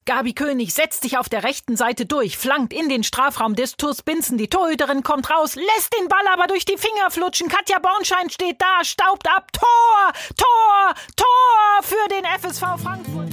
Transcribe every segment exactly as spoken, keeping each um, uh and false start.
Gabi König setzt sich auf der rechten Seite durch, flankt in den Strafraum des T U S Binzen. Die Torhüterin kommt raus, lässt den Ball aber durch die Finger flutschen. Katja Bornschein steht da, staubt ab. Tor, Tor, Tor für den F S V Frankfurt.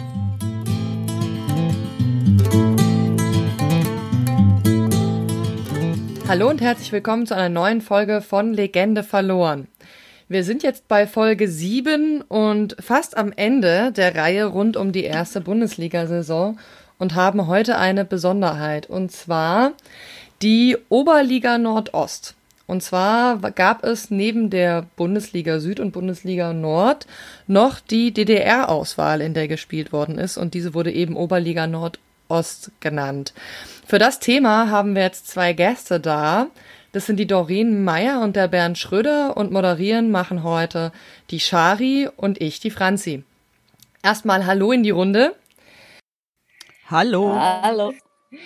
Hallo und herzlich willkommen zu einer neuen Folge von Legende verloren. Wir sind jetzt bei Folge sieben und fast am Ende der Reihe rund um die erste Bundesliga-Saison und haben heute eine Besonderheit, und zwar die Oberliga Nordost. Und zwar gab es neben der Bundesliga Süd und Bundesliga Nord noch die D D R-Auswahl, in der gespielt worden ist, und diese wurde eben Oberliga Nordost genannt. Für das Thema haben wir jetzt zwei Gäste da. Das sind die Doreen Meyer und der Bernd Schröder, und moderieren machen heute die Shari und ich, die Franzi. Erstmal Hallo in die Runde. Hallo. Hallo.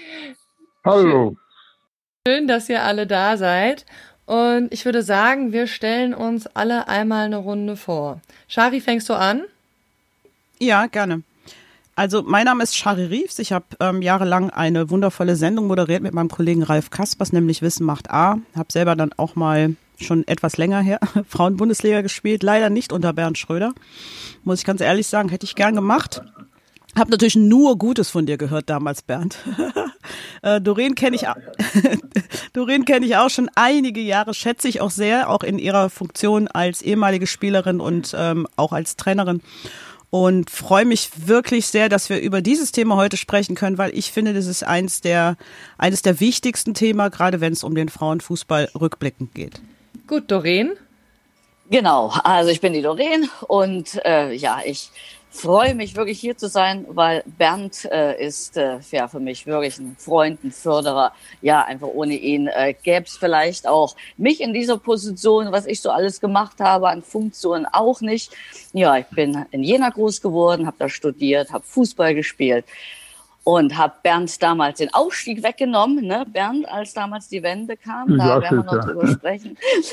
Hallo. Schön, dass ihr alle da seid. Und ich würde sagen, wir stellen uns alle einmal eine Runde vor. Shari, fängst du an? Ja, gerne. Also mein Name ist Shari Riefs. Ich habe ähm, jahrelang eine wundervolle Sendung moderiert mit meinem Kollegen Ralf Kaspers, nämlich Wissen macht A. Habe selber dann auch mal schon etwas länger her Frauen-Bundesliga gespielt. Leider nicht unter Bernd Schröder. Muss ich ganz ehrlich sagen, hätte ich gern gemacht. Habe natürlich nur Gutes von dir gehört damals, Bernd. äh, Doreen kenne ich, Doreen kenne ich auch schon einige Jahre, schätze ich auch sehr, auch in ihrer Funktion als ehemalige Spielerin und ähm, auch als Trainerin. Und freue mich wirklich sehr, dass wir über dieses Thema heute sprechen können, weil ich finde, das ist eines der, eines der wichtigsten Themen, gerade wenn es um den Frauenfußball rückblickend geht. Gut, Doreen? Genau, also ich bin die Doreen und äh, ja, ich freue mich wirklich hier zu sein, weil Bernd äh, ist äh, ja für mich wirklich ein Freund, ein Förderer. Ja, einfach ohne ihn äh, gäbe es vielleicht auch mich in dieser Position, was ich so alles gemacht habe, an Funktionen auch nicht. Ja, ich bin in Jena groß geworden, habe da studiert, habe Fußball gespielt und habe Bernd damals den Aufstieg weggenommen, ne, Bernd, als damals die Wende kam, da werden wir noch drüber sprechen.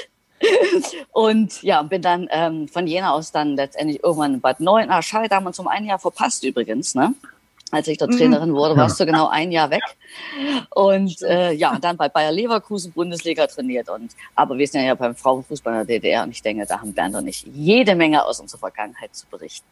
Und ja, bin dann ähm, von Jena aus dann letztendlich irgendwann in Bad Neuenahr. Ah, schade, da haben wir uns um ein Jahr verpasst übrigens, ne? Als ich dort Trainerin wurde, warst du genau ein Jahr weg. Und äh, ja, dann bei Bayer Leverkusen Bundesliga trainiert. Und aber wir sind ja beim Frauenfußball in der D D R und ich denke, da haben Bernd und ich jede Menge aus unserer Vergangenheit zu berichten.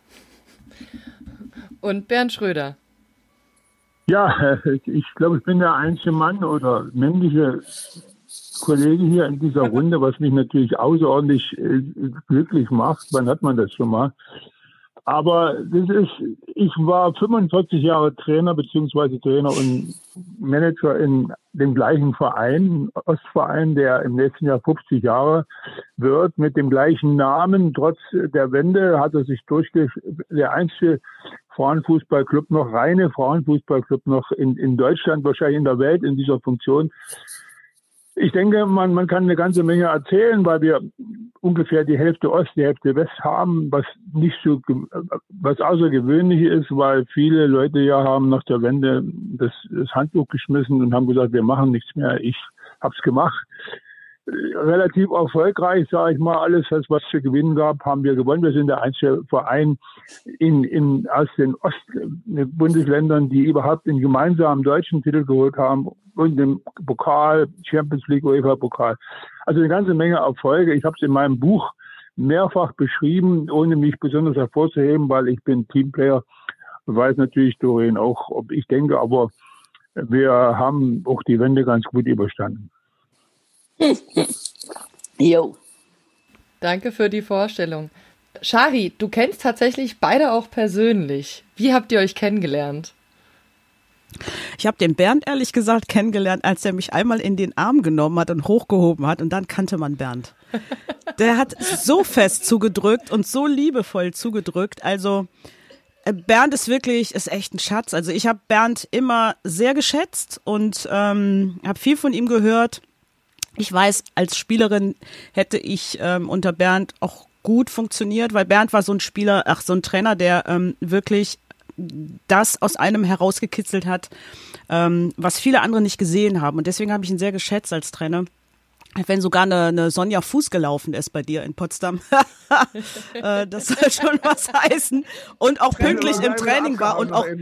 Und Bernd Schröder. Ja, ich glaube, ich bin der einzige Mann oder männliche Kollege hier in dieser Runde, was mich natürlich außerordentlich äh, glücklich macht. Wann hat man das schon mal? Aber das ist, ich war fünfundvierzig Jahre Trainer beziehungsweise Trainer und Manager in dem gleichen Verein, Ostverein, der im nächsten Jahr fünfzig Jahre wird, mit dem gleichen Namen. Trotz der Wende hat er sich durchgeführt, der einzige Frauenfußballclub noch, reine Frauenfußballclub noch in, in Deutschland, wahrscheinlich in der Welt in dieser Funktion. Ich denke, man, man kann eine ganze Menge erzählen, weil wir ungefähr die Hälfte Ost, die Hälfte West haben, was nicht so, was außergewöhnlich ist, weil viele Leute ja haben nach der Wende das, das Handtuch geschmissen und haben gesagt, wir machen nichts mehr. Ich hab's gemacht. Relativ erfolgreich, sage ich mal, alles, was es zu gewinnen gab, haben wir gewonnen. Wir sind der einzige Verein in, in, aus den Ostbundesländern, die überhaupt den gemeinsamen deutschen Titel geholt haben und den Pokal, Champions League, UEFA-Pokal. Also eine ganze Menge Erfolge. Ich habe es in meinem Buch mehrfach beschrieben, ohne mich besonders hervorzuheben, weil ich bin Teamplayer. Weiß natürlich Doreen auch, ob ich denke, aber wir haben auch die Wende ganz gut überstanden. Jo. Danke für die Vorstellung. Shari, du kennst tatsächlich beide auch persönlich. Wie habt ihr euch kennengelernt? Ich habe den Bernd ehrlich gesagt kennengelernt, als er mich einmal in den Arm genommen hat und hochgehoben hat, und dann kannte man Bernd. Der hat so fest zugedrückt und so liebevoll zugedrückt. Also Bernd ist wirklich, ist echt ein Schatz. Also ich habe Bernd immer sehr geschätzt und ähm, habe viel von ihm gehört. Ich weiß, als Spielerin hätte ich ähm, unter Bernd auch gut funktioniert, weil Bernd war so ein Spieler, ach so ein Trainer, der ähm, wirklich das aus einem herausgekitzelt hat, ähm, was viele andere nicht gesehen haben. Und deswegen habe ich ihn sehr geschätzt als Trainer. wenn sogar eine, eine Sonja Fuß gelaufen ist bei dir in Potsdam. äh, das soll schon was heißen. Und auch pünktlich im Training war und auch...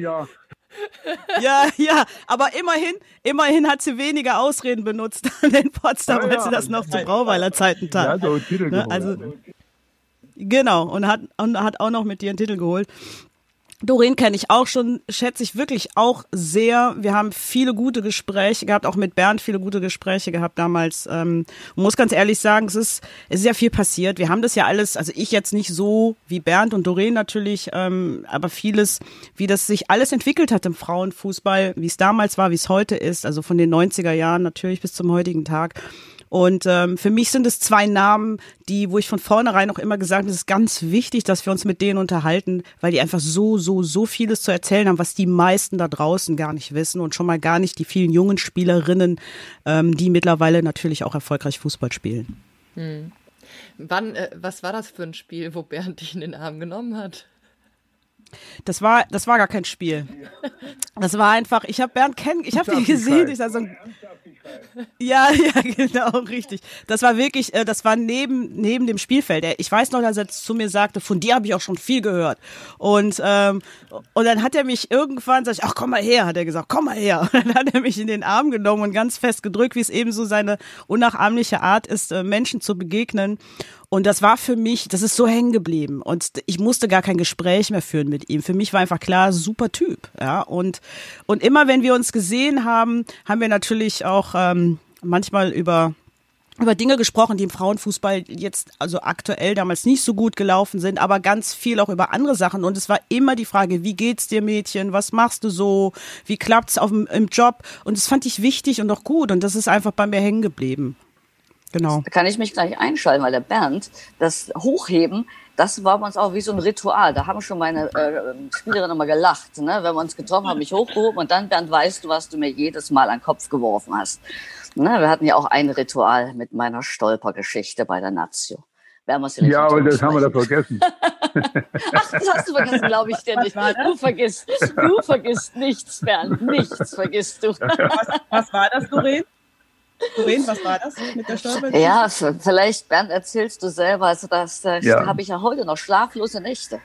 Ja, ja, aber immerhin, immerhin hat sie weniger Ausreden benutzt in Potsdam, ja, ja. als sie das noch zu Brauweiler Zeiten tat. Ja, so Titel geholt. Also, genau, und hat, und hat auch noch mit dir einen Titel geholt. Doreen kenne ich auch schon, schätze ich wirklich auch sehr. Wir haben viele gute Gespräche gehabt, auch mit Bernd viele gute Gespräche gehabt damals. Ähm, muss ganz ehrlich sagen, es ist, es ist ja viel passiert. Wir haben das ja alles, also ich jetzt nicht so wie Bernd und Doreen natürlich, ähm, aber vieles, wie das sich alles entwickelt hat im Frauenfußball, wie es damals war, wie es heute ist, also von den neunziger Jahren natürlich bis zum heutigen Tag. Und ähm, für mich sind es zwei Namen, die, wo ich von vornherein auch immer gesagt habe, es ist ganz wichtig, dass wir uns mit denen unterhalten, weil die einfach so, so, so vieles zu erzählen haben, was die meisten da draußen gar nicht wissen und schon mal gar nicht die vielen jungen Spielerinnen, ähm, die mittlerweile natürlich auch erfolgreich Fußball spielen. Hm. Wann, äh, was war das für ein Spiel, wo Bernd dich in den Arm genommen hat? Das war, das war gar kein Spiel. Das war einfach, ich habe Bernd kennen, ich habe ihn gesehen, ich sag so, ja, ja, genau, richtig. Das war wirklich, äh, das war neben neben dem Spielfeld. Ich weiß noch, dass er zu mir sagte, von dir habe ich auch schon viel gehört. Und ähm, und dann hat er mich irgendwann, sag ich, ach komm mal her, hat er gesagt, komm mal her. Und dann hat er mich in den Arm genommen und ganz fest gedrückt, wie es eben so seine unnachahmliche Art ist, äh, Menschen zu begegnen. Und das war für mich, das ist so hängen geblieben. Und ich musste gar kein Gespräch mehr führen mit ihm. Für mich war einfach klar, super Typ. Ja, und, und immer wenn wir uns gesehen haben, haben wir natürlich auch ähm, manchmal über, über Dinge gesprochen, die im Frauenfußball jetzt, also aktuell damals nicht so gut gelaufen sind, aber ganz viel auch über andere Sachen. Und es war immer die Frage, wie geht's dir, Mädchen? Was machst du so? Wie klappt's auf dem, im Job? Und das fand ich wichtig und auch gut. Und das ist einfach bei mir hängen geblieben. Genau. Da kann ich mich gleich einschalten, weil der Bernd, das Hochheben, das war bei uns auch wie so ein Ritual. Da haben schon meine äh, Spielerinnen immer gelacht. Ne? Wenn wir uns getroffen haben, mich hochgehoben und dann, Bernd, weißt du, was du mir jedes Mal an den Kopf geworfen hast. Ne? Wir hatten ja auch ein Ritual mit meiner Stolpergeschichte bei der Nazio. Ja, aber das haben wir da vergessen. Ach, das hast du vergessen, glaube ich dir nicht. Du vergisst, du vergisst nichts, Bernd. Nichts vergisst du. Was, was war das, Doreen? Doreen, was war das mit der Stolper? Ja, vielleicht, Bernd, erzählst du selber. Also das, das ja. habe ich ja heute noch schlaflose Nächte.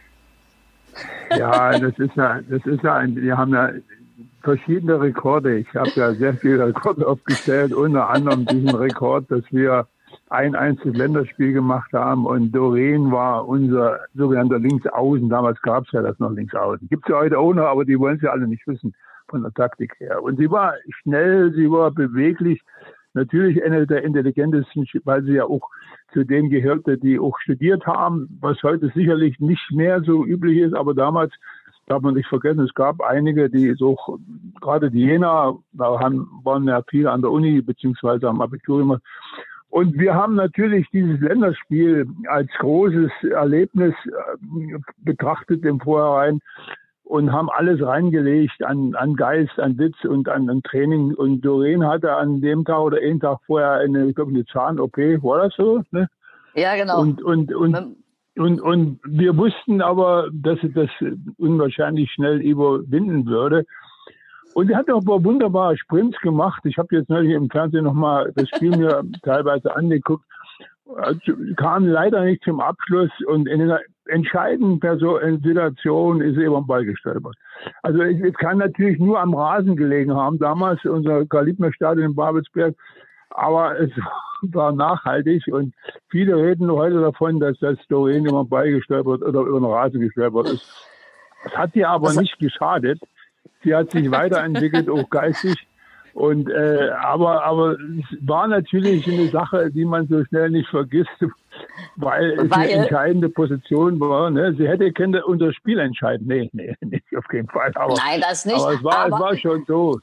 Ja, das ist ja, das ist ja ein, wir haben ja verschiedene Rekorde. Ich habe ja sehr viele Rekorde aufgestellt, unter anderem diesen Rekord, dass wir ein einziges Länderspiel gemacht haben und Doreen war unser sogenannter Linksaußen. Damals gab es ja das noch Linksaußen. Gibt es ja heute auch noch, aber die wollen es ja alle nicht wissen von der Taktik her. Und sie war schnell, sie war beweglich. Natürlich eine der intelligentesten, weil sie ja auch zu denen gehörte, die auch studiert haben, was heute sicherlich nicht mehr so üblich ist, aber damals darf man nicht vergessen, es gab einige, die so, gerade die Jena, da haben, waren ja viele an der Uni beziehungsweise am Abitur gemacht. Und wir haben natürlich dieses Länderspiel als großes Erlebnis betrachtet im Vorhinein und haben alles reingelegt an, an Geist, an Witz und an, an Training. Und Doreen hatte an dem Tag oder einen Tag vorher eine, ich glaube, eine Zahn-O P. War das so? Ne? Ja, genau. Und, und, und, und, und wir wussten aber, dass sie das unwahrscheinlich schnell überwinden würde. Und sie hat auch wunderbare Sprints gemacht. Ich habe jetzt neulich im Fernsehen nochmal das Spiel mir teilweise angeguckt. Kam leider nicht zum Abschluss und in einer entscheidenden Person, Situation ist er über den Ball gestolpert. Also es, es kann natürlich nur am Rasen gelegen haben, damals unser Karl-Liebknecht-Stadion in Babelsberg, aber es war nachhaltig und viele reden heute davon, dass das Doreen über den Ball gestolpert oder über den Rasen gestolpert ist. Das hat ihr aber also, nicht geschadet. Sie hat sich weiterentwickelt, auch geistig. Und äh, aber aber es war natürlich eine Sache, die man so schnell nicht vergisst, weil es weil, eine entscheidende Position war. Ne? Sie hätte können unser Spiel entscheiden. Nee, nee, nicht auf keinen Fall. Aber, Nein, das nicht. Aber es war, aber es war schon so.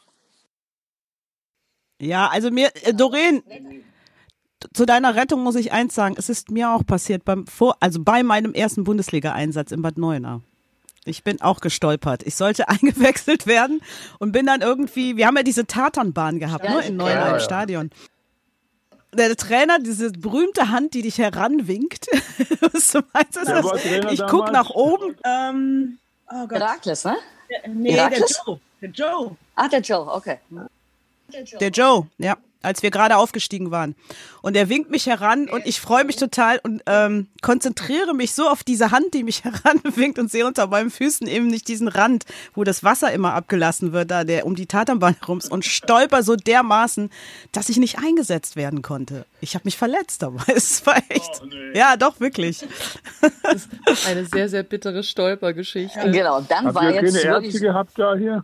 Ja, also mir, äh, Doreen, zu deiner Rettung muss ich eins sagen. Es ist mir auch passiert beim vor, also bei meinem ersten Bundesliga-Einsatz in Bad Neuenahr. Ich bin auch gestolpert. Ich sollte eingewechselt werden und bin dann irgendwie, wir haben ja diese Tatanbahn gehabt, ja, ne, in Neuenahr ja, im ja. Stadion. Der Trainer, diese berühmte Hand, die dich heranwinkt. Was du meinst, ist das? Ich gucke nach oben. Ähm, oh Gott. Herakles, ne? Der, nee, Herakles? der Joe. Der Joe. Ah, der Joe, okay. Der Joe, der Joe ja. als wir gerade aufgestiegen waren. Und er winkt mich heran und ich freue mich total und ähm, konzentriere mich so auf diese Hand, die mich heranwinkt und sehe unter meinen Füßen eben nicht diesen Rand, wo das Wasser immer abgelassen wird, da der um die Tatanbahn herum ist, und stolper so dermaßen, dass ich nicht eingesetzt werden konnte. Ich habe mich verletzt dabei. Es war echt, oh, nee. ja, doch, wirklich. Das ist eine sehr, sehr bittere Stolpergeschichte. Genau, dann Habt war ihr jetzt keine wirklich... Ärzte gehabt da hier?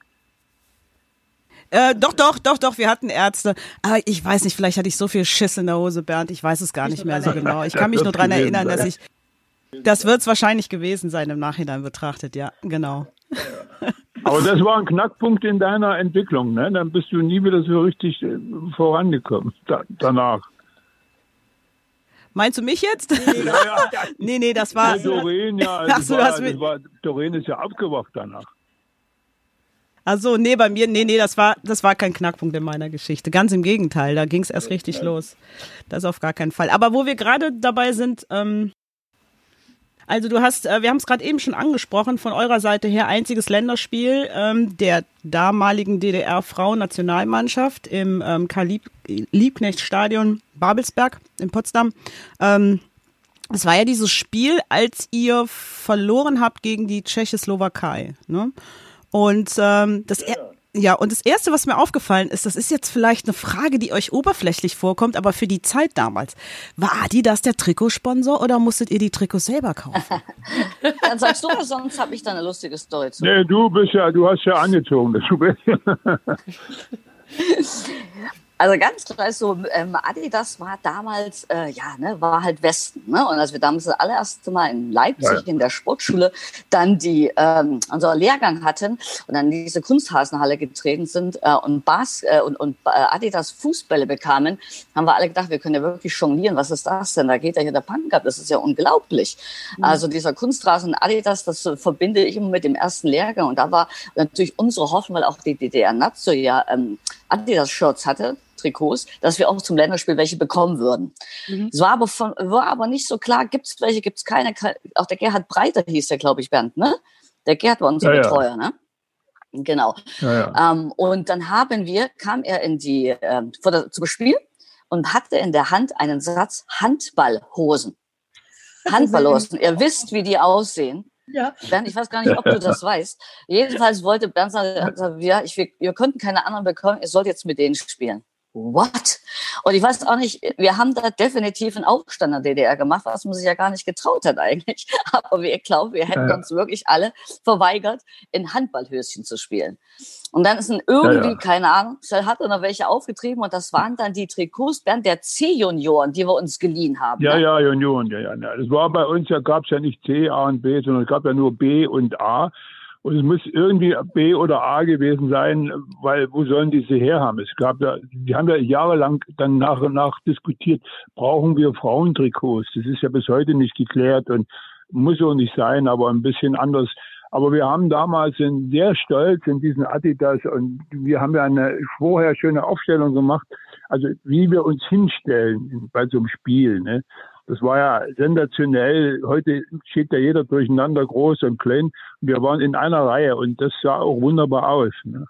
Äh, doch, doch, doch, doch, wir hatten Ärzte. Aber ich weiß nicht, vielleicht hatte ich so viel Schiss in der Hose, Bernd. Ich weiß es gar nicht mehr so genau. Ich kann mich nur daran erinnern, dass ich... Das wird es wahrscheinlich gewesen sein im Nachhinein betrachtet, ja, genau. Aber das war ein Knackpunkt in deiner Entwicklung, ne? Dann bist du nie wieder so richtig vorangekommen da, danach. Meinst du mich jetzt? Ja, ja, ja. nee, nee, das war... Ja, Doreen, ja, Ach so, war, das das war, Doreen ist ja abgewacht danach. Also nee, bei mir, nee, nee, das war, das war kein Knackpunkt in meiner Geschichte. Ganz im Gegenteil, da ging es erst richtig los. Das auf gar keinen Fall. Aber wo wir gerade dabei sind, ähm, also du hast, äh, wir haben es gerade eben schon angesprochen, von eurer Seite her einziges Länderspiel ähm, der damaligen D D R-Frauennationalmannschaft im ähm, Karl-Liebknecht-Stadion Babelsberg in Potsdam. Ähm, es war ja dieses Spiel, als ihr verloren habt gegen die Tschechoslowakei, ne? Und ähm, das er- ja, und das Erste, was mir aufgefallen ist, das ist jetzt vielleicht eine Frage, die euch oberflächlich vorkommt, aber für die Zeit damals, war Adidas der Trikotsponsor oder musstet ihr die Trikots selber kaufen? Dann sagst du, sonst habe ich da eine lustige Story zu. Nee, du bist ja, du hast ja angezogen. Das Also ganz klar ist so, ähm, Adidas war damals, äh, ja, ne, war halt Westen, ne? Und als wir damals das allererste Mal in Leipzig ja. in der Sportschule dann die, ähm, unseren Lehrgang hatten und dann in diese Kunsthasenhalle getreten sind äh, und, Bas, äh, und, und äh, Adidas Fußbälle bekamen, haben wir alle gedacht, wir können ja wirklich jonglieren. Was ist das denn? Da geht ja hier der Punk ab. Das ist ja unglaublich. Mhm. Also dieser Kunstrasen Adidas, das äh, verbinde ich immer mit dem ersten Lehrgang. Und da war natürlich unsere Hoffnung, weil auch die D D R-Nazio ja ähm, Adidas-Shirts hatte, Trikots, dass wir auch zum Länderspiel welche bekommen würden. Mhm. Es war aber, von, war aber nicht so klar, gibt es welche, gibt es keine. Auch der Gerhard Breiter hieß der, glaube ich, Bernd, ne? Der Gerhard war unser ja, Betreuer, ja. ne? Genau. Ja, ja. Ähm, und dann haben wir, kam er in die, ähm, vor der, zum Spiel und hatte in der Hand einen Satz Handballhosen. Handballhosen. Ihr wisst, wie die aussehen. Ja. Bernd, ich weiß gar nicht, ob du das weißt. Jedenfalls wollte Bernd sagen, ja, ich, wir, wir könnten keine anderen bekommen, ihr sollt jetzt mit denen spielen. What? Und ich weiß auch nicht, wir haben da definitiv einen Aufstand in der D D R gemacht, was man sich ja gar nicht getraut hat eigentlich. Aber ich glaube, wir hätten ja. uns wirklich alle verweigert, in Handballhöschen zu spielen. Und dann ist dann irgendwie, ja, ja. keine Ahnung, hat er noch welche aufgetrieben und das waren dann die Trikots, Bernd, der C-Junioren, die wir uns geliehen haben. Ja, ne? ja, Junioren, ja, ja. Das war bei uns, ja gab es ja nicht C, A und B, sondern es gab ja nur B und A. Und es muss irgendwie B oder A gewesen sein, weil wo sollen die sie herhaben? Es gab ja, die haben ja jahrelang dann nach und nach diskutiert, brauchen wir Frauentrikots? Das ist ja bis heute nicht geklärt und muss auch nicht sein, aber ein bisschen anders. Aber wir haben damals sind sehr stolz in diesen Adidas und wir haben ja eine vorher schöne Aufstellung gemacht, also wie wir uns hinstellen bei so einem Spiel, ne? Das war ja sensationell. Heute steht ja jeder durcheinander, groß und klein. Wir waren in einer Reihe und das sah auch wunderbar aus, ne?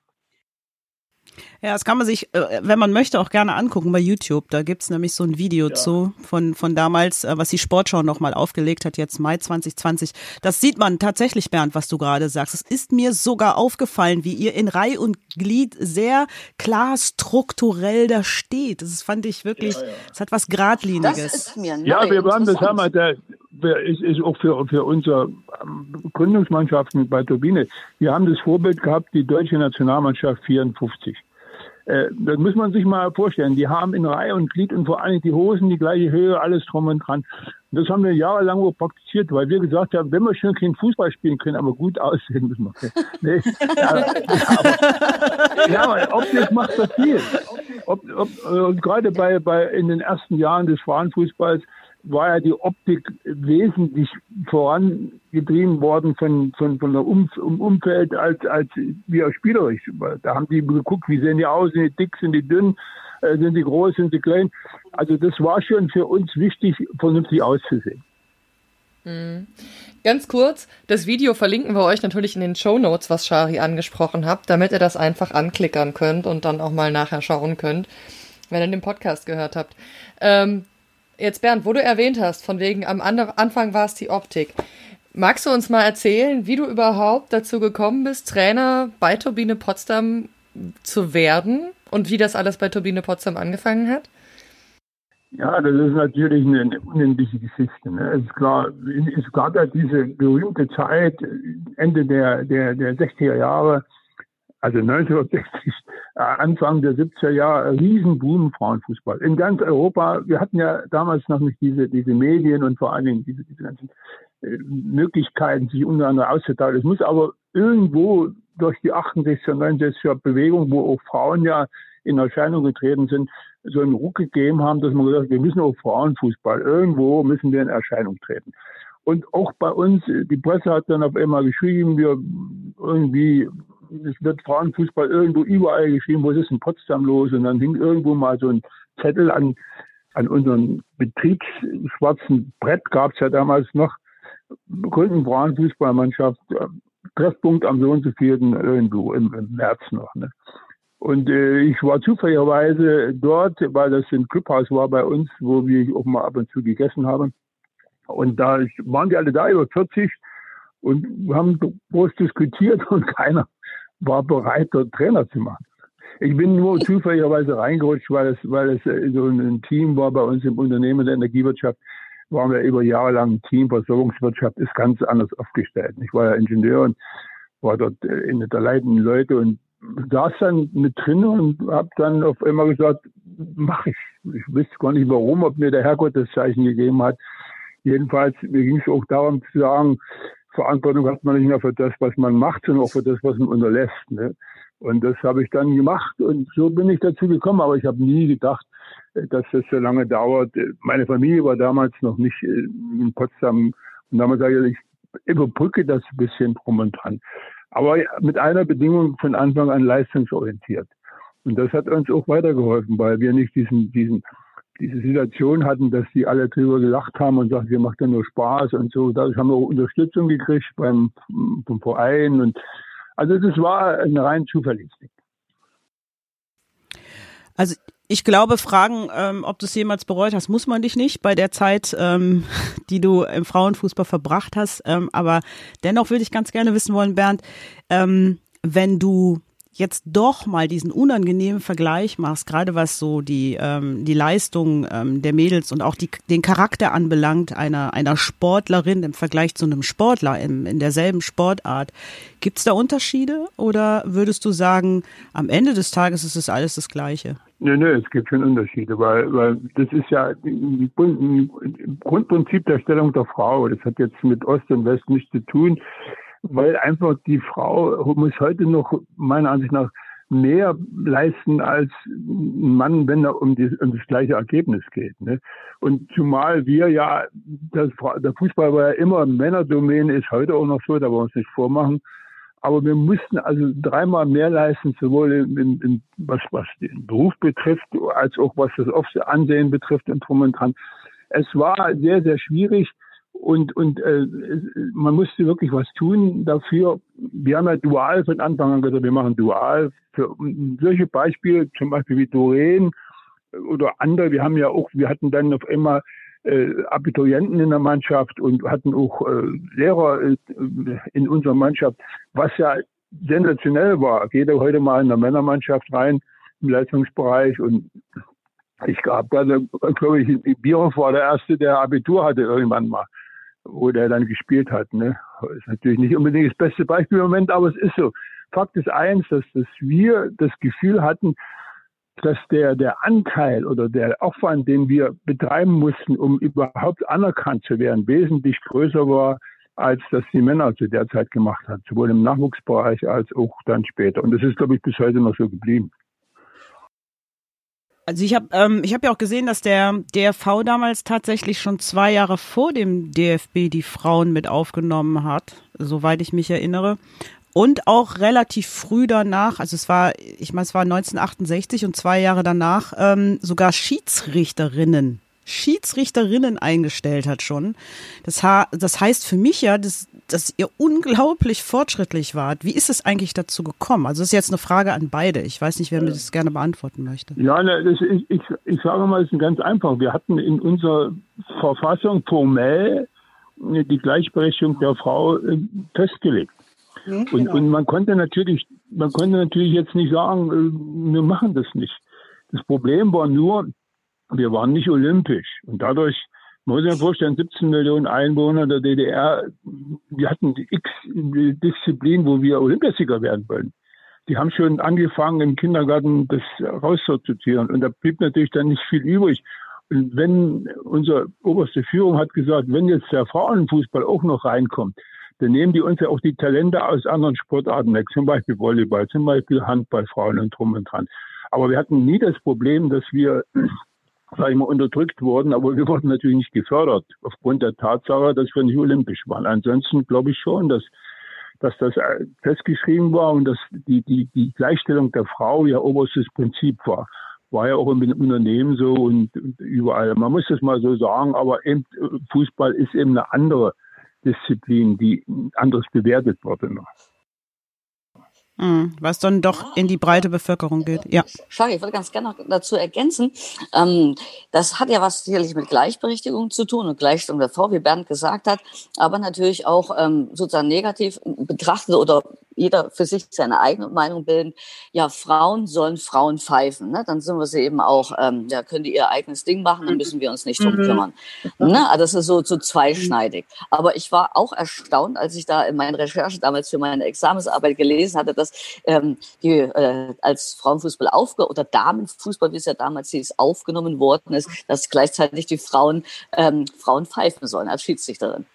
Ja, das kann man sich, wenn man möchte, auch gerne angucken bei YouTube. Da gibt's nämlich so ein Video ja. zu von von damals, was die Sportschau nochmal aufgelegt hat, jetzt Mai zwanzig zwanzig. Das sieht man tatsächlich, Bernd, was du gerade sagst. Es ist mir sogar aufgefallen, wie ihr in Reihe und Glied sehr klar strukturell da steht. Das fand ich wirklich, es ja, ja. hat was Geradliniges. Das ist mir neu, ja, wir waren, das haben wir, der, ist, ist auch für, für unsere Gründungsmannschaften bei Turbine. Wir haben das Vorbild gehabt, die deutsche Nationalmannschaft vierundfünfzig. Äh, das muss man sich mal vorstellen. Die haben in Reihe und Glied und vor allem die Hosen die gleiche Höhe, alles drum und dran. Und das haben wir jahrelang auch praktiziert, weil wir gesagt haben, wenn wir schon keinen Fußball spielen können, aber gut aussehen müssen wir. Nee, aber, aber, ja, aber ob das macht das viel. Ob, ob, und gerade bei, bei in den ersten Jahren des Frauenfußballs war ja die Optik wesentlich vorangetrieben worden von, von, von der um, um Umfeld als, als wie auch spielerisch. Da haben die geguckt, wie sehen die aus, sind die dick, sind die dünn, äh, sind die groß, sind die klein. Also das war schon für uns wichtig, vernünftig auszusehen. Mhm. Ganz kurz, das Video verlinken wir euch natürlich in den Shownotes, was Shari angesprochen hat, damit ihr das einfach anklickern könnt und dann auch mal nachher schauen könnt, wenn ihr den Podcast gehört habt. Ähm, jetzt Bernd, wo du erwähnt hast, von wegen am Anfang war es die Optik. Magst du uns mal erzählen, wie du überhaupt dazu gekommen bist, Trainer bei Turbine Potsdam zu werden und wie das alles bei Turbine Potsdam angefangen hat? Ja, das ist natürlich eine unendliche Geschichte. Ne? Es ist klar, es gab ja diese berühmte Zeit, Ende der, der, der sechziger Jahre, also neunzehnhundertsechzig, Anfang der siebziger Jahre, Riesenboom im Frauenfußball. In ganz Europa, wir hatten ja damals noch nicht diese, diese Medien und vor allen Dingen diese, diese ganzen äh, Möglichkeiten, sich untereinander auszutauschen. Es muss aber irgendwo durch die achtundsechziger, neunundsechziger Bewegung, wo auch Frauen ja in Erscheinung getreten sind, so einen Ruck gegeben haben, dass man gesagt hat, wir müssen auch Frauenfußball, irgendwo müssen wir in Erscheinung treten. Und auch bei uns, die Presse hat dann auf einmal geschrieben, wir irgendwie, es wird Frauenfußball irgendwo überall geschrieben, was ist in Potsdam los? Und dann hing irgendwo mal so ein Zettel an, an unserem betriebsschwarzen Brett, gab es ja damals noch, gründen Frauenfußballmannschaft, Treffpunkt am so und so vierten irgendwo im, im März noch, ne? Und äh, ich war zufälligerweise dort, weil das ein Clubhaus war bei uns, wo wir auch mal ab und zu gegessen haben. Und da waren die alle da, über vierzig, und haben groß diskutiert und keiner war bereit, dort Trainer zu machen. Ich bin nur zufälligerweise reingerutscht, weil es, weil es so ein Team war bei uns im Unternehmen der Energiewirtschaft. Waren wir über Jahre lang ein Team. Versorgungswirtschaft ist ganz anders aufgestellt. Ich war ja Ingenieur und war dort in der leitenden Leute und saß dann mit drin und habe dann auf einmal gesagt, mach ich. Ich wusste gar nicht warum, ob mir der Herrgott das Zeichen gegeben hat. Jedenfalls, mir ging es auch darum zu sagen, Verantwortung hat man nicht nur für das, was man macht, sondern auch für das, was man unterlässt. Ne? Und das habe ich dann gemacht und so bin ich dazu gekommen. Aber ich habe nie gedacht, dass das so lange dauert. Meine Familie war damals noch nicht in Potsdam und damals sage ich, ich überbrücke das ein bisschen drum und dran. Aber mit einer Bedingung von Anfang an leistungsorientiert. Und das hat uns auch weitergeholfen, weil wir nicht diesen, diesen, diese Situation hatten, dass die alle drüber gelacht haben und sagten, wir machen ja nur Spaß und so. Dadurch haben wir auch Unterstützung gekriegt beim, vom Verein. Und also das war eine rein zufällig. Also ich glaube, fragen, ähm, ob du es jemals bereut hast, muss man dich nicht bei der Zeit, ähm, die du im Frauenfußball verbracht hast. Ähm, aber dennoch würde ich ganz gerne wissen wollen, Bernd, ähm, wenn du jetzt doch mal diesen unangenehmen Vergleich machst, gerade was so die ähm, die Leistung ähm, der Mädels und auch die, den Charakter anbelangt einer einer Sportlerin im Vergleich zu einem Sportler in, in derselben Sportart. Gibt es da Unterschiede oder würdest du sagen, am Ende des Tages ist es alles das Gleiche? Nö, nö, es gibt schon Unterschiede, weil, weil das ist ja ein Grundprinzip der Stellung der Frau. Das hat jetzt mit Ost und West nichts zu tun, weil einfach die Frau muss heute noch meiner Ansicht nach mehr leisten als ein Mann, wenn er um, die, um das gleiche Ergebnis geht. Ne? Und zumal wir ja, das, der Fußball war ja immer Männerdomäne, ist heute auch noch so, da wollen wir uns nicht vormachen. Aber wir mussten also dreimal mehr leisten, sowohl in, in, in, was, was den Beruf betrifft, als auch was das Ansehen betrifft und drum und dran. Es war sehr, sehr schwierig und, und äh, man musste wirklich was tun dafür. Wir haben ja dual von Anfang an gesagt, wir machen dual. Für solche Beispiele, zum Beispiel wie Doreen oder andere, wir haben ja auch, wir hatten dann auf einmal Äh, Abiturienten in der Mannschaft und hatten auch äh, Lehrer äh, in unserer Mannschaft, was ja sensationell war. Geht er heute mal in der Männermannschaft rein im Leistungsbereich und ich gab da, glaube ich, Bierhoff war der Erste, der Abitur hatte irgendwann mal, wo der dann gespielt hat. Ne? Ist natürlich nicht unbedingt das beste Beispiel im Moment, aber es ist so. Fakt ist eins, dass, dass wir das Gefühl hatten, dass der, der Anteil oder der Aufwand, den wir betreiben mussten, um überhaupt anerkannt zu werden, wesentlich größer war, als das die Männer zu der Zeit gemacht haben, sowohl im Nachwuchsbereich als auch dann später. Und das ist, glaube ich, bis heute noch so geblieben. Also ich habe ähm, ich habe ja auch gesehen, dass der D F V damals tatsächlich schon zwei Jahre vor dem D F B die Frauen mit aufgenommen hat, soweit ich mich erinnere. Und auch relativ früh danach, also es war, ich meine, es war neunzehnhundertachtundsechzig und zwei Jahre danach ähm, sogar Schiedsrichterinnen Schiedsrichterinnen eingestellt hat schon. Das, ha- das heißt für mich ja, dass, dass ihr unglaublich fortschrittlich wart. Wie ist es eigentlich dazu gekommen? Also das ist jetzt eine Frage an beide. Ich weiß nicht, wer mir das gerne beantworten möchte. Ja, ne, das, ich, ich, ich sage mal, es ist ganz einfach. Wir hatten in unserer Verfassung formell die Gleichberechtigung der Frau äh, festgelegt. Mhm, und, genau. und man konnte natürlich, man konnte natürlich jetzt nicht sagen, äh, wir machen das nicht. Das Problem war nur, wir waren nicht olympisch. Und dadurch, man muss sich vorstellen, siebzehn Millionen Einwohner der D D R, wir hatten x Disziplinen, wo wir Olympiasieger werden wollen. Die haben schon angefangen, im Kindergarten das rauszusortieren. Und da blieb natürlich dann nicht viel übrig. Und wenn unsere oberste Führung hat gesagt, wenn jetzt der Frauenfußball auch noch reinkommt, dann nehmen die uns ja auch die Talente aus anderen Sportarten weg, zum Beispiel Volleyball, zum Beispiel Handball, Frauen und drum und dran. Aber wir hatten nie das Problem, dass wir, sag ich mal, unterdrückt wurden, aber wir wurden natürlich nicht gefördert, aufgrund der Tatsache, dass wir nicht olympisch waren. Ansonsten glaube ich schon, dass, dass das festgeschrieben war und dass die, die, die Gleichstellung der Frau ja oberstes Prinzip war. War ja auch im Unternehmen so und, und überall. Man muss das mal so sagen, aber eben Fußball ist eben eine andere Disziplin, die anders bewertet wurde noch. Was dann doch in die breite Bevölkerung geht. Ja. Schau, ich würde ganz gerne noch dazu ergänzen, ähm, das hat ja was sicherlich mit Gleichberechtigung zu tun und Gleichstellung der Frau, wie Bernd gesagt hat, aber natürlich auch ähm, sozusagen negativ betrachtet oder jeder für sich seine eigene Meinung bilden. Ja, Frauen sollen Frauen pfeifen. Ne? Dann sind wir sie eben auch, ähm, ja, können die ihr eigenes Ding machen, dann müssen wir uns nicht drum kümmern. Ne? Also das ist so, so zweischneidig. Aber ich war auch erstaunt, als ich da in meiner Recherche damals für meine Examensarbeit gelesen hatte, dass ähm, die äh, als Frauenfußball aufge- oder Damenfußball, wie es ja damals hieß, aufgenommen worden ist, dass gleichzeitig die Frauen ähm, Frauen pfeifen sollen als Schiedsrichterin.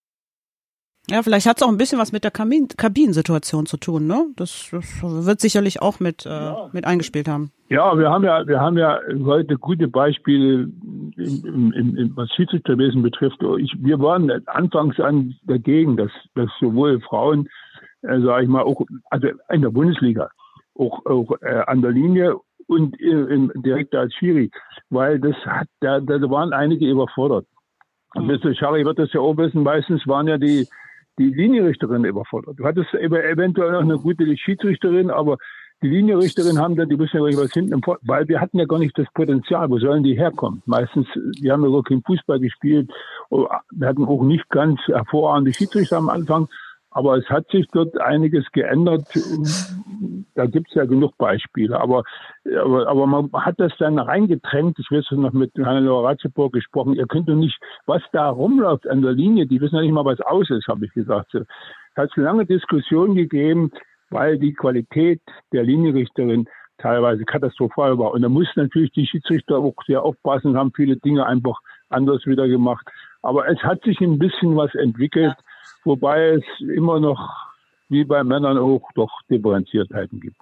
Ja, vielleicht hat es auch ein bisschen was mit der Kabin- Kabinensituation zu tun, ne? Das, das wird sicherlich auch mit, äh, ja. mit eingespielt haben. Ja, wir haben ja, wir haben ja heute gute Beispiele, im, im, im, was Schiedsrichterwesen betrifft. Ich, wir waren anfangs an dagegen, dass, dass sowohl Frauen, äh, sage ich mal, auch also in der Bundesliga, auch, auch äh, an der Linie und äh, direkt als Schiri, weil das hat, da, da waren einige überfordert. Und Mister Schari wird das ja auch wissen, meistens waren ja die die Linienrichterin überfordert. Du hattest eventuell noch eine gute Schiedsrichterin, aber die Linienrichterin haben dann, die müssen ja was hinten im Vor- weil wir hatten ja gar nicht das Potenzial. Wo sollen die herkommen? Meistens, die haben ja gar keinen Fußball gespielt. Wir hatten auch nicht ganz hervorragende Schiedsrichter am Anfang. Aber es hat sich dort einiges geändert. Da gibt es ja genug Beispiele. Aber, aber, aber man hat das dann reingedrängt. Ich weiß noch mit Hannelore Ratzeburg gesprochen. Ihr könnt doch nicht, was da rumläuft an der Linie, die wissen ja nicht mal, was aus ist, habe ich gesagt. Es hat eine lange Diskussion gegeben, weil die Qualität der Linienrichterin teilweise katastrophal war. Und da mussten natürlich die Schiedsrichter auch sehr aufpassen, haben viele Dinge einfach anders wieder gemacht. Aber es hat sich ein bisschen was entwickelt. Wobei es immer noch, wie bei Männern auch, doch Differenziertheiten gibt.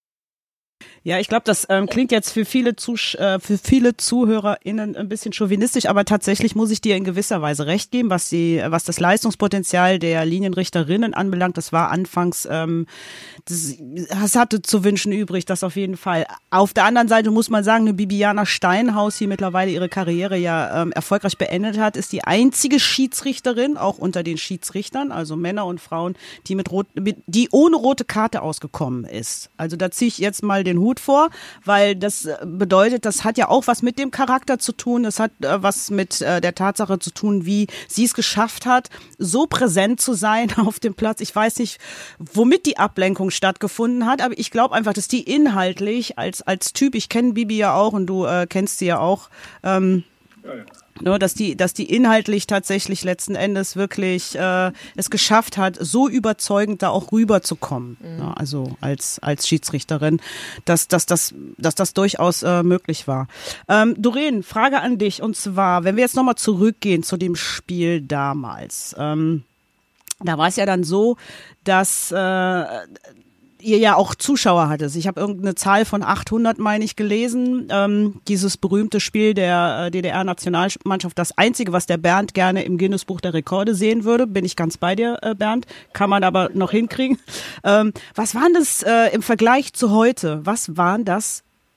Ja, ich glaube, das ähm, klingt jetzt für viele, Zusch- äh, für viele ZuhörerInnen ein bisschen chauvinistisch, aber tatsächlich muss ich dir in gewisser Weise recht geben, was die, was das Leistungspotenzial der Linienrichterinnen anbelangt. Das war anfangs, ähm, das, das hatte zu wünschen übrig, das auf jeden Fall. Auf der anderen Seite muss man sagen, eine Bibiana Steinhaus, die mittlerweile ihre Karriere ja ähm, erfolgreich beendet hat, ist die einzige Schiedsrichterin, auch unter den Schiedsrichtern, also Männer und Frauen, die mit rot, mit, die ohne rote Karte ausgekommen ist. Also da ziehe ich jetzt mal den Hut vor, weil das bedeutet, das hat ja auch was mit dem Charakter zu tun, das hat äh, was mit äh, der Tatsache zu tun, wie sie es geschafft hat, so präsent zu sein auf dem Platz. Ich weiß nicht, womit die Ablenkung stattgefunden hat, aber ich glaube einfach, dass die inhaltlich als als Typ, ich kenne Bibi ja auch und du äh, kennst sie ja auch, ähm, ja, ja. Nur, dass die, dass die inhaltlich tatsächlich letzten Endes wirklich äh, es geschafft hat, so überzeugend da auch rüberzukommen. Mhm. Ja, also als als Schiedsrichterin, dass, dass, dass, dass das durchaus äh, möglich war. Ähm, Doreen, Frage an dich. Und zwar, wenn wir jetzt nochmal zurückgehen zu dem Spiel damals. Ähm, da war es ja dann so, dass äh, ihr ja auch Zuschauer hattet. Ich habe irgendeine Zahl von achthundert, meine ich, gelesen. Ähm, dieses berühmte Spiel der äh, D D R-Nationalmannschaft, das einzige, was der Bernd gerne im Guinness-Buch der Rekorde sehen würde. Bin ich ganz bei dir, äh, Bernd. Kann man aber noch hinkriegen. Ähm, was waren das äh, im Vergleich zu heute? Was waren das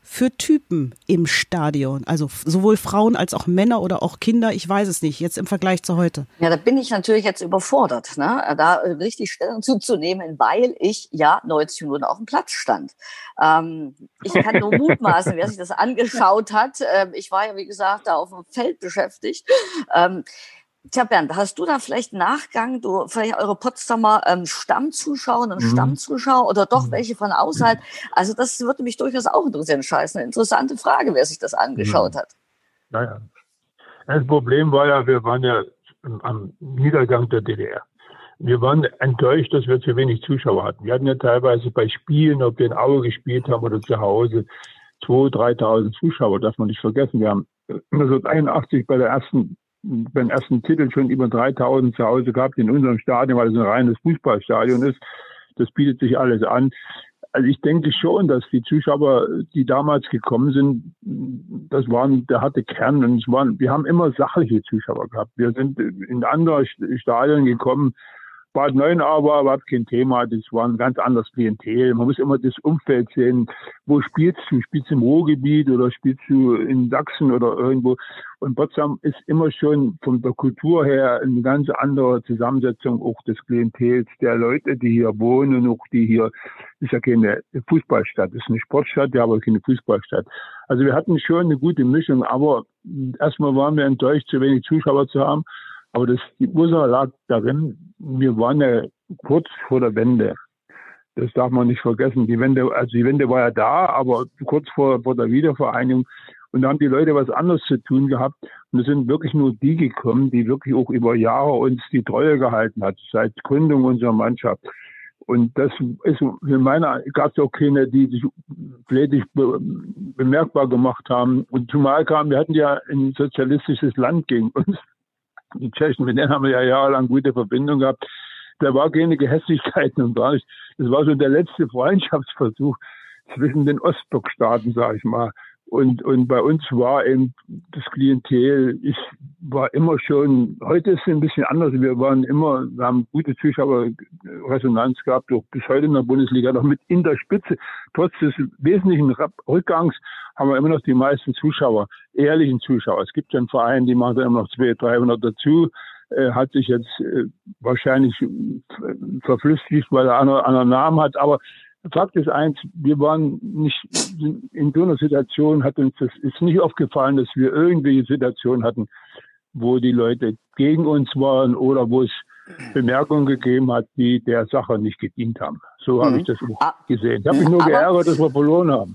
für Typen im Stadion? Also sowohl Frauen als auch Männer oder auch Kinder, ich weiß es nicht, jetzt im Vergleich zu heute. Ja, da bin ich natürlich jetzt überfordert, ne? Da richtig Stellung zuzunehmen, weil ich ja neunzig Minuten auf dem Platz stand. Ähm, ich kann nur mutmaßen, wer sich das angeschaut hat. Ähm, ich war ja, wie gesagt, da auf dem Feld beschäftigt. Ähm, Tja, Bernd, hast du da vielleicht Nachgang, du vielleicht eure Potsdamer ähm, Stammzuschauer und mhm. Stammzuschauer oder doch welche von außerhalb? Also das würde mich durchaus auch interessieren. Scheiße, eine interessante Frage, wer sich das angeschaut hat. Naja, das Problem war ja, wir waren ja am Niedergang der D D R. Wir waren enttäuscht, dass wir zu wenig Zuschauer hatten. Wir hatten ja teilweise bei Spielen, ob wir in Aue gespielt haben oder zu Hause, zweitausend, dreitausend Zuschauer, darf man nicht vergessen. Wir haben neunzehnhunderteinundachtzig bei der ersten beim ersten Titel schon über dreitausend zu Hause gehabt in unserem Stadion, weil es ein reines Fußballstadion ist. Das bietet sich alles an. Also ich denke schon, dass die Zuschauer, die damals gekommen sind, das waren der harte Kern. Und es waren, wir haben immer sachliche Zuschauer gehabt. Wir sind in andere Stadien gekommen. Bad Neuenahr war überhaupt kein Thema. Das war ein ganz anderes Klientel. Man muss immer das Umfeld sehen. Wo spielst du? Spielst du im Ruhrgebiet oder spielst du in Sachsen oder irgendwo? Und Potsdam ist immer schon von der Kultur her eine ganz andere Zusammensetzung auch des Klientels, der Leute, die hier wohnen, auch die hier, ist ja keine Fußballstadt, ist eine Sportstadt, ja, aber keine Fußballstadt. Also wir hatten schon eine gute Mischung, aber erstmal waren wir enttäuscht, zu wenig Zuschauer zu haben. Aber das, die Ursache lag darin, wir waren ja kurz vor der Wende. Das darf man nicht vergessen. Die Wende, also die Wende war ja da, aber kurz vor, vor der Wiedervereinigung. Und da haben die Leute was anderes zu tun gehabt. Und es sind wirklich nur die gekommen, die wirklich auch über Jahre uns die Treue gehalten hat, seit Gründung unserer Mannschaft. Und das ist, in meiner, gab es auch keine, die sich plätschig be, bemerkbar gemacht haben. Und zumal kam, wir hatten ja ein sozialistisches Land gegen uns. Die Tschechen, mit denen haben wir ja jahrelang gute Verbindung gehabt. Da war keine Gehässigkeiten und gar nicht. Das war so der letzte Freundschaftsversuch zwischen den Ostblockstaaten, sage ich mal. Und, und bei uns war eben das Klientel, ich war immer schon, heute ist es ein bisschen anders. Wir waren immer, wir haben gute Zuschauerresonanz gehabt, auch bis heute in der Bundesliga, noch mit in der Spitze. Trotz des wesentlichen Rückgangs haben wir immer noch die meisten Zuschauer, ehrlichen Zuschauer. Es gibt ja einen Verein, die machen da immer noch zweihundert, dreihundert dazu, äh, hat sich jetzt äh, wahrscheinlich äh, verflüchtigt, weil er einen anderen Namen hat, aber Fakt ist eins, wir waren nicht in so einer Situation, hat uns das ist nicht aufgefallen, dass wir irgendwelche Situationen hatten, wo die Leute gegen uns waren oder wo es Bemerkungen gegeben hat, die der Sache nicht gedient haben. So habe mhm. ich das auch gesehen. Ich habe mich nur aber, geärgert, dass wir verloren haben.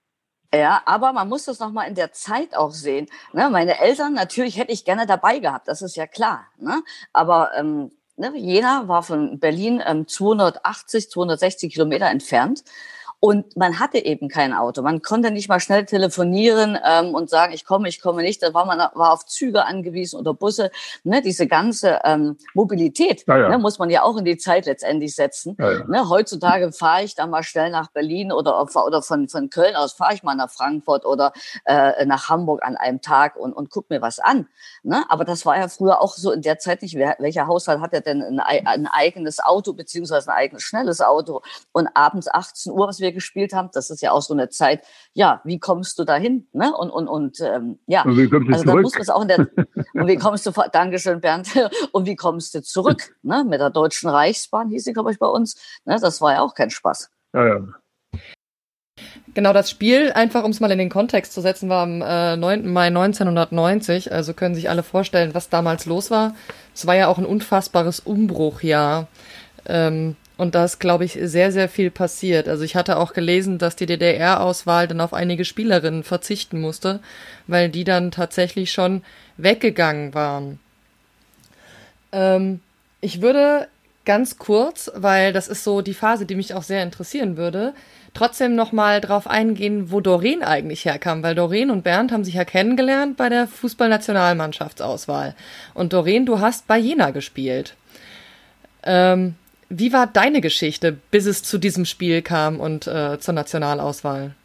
Ja, aber man muss das nochmal in der Zeit auch sehen. Ne, meine Eltern, natürlich hätte ich gerne dabei gehabt, das ist ja klar. Ne? Aber ähm, Ne, Jena war von Berlin ähm, zweihundertachtzig, zweihundertsechzig Kilometer entfernt und man hatte eben kein Auto. Man konnte nicht mal schnell telefonieren ähm, und sagen, ich komme, ich komme nicht. Da war man war auf Züge angewiesen oder Busse. Ne, diese ganze ähm, Mobilität ja, ja. Ne, muss man ja auch in die Zeit letztendlich setzen. Ja, ja. Ne, heutzutage fahre ich dann mal schnell nach Berlin oder, oder von, von Köln aus fahre ich mal nach Frankfurt oder äh, nach Hamburg an einem Tag und, und guck mir was an. Ne? Aber das war ja früher auch so in der Zeit nicht. Wer, welcher Haushalt hat ja denn ein, ein eigenes Auto beziehungsweise ein eigenes schnelles Auto? Und abends achtzehn Uhr, was wir gespielt haben, das ist ja auch so eine Zeit. Ja, wie kommst du dahin? Ne? Und und und ähm, ja, und wie kommst du also da muss man es auch in der. Und wie kommst du? Dankeschön, Bernd. Und wie kommst du zurück? Ne? Mit der Deutschen Reichsbahn hieß sie, glaube ich, bei uns. Ne? Das war ja auch kein Spaß. Ja, ja. Genau, das Spiel, einfach um es mal in den Kontext zu setzen, war am äh, neunten Mai neunzehnhundertneunzig. Also können sich alle vorstellen, was damals los war. Es war ja auch ein unfassbares Umbruchjahr. Ähm, und da ist, glaube ich, sehr, sehr viel passiert. Also ich hatte auch gelesen, dass die D D R-Auswahl dann auf einige Spielerinnen verzichten musste, weil die dann tatsächlich schon weggegangen waren. Ähm, ich würde ganz kurz, weil das ist so die Phase, die mich auch sehr interessieren würde, trotzdem nochmal drauf eingehen, wo Doreen eigentlich herkam, weil Doreen und Bernd haben sich ja kennengelernt bei der Fußballnationalmannschaftsauswahl. Und Doreen, du hast bei Jena gespielt. Ähm, wie war deine Geschichte, bis es zu diesem Spiel kam und äh, zur Nationalauswahl?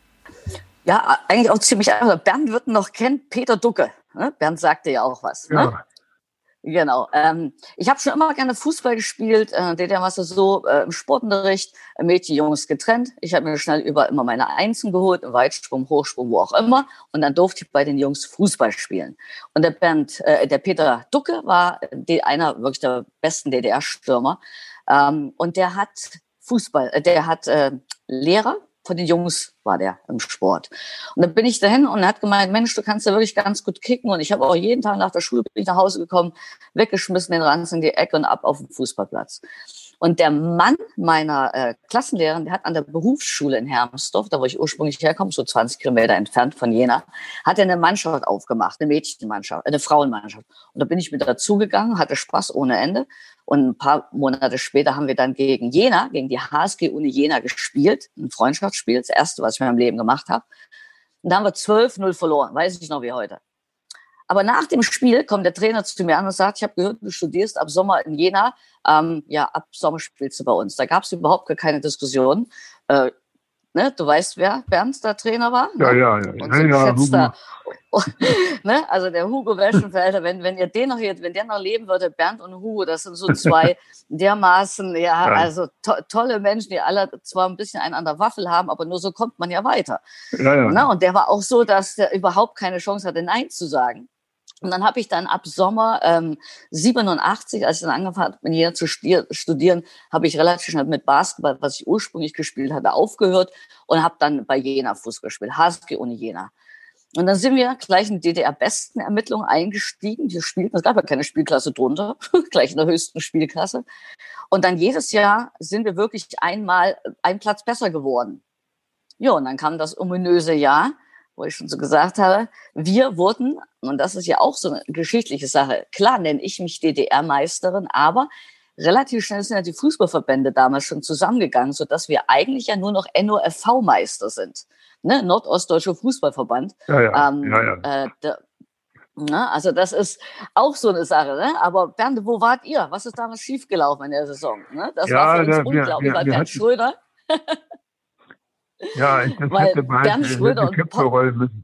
Ja, eigentlich auch ziemlich einfach. Bernd wird noch kennen, Peter Ducke. Ne? Bernd sagte ja auch was. Ne? Ja. Genau. Ähm, ich habe schon immer gerne Fußball gespielt. Äh, D D R war es so, äh, im Sportunterricht, äh, Mädchen, Jungs getrennt. Ich habe mir schnell über immer meine Einsen geholt, Weitsprung, Hochsprung, wo auch immer. Und dann durfte ich bei den Jungs Fußball spielen. Und der Bernd, äh, der Peter Ducke war die, einer wirklich der besten D D R-Stürmer. Ähm, und der hat Fußball, äh, der hat äh, Lehrer von den Jungs war der im Sport. Und dann bin ich dahin und er hat gemeint, Mensch, du kannst ja wirklich ganz gut kicken. Und ich habe auch jeden Tag nach der Schule bin ich nach Hause gekommen, weggeschmissen, den Ranzen in die Ecke und ab auf den Fußballplatz. Und der Mann meiner äh, Klassenlehrerin, der hat an der Berufsschule in Hermsdorf, da wo ich ursprünglich herkomme, so zwanzig Kilometer entfernt von Jena, hat er eine Mannschaft aufgemacht, eine Mädchenmannschaft, eine Frauenmannschaft. Und da bin ich mit dazugegangen, hatte Spaß ohne Ende. Und ein paar Monate später haben wir dann gegen Jena, gegen die H S G Uni Jena gespielt, ein Freundschaftsspiel, das erste, was ich in meinem Leben gemacht habe. Und da haben wir zwölf null verloren, weiß ich noch wie heute. Aber nach dem Spiel kommt der Trainer zu mir an und sagt, ich habe gehört, du studierst ab Sommer in Jena, ähm, ja, ab Sommer spielst du bei uns. Da gab es überhaupt gar keine Diskussion. Äh, ne, du weißt, wer Bernd der Trainer war? Ja, ne? ja, ja. Unser ja, ja geschätzter, ne? Also der Hugo Weschenfelder, wenn, wenn ihr den noch jetzt, wenn der noch leben würde, Bernd und Hugo, das sind so zwei dermaßen, ja, Ja. also to tolle Menschen, die alle zwar ein bisschen einen an der Waffel haben, aber nur so kommt man ja weiter. ja, ja. Ne? Und der war auch so, dass der überhaupt keine Chance hatte, Nein zu sagen. Und dann habe ich dann ab Sommer ähm, siebenundachtzig, als ich dann angefangen habe, in Jena zu studieren, habe ich relativ schnell mit Basketball, was ich ursprünglich gespielt hatte, aufgehört und habe dann bei Jena Fußball gespielt, H S G Uni Jena. Und dann sind wir gleich in D D R-Besten-Ermittlungen eingestiegen. Wir spielten, es gab ja keine Spielklasse drunter, gleich in der höchsten Spielklasse. Und dann jedes Jahr sind wir wirklich einmal einen Platz besser geworden. Ja, und dann kam das ominöse Jahr, wo ich schon so gesagt habe, wir wurden, und das ist ja auch so eine geschichtliche Sache, klar nenne ich mich D D R-Meisterin, aber relativ schnell sind ja die Fußballverbände damals schon zusammengegangen, sodass wir eigentlich ja nur noch N O F V-Meister sind, ne? Nordostdeutscher Fußballverband. Ja, ja, ähm, ja, ja. Äh, der, ne? Also das ist auch so eine Sache. Ne? Aber Bernd, wo wart ihr? Was ist damals schiefgelaufen in der Saison? Ne? Das Ja, war für uns da- wir- unglaublich, wir- weil wir Bernd hatten- Schröder, Ja, das Weil hätte man Bernd halt Schröder die und Köpfe Pop- rollen müssen.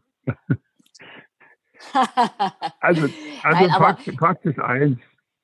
Also, also Nein, aber- Fakt, Fakt ist eins.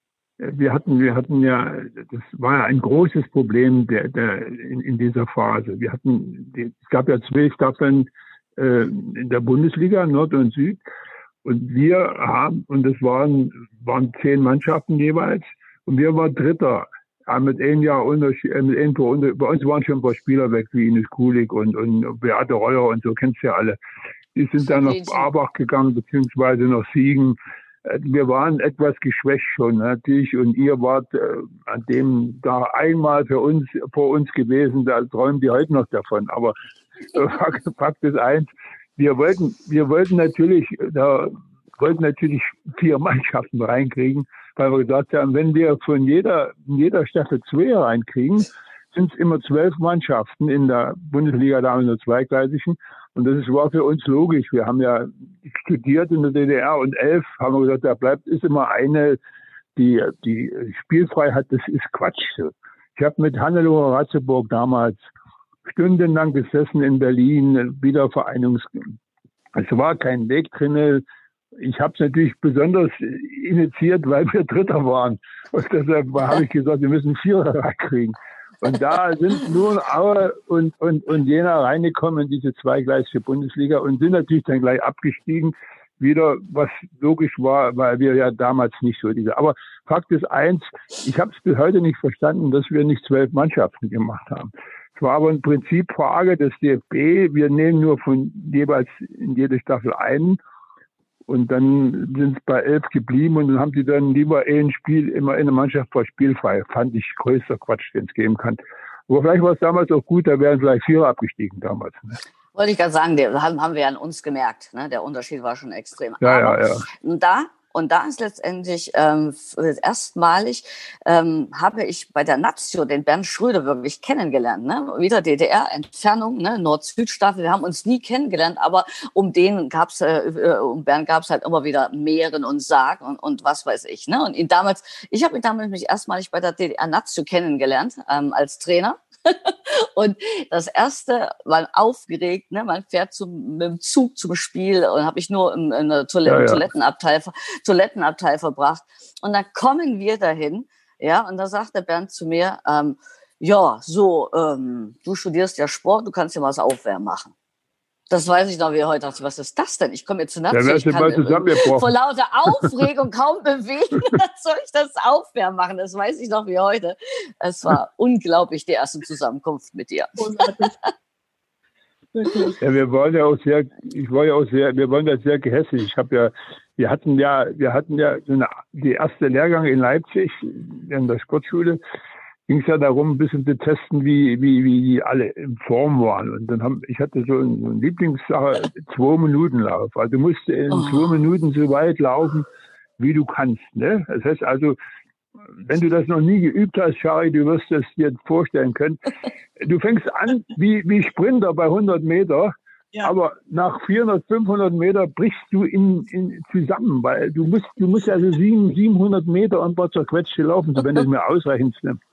Wir hatten, wir hatten ja, das war ja ein großes Problem der, der, in, in dieser Phase. Wir hatten, die, es gab ja zwölf Staffeln äh, in der Bundesliga, Nord und Süd. Und wir haben, und das waren, waren zehn Mannschaften jeweils, und wir waren Dritter. Ja, mit einem Jahr Unterschied, äh, mit einem Tor unter, bei uns waren schon ein paar Spieler weg, wie Ines Kulik und, und Beate Reuer und so, kennst du ja alle. Die sind dann nach Mädchen. Arbach gegangen, beziehungsweise nach Siegen. Äh, Wir waren etwas geschwächt schon, natürlich, und ihr wart äh, an dem da einmal für uns, vor uns gewesen, da träumen die heute noch davon. Aber äh, Fakt, Fakt ist eins, wir wollten, wir wollten natürlich, da wollten natürlich vier Mannschaften reinkriegen, weil wir gesagt haben, wenn wir von jeder, in jeder Staffel zwei reinkriegen, sind es immer zwölf Mannschaften in der Bundesliga, da in der zweigleisigen. Und das ist, war für uns logisch. Wir haben ja studiert in der D D R und elf haben wir gesagt, da bleibt, ist immer eine, die, die spielfrei hat, das ist Quatsch. Ich habe mit Hannelore Ratzeburg damals stundenlang gesessen in Berlin, Wiedervereinungs, es war kein Weg drin. Ich habe es natürlich besonders initiiert, weil wir Dritter waren. Und deshalb habe ich gesagt, wir müssen Vierer reinkriegen. Und da sind nur Aue und, und, und Jena reingekommen in diese zweigleisige Bundesliga und sind natürlich dann gleich abgestiegen. Wieder, was logisch war, weil wir ja damals nicht so diese. Aber Fakt ist eins, ich habe es bis heute nicht verstanden, dass wir nicht zwölf Mannschaften gemacht haben. Es war aber eine Prinzipfrage des D F B. Wir nehmen nur von jeweils in jede Staffel einen. Und dann sind es bei elf geblieben und dann haben sie dann lieber ein Spiel immer in der Mannschaft war spielfrei. Fand ich größter Quatsch, den es geben kann. Aber vielleicht war es damals auch gut, da wären vielleicht Vierer abgestiegen damals. Ne? wollte ich gerade sagen, der, haben, haben wir an uns gemerkt. Ne? Der Unterschied war schon extrem. Ja, Aber ja, ja. da Und da ist letztendlich ähm, erstmalig ähm, habe ich bei der Nazio den Bernd Schröder wirklich kennengelernt. Ne? Wieder D D R-Entfernung, ne? Nord-Süd-Staffel. Wir haben uns nie kennengelernt, aber um den gab's, äh, um Bernd gab's halt immer wieder Mehren und Sarg und, und was weiß ich. Ne? Und ihn damals, ich habe ihn damals mich erstmalig bei der D D R Nazio kennengelernt ähm, als Trainer. Und das erste, man aufgeregt, ne, man fährt zum, mit dem Zug zum Spiel und habe ich nur im, in der Toilette, ja, ja. Toilettenabteil, Toilettenabteil verbracht. Und dann kommen wir dahin, ja, und da sagt der Bernd zu mir, ähm, ja, so, ähm, du studierst ja Sport, du kannst ja mal das Aufwärmen machen. Das weiß ich noch wie heute. Was ist das denn? Ich komme jetzt zu Nacht. Ja, ich kann äh, vor lauter Aufregung kaum bewegen. Was soll ich das Aufwärmen machen? Das weiß ich noch wie heute. Es war unglaublich, die erste Zusammenkunft mit dir. Ja, wir waren ja auch sehr, ich war ja auch sehr, wir waren ja sehr gehässig. Ich habe ja, wir hatten ja, wir hatten ja so eine, die erste Lehrgang in Leipzig in der Sportschule. Ging es ja darum, ein bisschen zu testen, wie, wie, wie die alle in Form waren. Und dann haben, ich hatte so eine Lieblingssache, zwei Minuten Lauf. Also du musst in oh. zwei Minuten so weit laufen, wie du kannst, ne? Das heißt also, wenn du das noch nie geübt hast, Shari, du wirst das dir vorstellen können. Du fängst an wie, wie Sprinter bei hundert Meter. Ja. Aber nach vierhundert, fünfhundert Meter brichst du in, in, zusammen, weil du musst, du musst also sieben, siebenhundert Meter und ein paar zerquetschte laufen, so wenn du es mir ausrechnest, ne?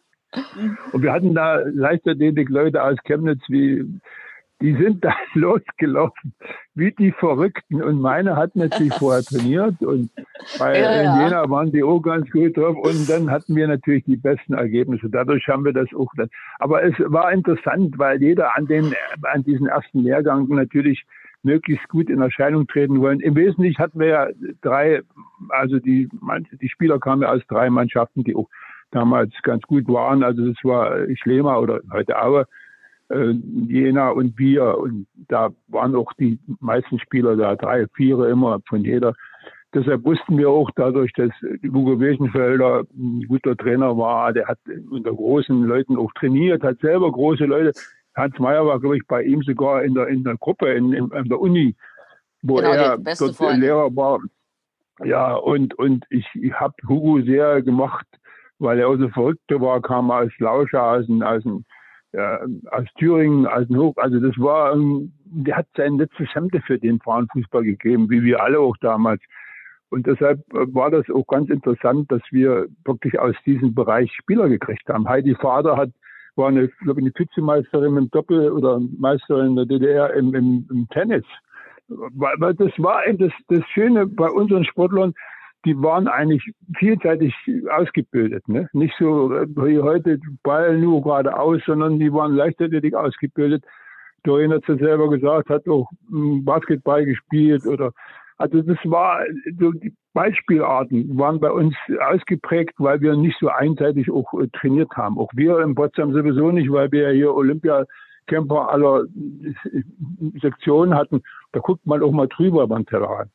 Und wir hatten da leichtathletik Leute aus Chemnitz, wie, die sind da losgelaufen, wie die Verrückten. Und meine hat natürlich vorher trainiert und bei ja, ja. Jena waren die auch ganz gut drauf. Und dann hatten wir natürlich die besten Ergebnisse. Dadurch haben wir das auch dann. Aber es war interessant, weil jeder an den, an diesen ersten Lehrgang natürlich möglichst gut in Erscheinung treten wollen. Im Wesentlichen hatten wir ja drei, also die, die Spieler kamen ja aus drei Mannschaften, die auch damals ganz gut waren. Also das war Schlema oder heute Aue, äh, Jena und wir. Und da waren auch die meisten Spieler da, drei, vier immer von jeder. Deshalb wussten wir auch dadurch, dass Hugo Weschenfelder ein guter Trainer war, der hat unter großen Leuten auch trainiert, hat selber große Leute. Hans Meyer war, glaube ich, bei ihm sogar in der, in der Gruppe, in, in, in der Uni, wo genau, er dort Freunde. Lehrer war. Ja, und, und ich, ich habe Hugo sehr gemacht, weil er auch so Verrückte war, kam aus Lauscha, aus, aus, ja, aus Thüringen, aus dem Hoch. Also das war, der hat sein letztes Hemd für den Frauenfußball gegeben, wie wir alle auch damals. Und deshalb war das auch ganz interessant, dass wir wirklich aus diesem Bereich Spieler gekriegt haben. Heidi Vater hat, war eine, glaube ich, eine Vizemeisterin im Doppel oder Meisterin der D D R im, im, im Tennis. Weil, weil das war das, das Schöne bei unseren Sportlern, die waren eigentlich vielseitig ausgebildet, ne? Nicht so wie heute Ball nur geradeaus, sondern die waren leichtathletik ausgebildet. Doreen hat es ja selber gesagt, hat auch Basketball gespielt oder, also das war, so die Ballspielarten waren bei uns ausgeprägt, weil wir nicht so einseitig auch trainiert haben. Auch wir in Potsdam sowieso nicht, weil wir hier Olympiacamper aller Sektionen hatten. Da guckt man auch mal drüber beim Tellerrand.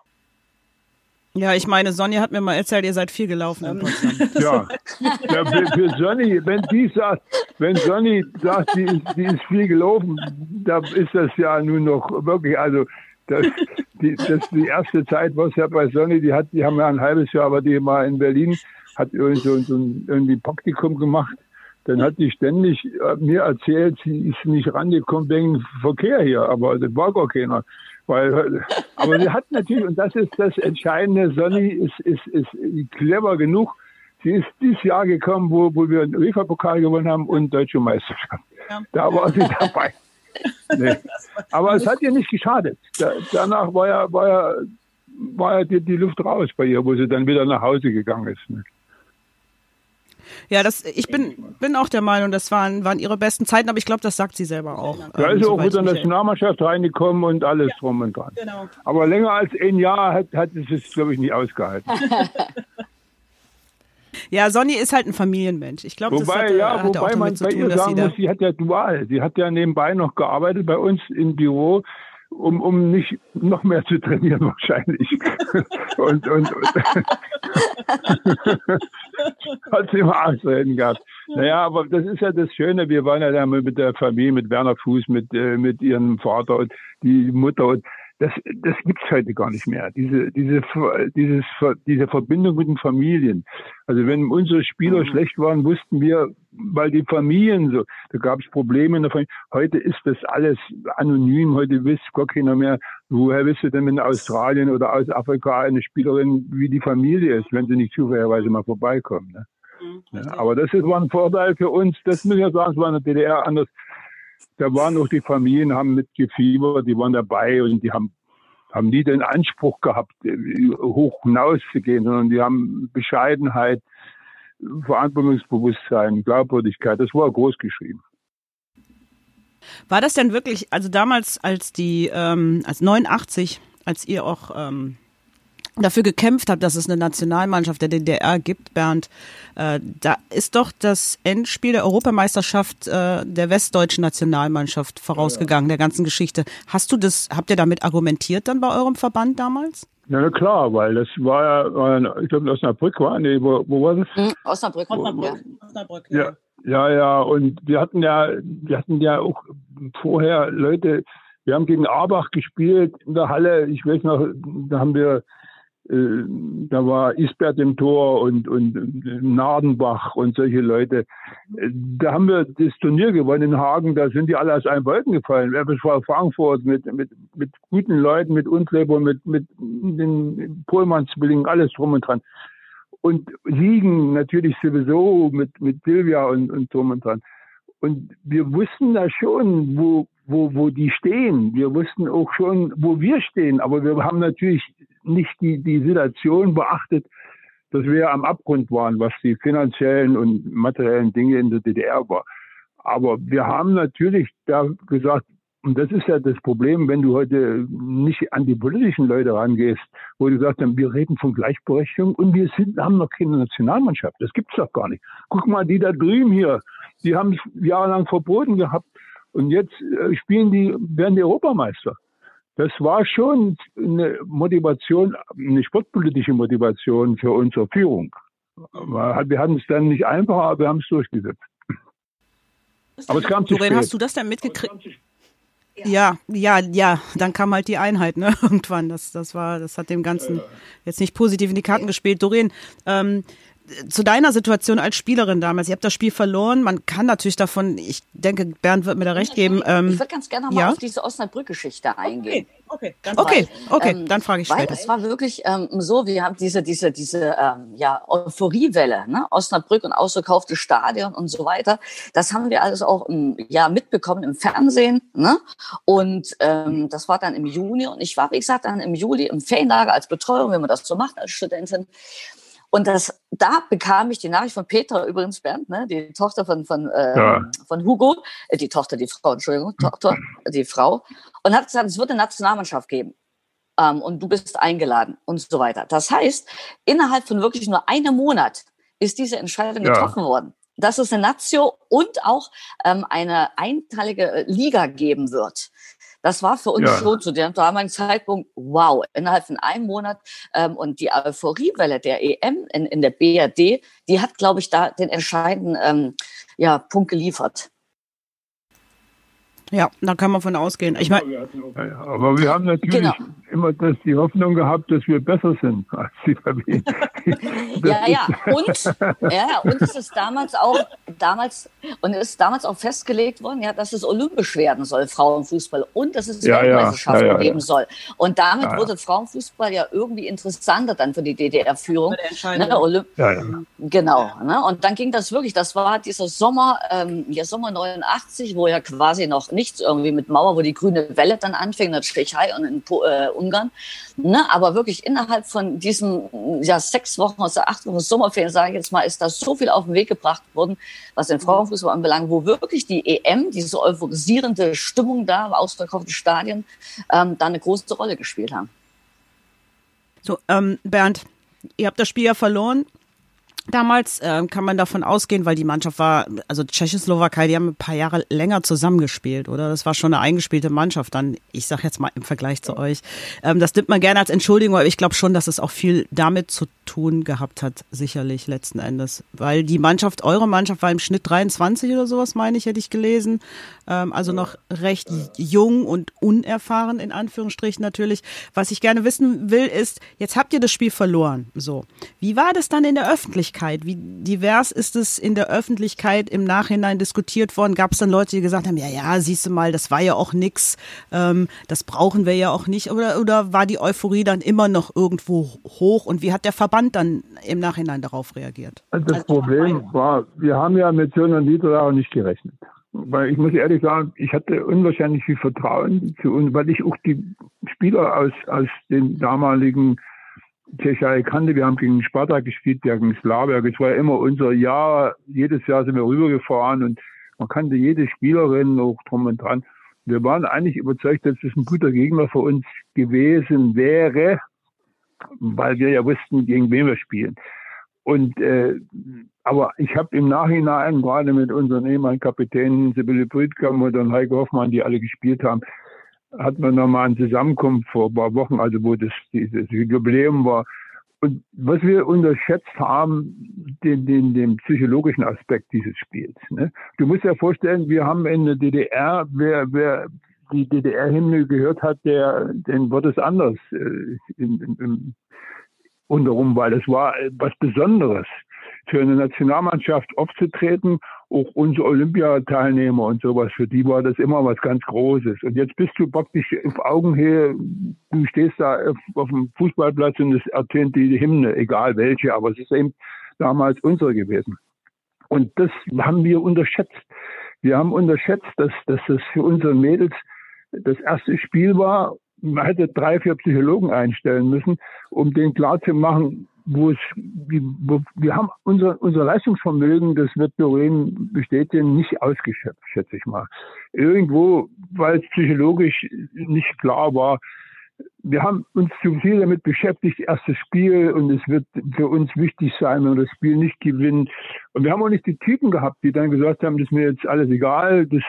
Ja, ich meine, Sonja hat mir mal erzählt, ihr seid viel gelaufen in Potsdam. Ja, ja für, für Sonny, wenn die sagt, wenn Sonny sagt, die ist, die ist viel gelaufen, da ist das ja nun noch wirklich, also das, die, das die erste Zeit, was ja bei Sonny, die hat, die haben ja ein halbes Jahr, aber die war in Berlin, hat irgendwie so, so ein irgendwie Praktikum gemacht. Dann hat die ständig mir erzählt, sie ist nicht rangekommen wegen Verkehr hier, aber das war gar keiner. Weil, aber sie hat natürlich, und das ist das Entscheidende, Sonny ist, ist, ist clever genug. Sie ist dieses Jahr gekommen, wo, wo wir einen UEFA-Pokal gewonnen haben und Deutsche Meisterschaft. Ja. Da war sie dabei. Nee. Aber es hat ihr nicht geschadet. Da, danach war ja, war ja, war ja die, die Luft raus bei ihr, wo sie dann wieder nach Hause gegangen ist. Ne? Ja, das, ich bin, bin auch der Meinung, das waren, waren ihre besten Zeiten, aber ich glaube, das sagt sie selber auch. Da ähm, ist sie auch mit der Nationalmannschaft reingekommen und alles ja. drum und dran. Genau. Aber länger als ein Jahr hat, hat es es, glaube ich, nicht ausgehalten. Ja, Sonny ist halt ein Familienmensch. Ich glaube, das hat, ja, hat wobei auch man zu bei tun, ihr dass sagen sie muss, sie hat ja dual. Sie hat ja nebenbei noch gearbeitet bei uns im Büro, um, um nicht noch mehr zu trainieren wahrscheinlich. und, und, und hat sie immer Ausreden gehabt. Naja, aber das ist ja das Schöne. Wir waren ja da mit der Familie, mit Werner Fuß, mit, äh, mit ihrem Vater und die Mutter. Und das, das gibt's heute gar nicht mehr. Diese, diese, dieses, diese Verbindung mit den Familien. Also wenn unsere Spieler mhm. schlecht waren, wussten wir, weil die Familien so, da gab es Probleme in der Familie. Heute ist das alles anonym. Heute wisst gar keiner mehr, woher wisst du denn in Australien oder aus Afrika eine Spielerin, wie die Familie ist, wenn sie nicht zufälligerweise mal vorbeikommen. Ne? Ja, aber das ist, war ein Vorteil für uns. Das muss ich ja sagen, es war in der D D R anders. Da waren auch die Familien, haben mitgefiebert, die waren dabei und die haben, haben nie den Anspruch gehabt, hoch hinauszugehen, sondern die haben Bescheidenheit, Verantwortungsbewusstsein, Glaubwürdigkeit. Das war groß geschrieben. War das denn wirklich, also damals als die, ähm, als neunundachtzig, als ihr auch ähm, dafür gekämpft habt, dass es eine Nationalmannschaft der D D R gibt, Bernd, äh, da ist doch das Endspiel der Europameisterschaft äh, der westdeutschen Nationalmannschaft vorausgegangen, ja, ja. der ganzen Geschichte. Hast du das, habt ihr damit argumentiert dann bei eurem Verband damals? Ja, na klar, weil das war ja, ich glaube in Osnabrück war, nee, wo, wo war das? Mhm, Osnabrück. Osnabrück, ja. Osnabrück, ja. ja. Ja, ja, und wir hatten ja, wir hatten ja auch vorher Leute, wir haben gegen Arbach gespielt in der Halle, ich weiß noch, da haben wir, äh, da war Isbert im Tor und, und Nardenbach und solche Leute. Da haben wir das Turnier gewonnen in Hagen, da sind die alle aus allen Wolken gefallen. Das war Frankfurt mit, mit, mit guten Leuten, mit Unkleber, mit, mit den Pohlmann-Zwillingen, alles drum und dran. Und Siegen natürlich sowieso mit, mit Silvia und, und drum und dran. Und wir wussten da schon, wo, wo, wo die stehen. Wir wussten auch schon, wo wir stehen. Aber wir haben natürlich nicht die, die Situation beachtet, dass wir am Abgrund waren, was die finanziellen und materiellen Dinge in der D D R war. Aber wir haben natürlich da gesagt, und das ist ja das Problem, wenn du heute nicht an die politischen Leute rangehst, wo du sagst, wir reden von Gleichberechtigung und wir sind, haben noch keine Nationalmannschaft. Das gibt's doch gar nicht. Guck mal, die da drüben hier, die haben es jahrelang verboten gehabt und jetzt spielen die, werden die Europameister. Das war schon eine Motivation, eine sportpolitische Motivation für unsere Führung. Wir hatten es dann nicht einfach, aber wir haben es durchgesetzt. Aber es kam zu spät. Doreen, hast du das denn mitgekriegt? Ja, ja, ja, dann kam halt die Einheit, ne, irgendwann. Das, das war, das hat dem Ganzen jetzt nicht positiv in die Karten gespielt. Doreen, ähm, zu deiner Situation als Spielerin damals, ihr habt das Spiel verloren, man kann natürlich davon, ich denke, Bernd wird mir da recht geben. Ähm, ich würde ganz gerne noch mal ja? auf diese Osnabrück-Geschichte eingehen. Okay, okay, okay, okay ähm, dann frage ich weil später. Weil es war wirklich ähm, so, wir haben diese, diese, diese ähm, ja, Euphoriewelle, ne? Osnabrück und ausverkaufte Stadion und so weiter. Das haben wir alles auch ähm, ja, mitbekommen im Fernsehen. Ne? Und ähm, das war dann im Juni und ich war, wie gesagt, dann im Juli im Ferienlager als Betreuung, wenn man das so macht als Studentin. Und das, da bekam ich die Nachricht von Petra, übrigens Bernd, ne, die Tochter von, von, äh, ja. von Hugo, äh, die Tochter, die Frau, Entschuldigung, Tochter, die Frau, und hat gesagt, es wird eine Nationalmannschaft geben. Ähm, und du bist eingeladen und so weiter. Das heißt, innerhalb von wirklich nur einem Monat ist diese Entscheidung ja. getroffen worden, dass es eine Nazio und auch ähm, eine einteilige Liga geben wird. Das war für uns ja. schon zu dem damaligen Zeitpunkt, wow, innerhalb von einem Monat. Ähm, und die Euphoriewelle der E M in, in der B R D, die hat, glaube ich, da den entscheidenden ähm, ja, Punkt geliefert. Ja, da kann man von ausgehen. Ich mein, ja, aber wir haben natürlich genau. immer das, die Hoffnung gehabt, dass wir besser sind als die Familie. ja, ja. Und, ja, und es ist damals auch, damals, und es ist damals auch festgelegt worden, ja, dass es olympisch werden soll, Frauenfußball, und dass es ja, Weltmeisterschaften ja, ja, ja, geben soll. Und damit ja, ja. wurde Frauenfußball ja irgendwie interessanter dann für die D D R-Führung. Ne, Olymp- ja, ja. Genau. Ne? Und dann ging das wirklich, das war dieser Sommer, ähm, ja, Sommer neunundachtzig, wo ja quasi noch nichts irgendwie mit Mauer, wo die grüne Welle dann anfing, in der Tschechei und in po- äh, Ungarn. Ne? Aber wirklich innerhalb von diesen ja, sechs Wochen, also acht Wochen Sommerferien, sage ich jetzt mal, ist da so viel auf den Weg gebracht worden, was den Frauenfußball anbelangt, wo wirklich die E M, diese euphorisierende Stimmung da, ausverkaufte Stadien, ähm, da eine große Rolle gespielt haben. So, ähm, Bernd, ihr habt das Spiel ja verloren. Damals äh, kann man davon ausgehen, weil die Mannschaft war, also Tschechoslowakei, die haben ein paar Jahre länger zusammengespielt, oder? Das war schon eine eingespielte Mannschaft dann, ich sag jetzt mal im Vergleich zu euch. Ähm, das nimmt man gerne als Entschuldigung, aber ich glaube schon, dass es auch viel damit zu tun gehabt hat, sicherlich letzten Endes. Weil die Mannschaft, eure Mannschaft war im Schnitt dreiundzwanzig oder sowas, meine ich, hätte ich gelesen. Ähm, also noch recht jung und unerfahren, in Anführungsstrichen natürlich. Was ich gerne wissen will, ist, jetzt habt ihr das Spiel verloren. So. Wie war das dann in der Öffentlichkeit? Öffentlichkeit? Wie divers ist es in der Öffentlichkeit im Nachhinein diskutiert worden? Gab es dann Leute, die gesagt haben, ja, ja, siehst du mal, das war ja auch nix, ähm, das brauchen wir ja auch nicht. Oder, oder war die Euphorie dann immer noch irgendwo hoch? Und wie hat der Verband dann im Nachhinein darauf reagiert? Das also Problem war, wir haben ja mit so einer Niederlage nicht gerechnet. Weil ich muss ehrlich sagen, ich hatte unwahrscheinlich viel Vertrauen zu uns, weil ich auch die Spieler aus, aus den damaligen Tschechei kannte. Wir haben gegen Sparta gespielt, gegen Slavia. Es war ja immer unser Jahr. Jedes Jahr sind wir rübergefahren und man kannte jede Spielerin auch drum und dran. Wir waren eigentlich überzeugt, dass es ein guter Gegner für uns gewesen wäre, weil wir ja wussten, gegen wen wir spielen. Und äh, aber ich habe im Nachhinein gerade mit unseren ehemaligen Kapitänen Sibylle Brüdkamp und Heike Hoffmann, die alle gespielt haben, hat man nochmal eine Zusammenkunft vor ein paar Wochen, also wo das dieses Jubiläum war. Und was wir unterschätzt haben, den, den, den psychologischen Aspekt dieses Spiels. Ne? Du musst dir vorstellen, wir haben in der D D R, wer, wer die D D R-Hymne gehört hat, der, den wird es anders äh, in, in, in, unterrum, weil das war was Besonderes für eine Nationalmannschaft aufzutreten, auch unsere Olympiateilnehmer und sowas, für die war das immer was ganz Großes. Und jetzt bist du praktisch auf Augenhöhe, du stehst da auf, auf dem Fußballplatz und es ertönt die Hymne, egal welche, aber es ist eben damals unsere gewesen. Und das haben wir unterschätzt. Wir haben unterschätzt, dass, dass das für unsere Mädels das erste Spiel war. Man hätte drei, vier Psychologen einstellen müssen, um denen klarzumachen, wo es, wo, wir haben unser, unser Leistungsvermögen, das wird Doreen bestätigen, nicht ausgeschöpft, schätze ich mal. Irgendwo, weil es psychologisch nicht klar war. Wir haben uns zu viel damit beschäftigt, erstes Spiel, und es wird für uns wichtig sein, wenn wir das Spiel nicht gewinnen. Und wir haben auch nicht die Typen gehabt, die dann gesagt haben, das ist mir jetzt alles egal, das,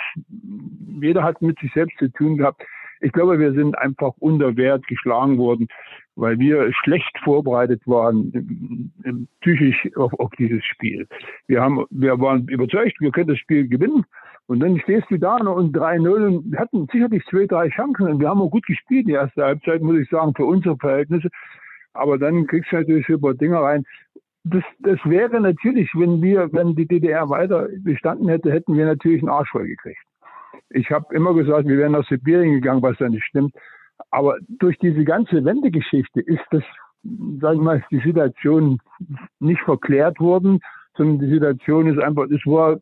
jeder hat mit sich selbst zu tun gehabt. Ich glaube, wir sind einfach unter Wert geschlagen worden, weil wir schlecht vorbereitet waren, psychisch auf, auf dieses Spiel. Wir haben, wir waren überzeugt, wir können das Spiel gewinnen. Und dann stehst du da und drei null und wir hatten sicherlich zwei, drei Chancen und wir haben auch gut gespielt die erste Halbzeit, muss ich sagen, für unsere Verhältnisse. Aber dann kriegst du natürlich über Dinge rein. Das, das wäre natürlich, wenn wir, wenn die D D R weiter bestanden hätte, hätten wir natürlich einen Arsch voll gekriegt. Ich habe immer gesagt, wir wären nach Sibirien gegangen, was da nicht stimmt. Aber durch diese ganze Wendegeschichte ist das, sag ich mal, ist die Situation nicht verklärt worden, sondern die Situation ist einfach, es war,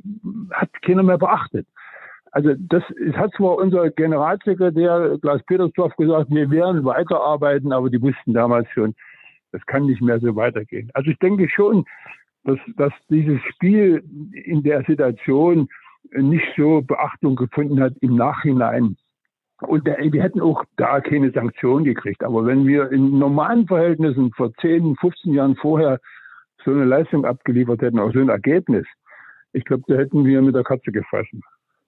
hat keiner mehr beachtet. Also das, es hat zwar unser Generalsekretär Klaus Petersdorf gesagt, wir werden weiterarbeiten, aber die wussten damals schon, das kann nicht mehr so weitergehen. Also ich denke schon, dass, dass dieses Spiel in der Situation nicht so Beachtung gefunden hat im Nachhinein. Und der, wir hätten auch da keine Sanktionen gekriegt. Aber wenn wir in normalen Verhältnissen vor zehn, fünfzehn Jahren vorher so eine Leistung abgeliefert hätten, auch so ein Ergebnis, ich glaube, da hätten wir mit der Katze gefressen.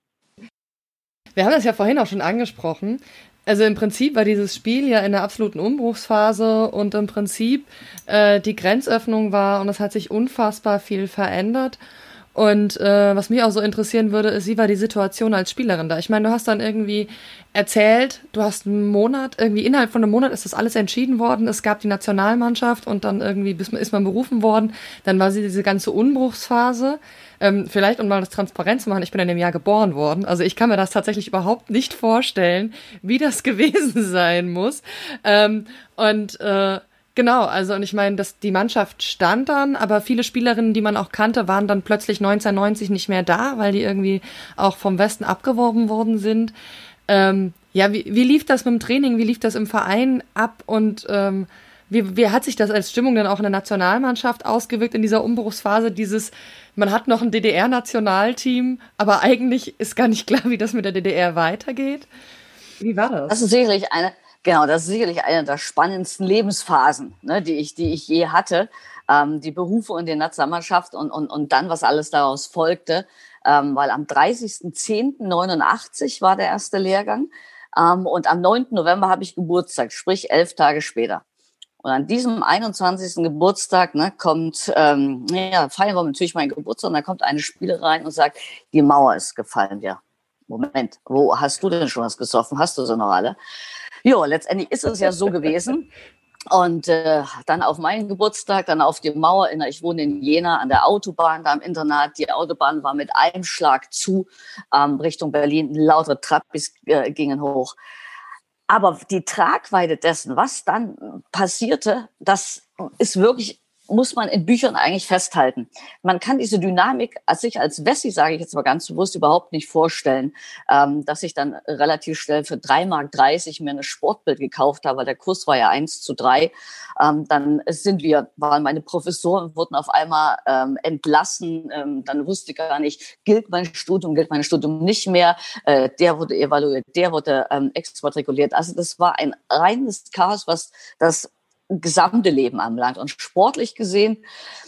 Wir haben das ja vorhin auch schon angesprochen. Also im Prinzip war dieses Spiel ja in der absoluten Umbruchsphase und im Prinzip äh, die Grenzöffnung war und es hat sich unfassbar viel verändert. Und äh, was mich auch so interessieren würde, ist, wie war die Situation als Spielerin da? Ich meine, du hast dann irgendwie erzählt, du hast einen Monat, irgendwie innerhalb von einem Monat ist das alles entschieden worden, es gab die Nationalmannschaft und dann irgendwie ist man berufen worden, dann war sie diese ganze Umbruchsphase. Ähm, vielleicht, um mal das transparent zu machen, ich bin in dem Jahr geboren worden, also ich kann mir das tatsächlich überhaupt nicht vorstellen, wie das gewesen sein muss. Ähm, und äh, Genau, also und ich meine, dass die Mannschaft stand dann, aber viele Spielerinnen, die man auch kannte, waren dann plötzlich neunzehnhundertneunzig nicht mehr da, weil die irgendwie auch vom Westen abgeworben worden sind. Ähm, ja, wie, wie lief das mit dem Training, wie lief das im Verein ab und ähm, wie, wie hat sich das als Stimmung dann auch in der Nationalmannschaft ausgewirkt in dieser Umbruchsphase, dieses, man hat noch ein D D R-Nationalteam, aber eigentlich ist gar nicht klar, wie das mit der D D R weitergeht. Wie war das? Das ist sicherlich eine Genau, das ist sicherlich eine der spannendsten Lebensphasen, ne, die ich, die ich je hatte. Ähm, die Berufe in die Nationalmannschaft und, und, und dann, was alles daraus folgte. Ähm, weil am dreißigsten zehnten neunundachtzig war der erste Lehrgang. Ähm, und am neunten November habe ich Geburtstag, sprich elf Tage später. Und an diesem einundzwanzigsten Geburtstag ne, kommt, ähm, ja, feiern wir natürlich meinen Geburtstag und da kommt eine Spielerin und sagt, die Mauer ist gefallen. Ja, Moment, wo hast du denn schon was gesoffen? Hast du sie noch alle? Ja, letztendlich ist es ja so gewesen. Und äh, dann auf meinen Geburtstag, dann auf die Mauer. In, ich wohne in Jena an der Autobahn, da im Internat. Die Autobahn war mit einem Schlag zu, ähm, Richtung Berlin. Lauter Trappis äh, gingen hoch. Aber die Tragweite dessen, was dann passierte, das ist wirklich, muss man in Büchern eigentlich festhalten. Man kann diese Dynamik als sich als Wessi, sage ich jetzt mal ganz bewusst, überhaupt nicht vorstellen, ähm, dass ich dann relativ schnell für drei Mark dreißig mir ein Sportbild gekauft habe, weil der Kurs war ja eins zu drei. Ähm, dann sind wir, waren meine Professoren, wurden auf einmal ähm, entlassen. Ähm, dann wusste ich gar nicht, gilt mein Studium, gilt mein Studium nicht mehr. Äh, der wurde evaluiert, der wurde ähm, exmatrikuliert. Also das war ein reines Chaos, was das gesamte Leben anbelangt. Und sportlich gesehen,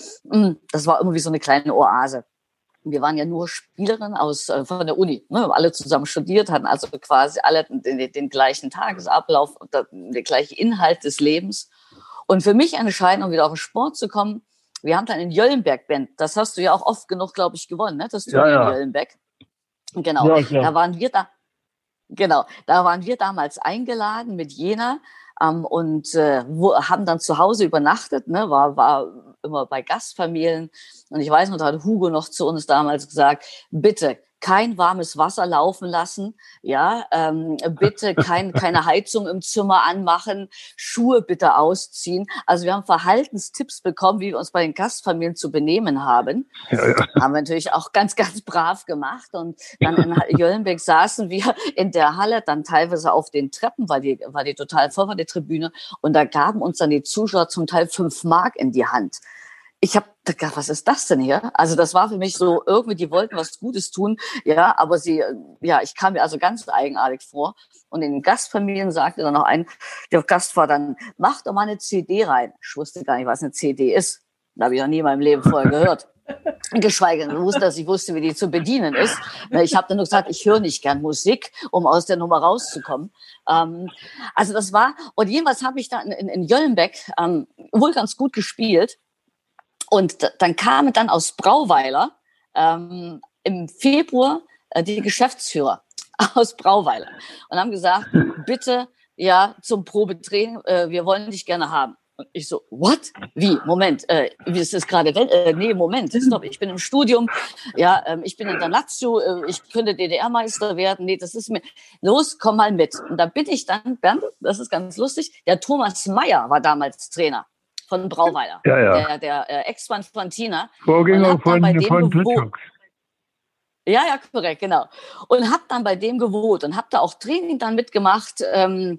das war irgendwie so eine kleine Oase. Wir waren ja nur Spielerinnen aus, von der Uni, ne? Wir haben alle zusammen studiert, hatten also quasi alle den, den gleichen Tagesablauf, den gleichen Inhalt des Lebens. Und für mich entscheidend, um wieder auf den Sport zu kommen, wir haben dann in Jöllenberg-Band, das hast du ja auch oft genug, glaube ich, gewonnen, ne? Das Turnier ja, ja. in Jöllenberg. Genau, ja, da waren wir da, genau, da waren wir damals eingeladen mit Jena. Um, und äh, wo, haben dann zu Hause übernachtet, ne, war, war immer bei Gastfamilien. Und ich weiß noch, da hat Hugo noch zu uns damals gesagt, bitte kein warmes Wasser laufen lassen, ja, ähm, bitte kein, keine Heizung im Zimmer anmachen, Schuhe bitte ausziehen. Also wir haben Verhaltenstipps bekommen, wie wir uns bei den Gastfamilien zu benehmen haben. Ja, ja. Haben wir natürlich auch ganz, ganz brav gemacht. Und dann in Jöllenberg saßen wir in der Halle, dann teilweise auf den Treppen, weil die, weil die total voll war, die Tribüne. Und da gaben uns dann die Zuschauer zum Teil fünf Mark in die Hand. Ich habe gedacht, was ist das denn hier? Also das war für mich so, irgendwie, die wollten was Gutes tun, ja, aber sie, ja, ich kam mir also ganz eigenartig vor. Und in den Gastfamilien sagte dann noch ein, der Gast war dann, mach doch mal eine C D rein. Ich wusste gar nicht, was eine C D ist. Da habe ich noch nie in meinem Leben vorher gehört. Geschweige denn, dass ich wusste, wie die zu bedienen ist. Ich habe dann nur gesagt, ich höre nicht gern Musik, um aus der Nummer rauszukommen. Ähm, also das war, und jedenfalls habe ich da in, in, in Jöllenbeck ähm, wohl ganz gut gespielt. Und dann kamen dann aus Brauweiler ähm, im Februar äh, die Geschäftsführer aus Brauweiler und haben gesagt, bitte ja zum Probetraining, äh, wir wollen dich gerne haben. Und ich so, what? Wie? Moment, äh, wie ist das gerade? Äh, nee, Moment, stopp, ich bin im Studium, ja, ähm, ich bin in der Lazio, äh, ich könnte D D R-Meister werden. Nee, das ist mir, los, komm mal mit. Und da bin ich dann, Bernd, das ist ganz lustig, der Thomas Meyer war damals Trainer von Brauweiler, ja, ja. der, der äh, Ex-Mann von Tina. Vorgänger von, von Blitzox. Ja, ja, korrekt, genau. Und hab dann bei dem gewohnt und hab da auch Training dann mitgemacht. Ähm,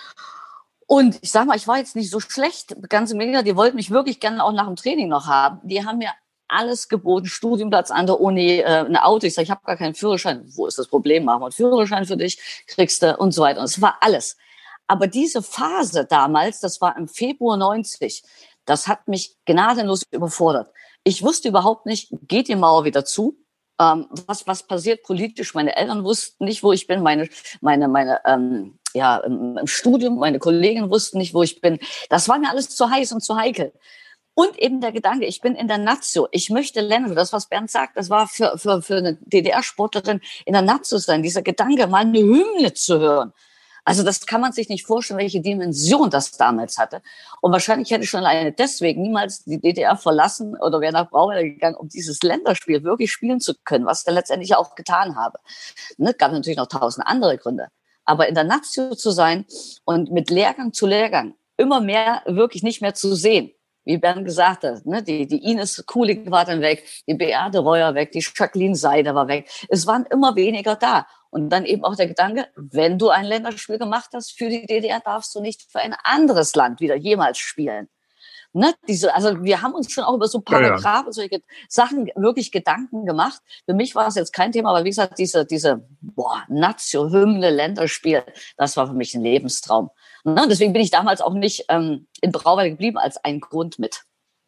und ich sag mal, ich war jetzt nicht so schlecht, ganz im Gegenteil, die wollten mich wirklich gerne auch nach dem Training noch haben. Die haben mir alles geboten, Studienplatz an der Uni, äh, ein Auto. Ich sage, ich habe gar keinen Führerschein. Wo ist das Problem? Machen wir einen Führerschein für dich, kriegst du und so weiter. Und es war alles. Aber diese Phase damals, das war im Februar neunzig, das hat mich gnadenlos überfordert. Ich wusste überhaupt nicht, geht die Mauer wieder zu? Ähm, was, was passiert politisch? Meine Eltern wussten nicht, wo ich bin. Meine, meine, meine, ähm, ja, im, im Studium, meine Kollegen wussten nicht, wo ich bin. Das war mir alles zu heiß und zu heikel. Und eben der Gedanke, ich bin in der Nazio, ich möchte lernen, das, was Bernd sagt, das war für, für, für eine D D R-Sportlerin in der Nazio sein, dieser Gedanke, mal eine Hymne zu hören. Also das kann man sich nicht vorstellen, welche Dimension das damals hatte. Und wahrscheinlich hätte ich schon alleine deswegen niemals die D D R verlassen oder wäre nach Brauweiler gegangen, um dieses Länderspiel wirklich spielen zu können, was ich dann letztendlich auch getan habe. Ne, gab natürlich noch tausend andere Gründe. Aber in der Nazio zu sein und mit Lehrgang zu Lehrgang immer mehr wirklich nicht mehr zu sehen, wie Bernd gesagt hat, ne, die, die Ines Kulig war dann weg, die Beate Reuer weg, die Jacqueline Seider war weg. Es waren immer weniger da. Und dann eben auch der Gedanke, wenn du ein Länderspiel gemacht hast für die D D R, darfst du nicht für ein anderes Land wieder jemals spielen. Ne, diese, also wir haben uns schon auch über so Paragraphen, ja, ja. solche Sachen wirklich Gedanken gemacht. Für mich war es jetzt kein Thema, aber wie gesagt, diese, diese boah, Nazio-Hymne, Länderspiel, das war für mich ein Lebenstraum. Ne, deswegen bin ich damals auch nicht ähm, in Brauweiler geblieben als ein Grund mit.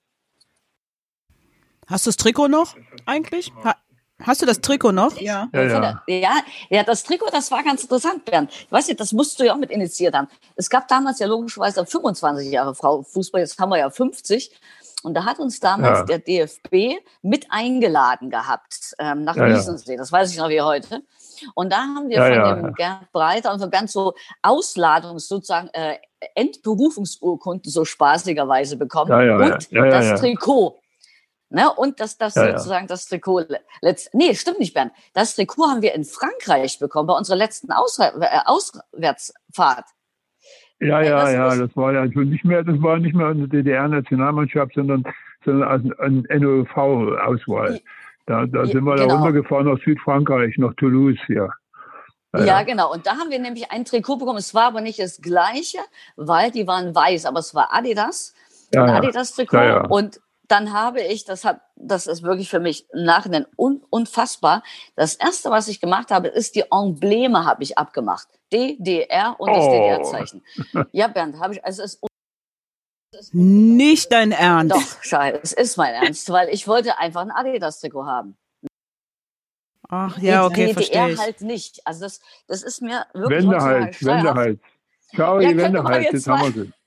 Hast du das Trikot noch eigentlich? Ha- Hast du das Trikot noch? Ja. Ja, ja. ja, ja, das Trikot, das war ganz interessant, Bernd. Ich weiß nicht, das musst du ja auch mit initiiert haben. Es gab damals ja logischerweise fünfundzwanzig Jahre Frau Fußball, jetzt haben wir ja fünfzig. Und da hat uns damals Ja. der D F B mit eingeladen gehabt, ähm, nach Ja, ja. Wiesensee, das weiß ich noch wie heute. Und da haben wir Ja, von ja, dem ja. Gerd Breiter und von ganz so Ausladungs-, sozusagen äh, Entberufungsurkunden so spaßigerweise bekommen Ja, ja, ja. und Ja, ja, das ja. Trikot. Ne? Und das, das Ja, ja. sozusagen das Trikot. Letzt, nee, stimmt nicht, Bernd. Das Trikot haben wir in Frankreich bekommen, bei unserer letzten Ausre äh, Auswärtsfahrt. Ja, Erinnerst ja, du ja, dich? das war ja schon nicht mehr, das war nicht mehr eine D D R-Nationalmannschaft, sondern, sondern eine eine N O V-Auswahl. Da, da Ja, sind wir da genau. runtergefahren nach Südfrankreich, nach Toulouse, ja. Ja, Ja, ja. genau. Und da haben wir nämlich ein Trikot bekommen. Es war aber nicht das gleiche, weil die waren weiß, aber es war Adidas, Ja, ein ja. Adidas-Trikot. Ja, ja. Und dann habe ich, das hat, das ist wirklich für mich im Nachhinein un, unfassbar. Das erste, was ich gemacht habe, ist die Embleme habe ich abgemacht. D D R und das Oh. D D R-Zeichen. Ja, Bernd, habe ich, also es ist Nicht dein Ernst. doch, scheiße, es ist mein Ernst, weil ich wollte einfach ein Adidas-Trikot haben. Ach ja, okay, D D verstehe R ich. halt nicht. Also das, das ist mir wirklich heutzutage Wendehals, schleierhaft. Wendehals. Schau, Ja, die könnte man Wendehals, jetzt jetzt haben mal- wir sie.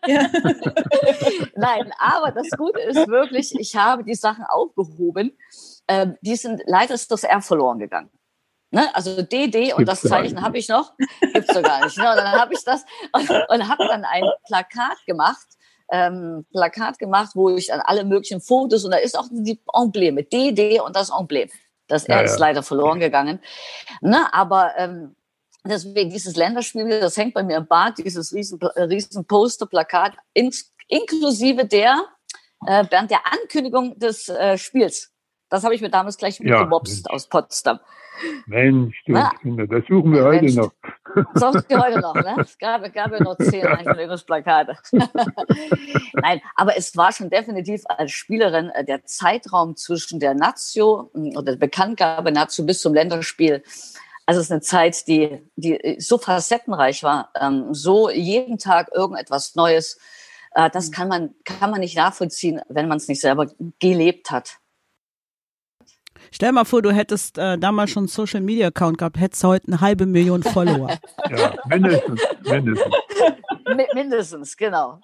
Nein, aber das Gute ist wirklich, ich habe die Sachen aufgehoben. Ähm, die sind leider ist das R verloren gegangen. Ne? Also D D und das Gibt's gar Zeichen nicht. habe ich noch. Gibt's doch gar nicht. Ne? Und dann habe ich das und, und habe dann ein Plakat gemacht. Ähm, Plakat gemacht, wo ich dann alle möglichen Fotos und da ist auch die Embleme, D D und das Emblem. Das R Ja, ist ja. leider verloren gegangen. Ne? Aber ähm, deswegen dieses Länderspiel, das hängt bei mir im Bad, dieses riesen, äh, riesen Poster-Plakat, ins, inklusive der, äh, Bernd, der Ankündigung des äh, Spiels. Das habe ich mir damals gleich Ja. mitgemobst aus Potsdam. Mensch, du Na? Kinder, das suchen wir heute Mensch. noch. Sagt ihr heute noch, ne? Es gab, gab ja noch zehn Ankündigungsplakate. Nein, aber es war schon definitiv als Spielerin äh, der Zeitraum zwischen der Nazio mh, oder der Bekanntgabe Nazio bis zum Länderspiel. Also es ist eine Zeit, die, die so facettenreich war, ähm, so jeden Tag irgendetwas Neues. Äh, das kann man, kann man nicht nachvollziehen, wenn man es nicht selber gelebt hat. Stell mal vor, du hättest äh, damals schon einen Social-Media-Account gehabt, hättest heute eine halbe Million Follower. Ja, mindestens, mindestens. Mi- mindestens, genau.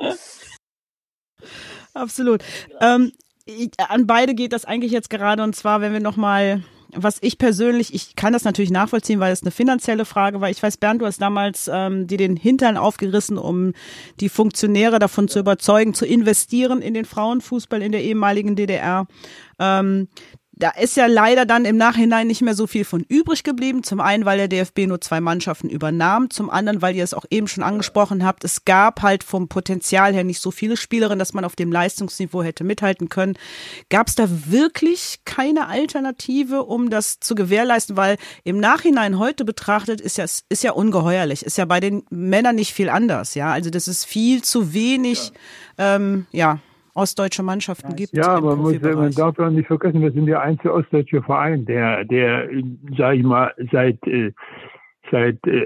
Absolut. Ähm, ich, an beide geht das eigentlich jetzt gerade, und zwar, wenn wir nochmal, was ich persönlich, ich kann das natürlich nachvollziehen, weil es eine finanzielle Frage war. Ich weiß, Bernd, du hast damals ähm, dir den Hintern aufgerissen, um die Funktionäre davon zu überzeugen, zu investieren in den Frauenfußball in der ehemaligen D D R. Ähm, Da ist ja leider dann im Nachhinein nicht mehr so viel von übrig geblieben. Zum einen, weil der D F B nur zwei Mannschaften übernahm. Zum anderen, weil ihr es auch eben schon angesprochen habt, es gab halt vom Potenzial her nicht so viele Spielerinnen, dass man auf dem Leistungsniveau hätte mithalten können. Gab es da wirklich keine Alternative, um das zu gewährleisten? Weil im Nachhinein heute betrachtet ist ja, ist ja ungeheuerlich. Ist ja bei den Männern nicht viel anders. Ja, also das ist viel zu wenig, ja. Ähm, ja. ostdeutsche Mannschaften gibt. Ja, im man, muss, man Profibereich. darf ja nicht vergessen, wir sind der einzige ostdeutsche Verein, der, der, sag ich mal, seit, äh, seit äh,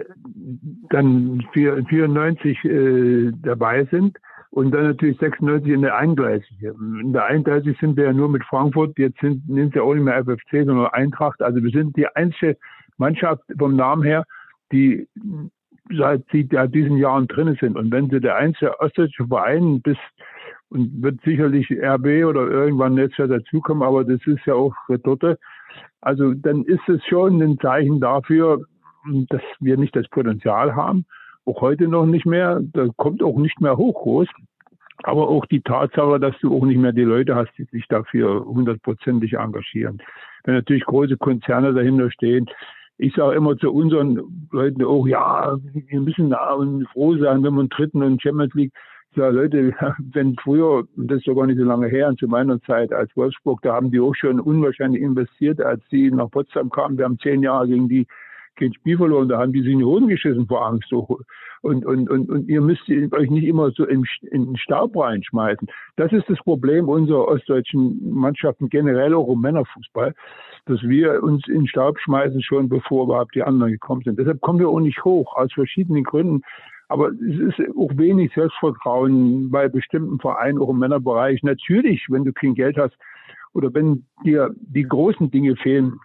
dann vierundneunzig äh, dabei sind und dann natürlich sechsundneunzig in der einunddreißig. In der einunddreißig sind wir ja nur mit Frankfurt, jetzt sind, sind ja auch nicht mehr F F C, sondern Eintracht. Also wir sind die einzige Mannschaft vom Namen her, die seit sie ja diesen Jahren drin sind. Und wenn sie der einzige ostdeutsche Verein bis und wird sicherlich R B oder irgendwann nächstes Jahr dazukommen, aber das ist ja auch Retorte. Also dann ist es schon ein Zeichen dafür, dass wir nicht das Potenzial haben, auch heute noch nicht mehr, da kommt auch nicht mehr hoch groß, aber auch die Tatsache, dass du auch nicht mehr die Leute hast, die sich dafür hundertprozentig engagieren. Wenn natürlich große Konzerne dahinter stehen, ich sage immer zu unseren Leuten auch, ja, wir müssen da und froh sein, wenn wir einen dritten und Champions League. Ja, Leute, wenn früher, das ist sogar nicht so lange her, zu meiner Zeit als Wolfsburg, da haben die auch schon unwahrscheinlich investiert, als sie nach Potsdam kamen. Wir haben zehn Jahre gegen die kein Spiel verloren, da haben die sich in die Hosen geschissen vor Angst. Und, und, und, und ihr müsst euch nicht immer so in den Staub reinschmeißen. Das ist das Problem unserer ostdeutschen Mannschaften, generell auch im Männerfußball, dass wir uns in den Staub schmeißen, schon bevor überhaupt die anderen gekommen sind. Deshalb kommen wir auch nicht hoch, aus verschiedenen Gründen. Aber es ist auch wenig Selbstvertrauen bei bestimmten Vereinen, auch im Männerbereich. Natürlich, wenn du kein Geld hast oder wenn dir die großen Dinge fehlen,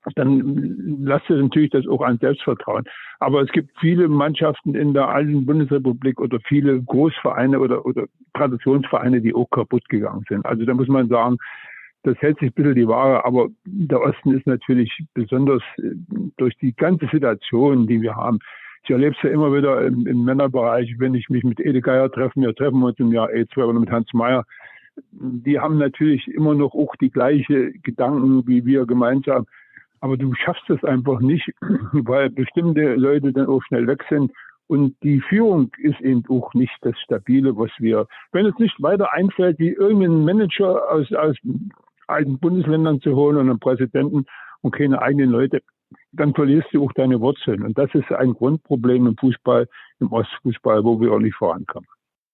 dann lastet natürlich das auch an Selbstvertrauen. Aber es gibt viele Mannschaften in der alten Bundesrepublik oder viele Großvereine oder, oder Traditionsvereine, die auch kaputt gegangen sind. Also da muss man sagen, das hält sich ein bisschen die Waage, aber der Osten ist natürlich besonders durch die ganze Situation, die wir haben. Ich erlebe es ja immer wieder im, im Männerbereich, wenn ich mich mit Ede Geier treffe, wir treffen uns im Jahr E zwei oder mit Hans Meyer. Die haben natürlich immer noch auch die gleiche Gedanken wie wir gemeinsam. Aber du schaffst es einfach nicht, weil bestimmte Leute dann auch schnell weg sind. Und die Führung ist eben auch nicht das Stabile, was wir, wenn es nicht weiter einfällt, wie irgendeinen Manager aus, aus alten Bundesländern zu holen und einen Präsidenten und keine eigenen Leute, dann verlierst du auch deine Wurzeln. Und das ist ein Grundproblem im Fußball, im Ostfußball, wo wir auch nicht vorankommen.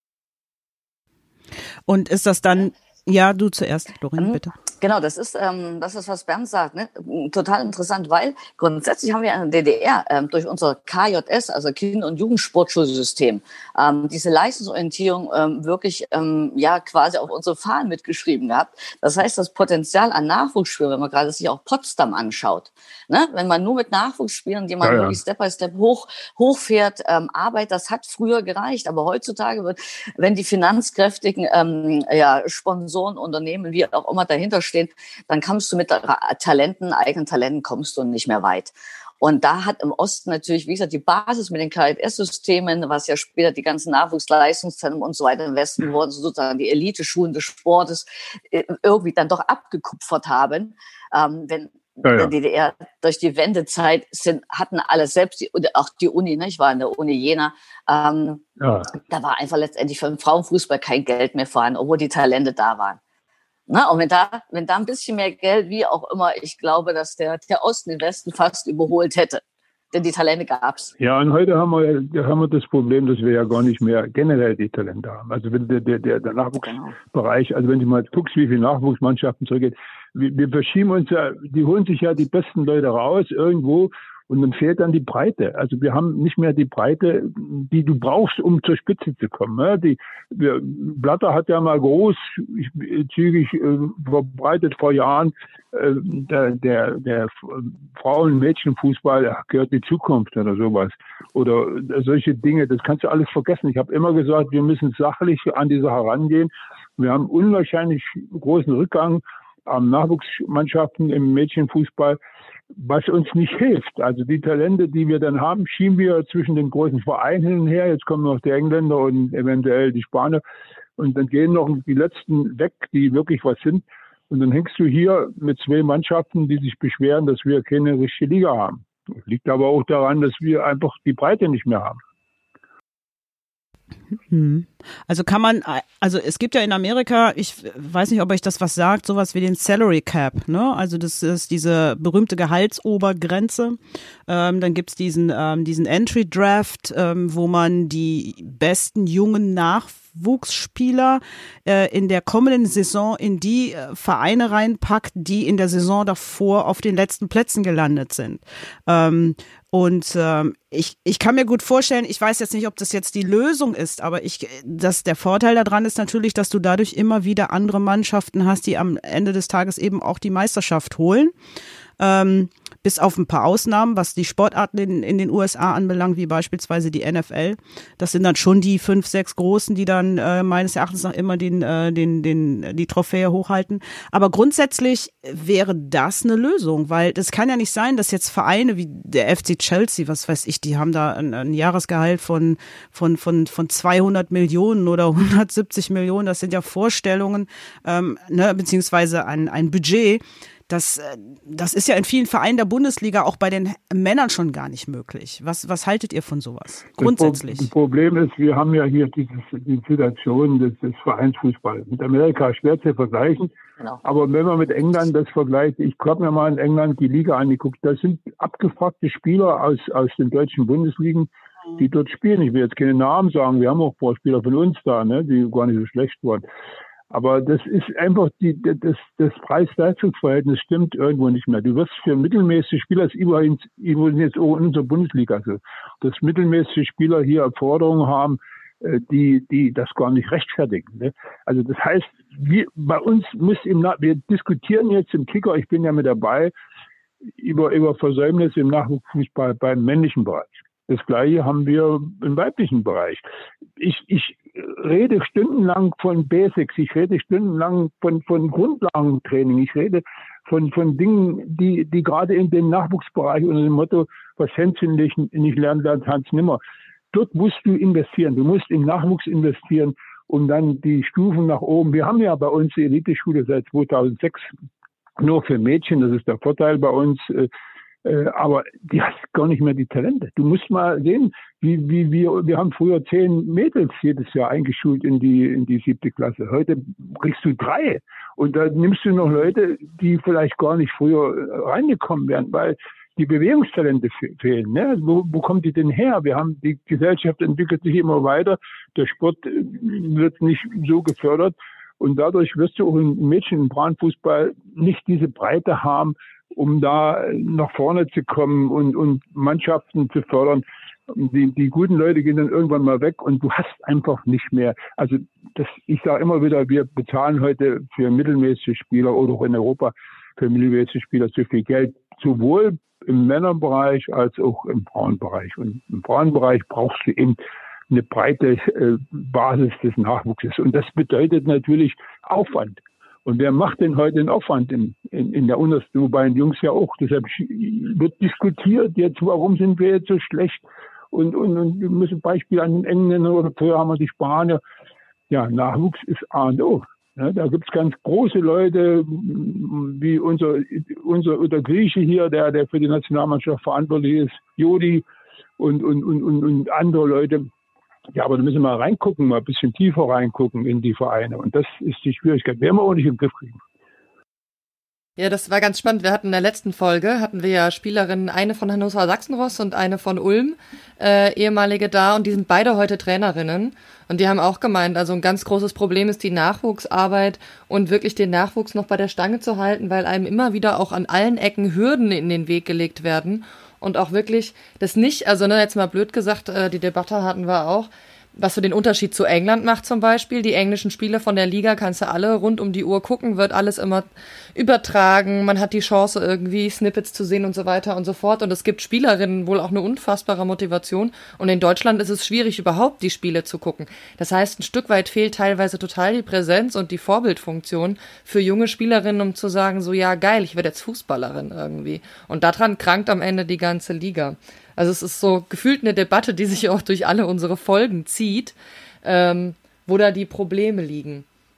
Und ist das dann, ja, du zuerst, Doreen, bitte. Genau, das ist, ähm, das ist, was Bernd sagt, ne? Total interessant, weil grundsätzlich haben wir in der D D R ähm, durch unser K J S, also Kinder- und Jugendsportschulsystem, ähm, diese Leistungsorientierung ähm, wirklich ähm, ja quasi auf unsere Fahnen mitgeschrieben gehabt. Das heißt, das Potenzial an Nachwuchsspielern, wenn man gerade sich auch Potsdam anschaut, ne? Wenn man nur mit Nachwuchsspielern, die man ja, ja. wirklich Step by Step hoch hochfährt, ähm, arbeitet, das hat früher gereicht, aber heutzutage wird, wenn die finanzkräftigen ähm, ja, Sponsoren, Unternehmen, wie auch immer dahinter stehen, dann kommst du mit Talenten, eigenen Talenten, kommst du nicht mehr weit. Und da hat im Osten natürlich, wie gesagt, die Basis mit den K J S-Systemen, was ja später die ganzen Nachwuchsleistungszentren und so weiter im Westen wurden, sozusagen die Elite-Schulen des Sportes irgendwie dann doch abgekupfert haben. Ähm, wenn ja, ja. in der D D R durch die Wendezeit sind, hatten alle, selbst die, auch die Uni, ne? Ich war in der Uni Jena, ähm, ja. da war einfach letztendlich für den Frauenfußball kein Geld mehr vorhanden, obwohl die Talente da waren. Na, und wenn da, wenn da ein bisschen mehr Geld, wie auch immer, ich glaube, dass der, der Osten den Westen fast überholt hätte. Denn die Talente gab's. Ja, und heute haben wir, haben wir das Problem, dass wir ja gar nicht mehr generell die Talente haben. Also wenn der, der, der Nachwuchsbereich, genau. also wenn du mal guckst, wie viele Nachwuchsmannschaften zurückgeht, wir, wir verschieben uns ja, die holen sich ja die besten Leute raus irgendwo. Und dann fehlt dann die Breite. Also wir haben nicht mehr die Breite, die du brauchst, um zur Spitze zu kommen. Ne? Die, wir, Blatter hat ja mal groß, zügig äh, verbreitet vor Jahren, äh, der, der, der Frauen- und Mädchenfußball gehört die Zukunft oder sowas. Oder solche Dinge, das kannst du alles vergessen. Ich habe immer gesagt, wir müssen sachlich an die Sache rangehen. Wir haben unwahrscheinlich großen Rückgang an Nachwuchsmannschaften im Mädchenfußball, was uns nicht hilft. Also die Talente, die wir dann haben, schieben wir zwischen den großen Vereinen hin und her. Jetzt kommen noch die Engländer und eventuell die Spanier. Und dann gehen noch die letzten weg, die wirklich was sind. Und dann hängst du hier mit zwei Mannschaften, die sich beschweren, dass wir keine richtige Liga haben. Das liegt aber auch daran, dass wir einfach die Breite nicht mehr haben. Also kann man, also es gibt ja in Amerika, ich weiß nicht, ob euch das was sagt, sowas wie den Salary Cap, ne? Also das ist diese berühmte Gehaltsobergrenze. Ähm, dann gibt's diesen ähm, diesen Entry Draft, ähm, wo man die besten jungen Nachwuchsspieler äh, in der kommenden Saison in die äh, Vereine reinpackt, die in der Saison davor auf den letzten Plätzen gelandet sind. Ähm, Und ähm, ich, ich kann mir gut vorstellen, ich weiß jetzt nicht, ob das jetzt die Lösung ist, aber ich, das, der Vorteil daran ist natürlich, dass du dadurch immer wieder andere Mannschaften hast, die am Ende des Tages eben auch die Meisterschaft holen. Ähm, bis auf ein paar Ausnahmen, was die Sportarten in, in den U S A anbelangt, wie beispielsweise die N F L. Das sind dann schon die fünf, sechs Großen, die dann äh, meines Erachtens nach immer den, äh, den, den, die Trophäe hochhalten. Aber grundsätzlich wäre das eine Lösung, weil das kann ja nicht sein, dass jetzt Vereine wie der F C Chelsea, was weiß ich, die haben da ein, ein Jahresgehalt von, von, von, von zweihundert Millionen oder hundertsiebzig Millionen. Das sind ja Vorstellungen, ähm, ne, beziehungsweise ein, ein Budget. Das, das ist ja in vielen Vereinen der Bundesliga auch bei den Männern schon gar nicht möglich. Was, was haltet ihr von sowas? Grundsätzlich. Das Problem ist, wir haben ja hier dieses, die Situation des, des Vereinsfußballs. Mit Amerika schwer zu vergleichen. Genau. Aber wenn man mit England das vergleicht, ich habe mir mal in England die Liga angeguckt, da sind abgefragte Spieler aus, aus den deutschen Bundesligen, die dort spielen. Ich will jetzt keine Namen sagen, wir haben auch ein paar Spieler von uns da, ne, die gar nicht so schlecht waren. Aber das ist einfach, die, das, das Preis-Leistungs-Verhältnis stimmt irgendwo nicht mehr. Du wirst für mittelmäßige Spieler, das übrigens, übrigens jetzt auch in unserer Bundesliga so, dass mittelmäßige Spieler hier Forderungen haben, die, die das gar nicht rechtfertigen. Ne? Also das heißt, wir, bei uns muss im, wir diskutieren jetzt im Kicker, ich bin ja mit dabei, über, über Versäumnisse im Nachwuchsfußball beim männlichen Bereich. Das Gleiche haben wir im weiblichen Bereich. Ich, ich rede stundenlang von Basics, ich rede stundenlang von, von Grundlagentraining, ich rede von, von Dingen, die, die gerade in dem Nachwuchsbereich unter dem Motto, was Hänschen nicht, nicht lernen, lernt Hans nimmer. Dort musst du investieren. Du musst im Nachwuchs investieren, um dann die Stufen nach oben. Wir haben ja bei uns die Eliteschule seit zweitausendsechs nur für Mädchen. Das ist der Vorteil bei uns. Äh, aber die hast gar nicht mehr die Talente. Du musst mal sehen, wie, wie wir, wir haben früher zehn Mädels jedes Jahr eingeschult in die, in die siebte Klasse. Heute kriegst du drei. Und da nimmst du noch Leute, die vielleicht gar nicht früher reingekommen wären, weil die Bewegungstalente fehlen. Ne? Wo, wo kommen die denn her? Wir haben, die Gesellschaft entwickelt sich immer weiter. Der Sport wird nicht so gefördert. Und dadurch wirst du auch im Mädchen- und Frauenfußball nicht diese Breite haben, um da nach vorne zu kommen und, und Mannschaften zu fördern. Die, die guten Leute gehen dann irgendwann mal weg und du hast einfach nicht mehr. Also das, ich sage immer wieder, wir bezahlen heute für mittelmäßige Spieler oder auch in Europa für mittelmäßige Spieler zu viel Geld, sowohl im Männerbereich als auch im Frauenbereich. Und im Frauenbereich brauchst du eben eine breite äh, Basis des Nachwuchses. Und das bedeutet natürlich Aufwand. Und wer macht denn heute den Aufwand in, in, in der untersten, wobei die Jungs ja auch. Deshalb wird diskutiert jetzt, warum sind wir jetzt so schlecht? Und, und, und wir müssen Beispiel an den Engländern oder früher haben wir die Spanier. Ja, Nachwuchs ist A und O. Ja, da gibt's ganz große Leute, wie unser, unser, unser Grieche hier, der, der für die Nationalmannschaft verantwortlich ist, Jodi und, und, und, und, und andere Leute. Ja, aber da müssen wir mal reingucken, mal ein bisschen tiefer reingucken in die Vereine. Und das ist die Schwierigkeit. Werden wir auch nicht im Griff kriegen. Ja, das war ganz spannend. Wir hatten in der letzten Folge, hatten wir ja Spielerinnen, eine von Hannover Sachsenross und eine von Ulm, äh, ehemalige da. Und die sind beide heute Trainerinnen. Und die haben auch gemeint, also ein ganz großes Problem ist die Nachwuchsarbeit und wirklich den Nachwuchs noch bei der Stange zu halten, weil einem immer wieder auch an allen Ecken Hürden in den Weg gelegt werden. Und auch wirklich das nicht, also ne, jetzt mal blöd gesagt, äh, die Debatte hatten wir auch, was so den Unterschied zu England macht zum Beispiel. Die englischen Spiele von der Liga kannst du alle rund um die Uhr gucken, wird alles immer übertragen. Man hat die Chance irgendwie Snippets zu sehen und so weiter und so fort. Und es gibt Spielerinnen wohl auch eine unfassbare Motivation. Und in Deutschland ist es schwierig, überhaupt die Spiele zu gucken. Das heißt, ein Stück weit fehlt teilweise total die Präsenz und die Vorbildfunktion für junge Spielerinnen, um zu sagen, so ja geil, ich werde jetzt Fußballerin irgendwie. Und daran krankt am Ende die ganze Liga. Also es ist so gefühlt eine Debatte, die sich auch durch alle unsere Folgen zieht, ähm, wo da die Probleme liegen.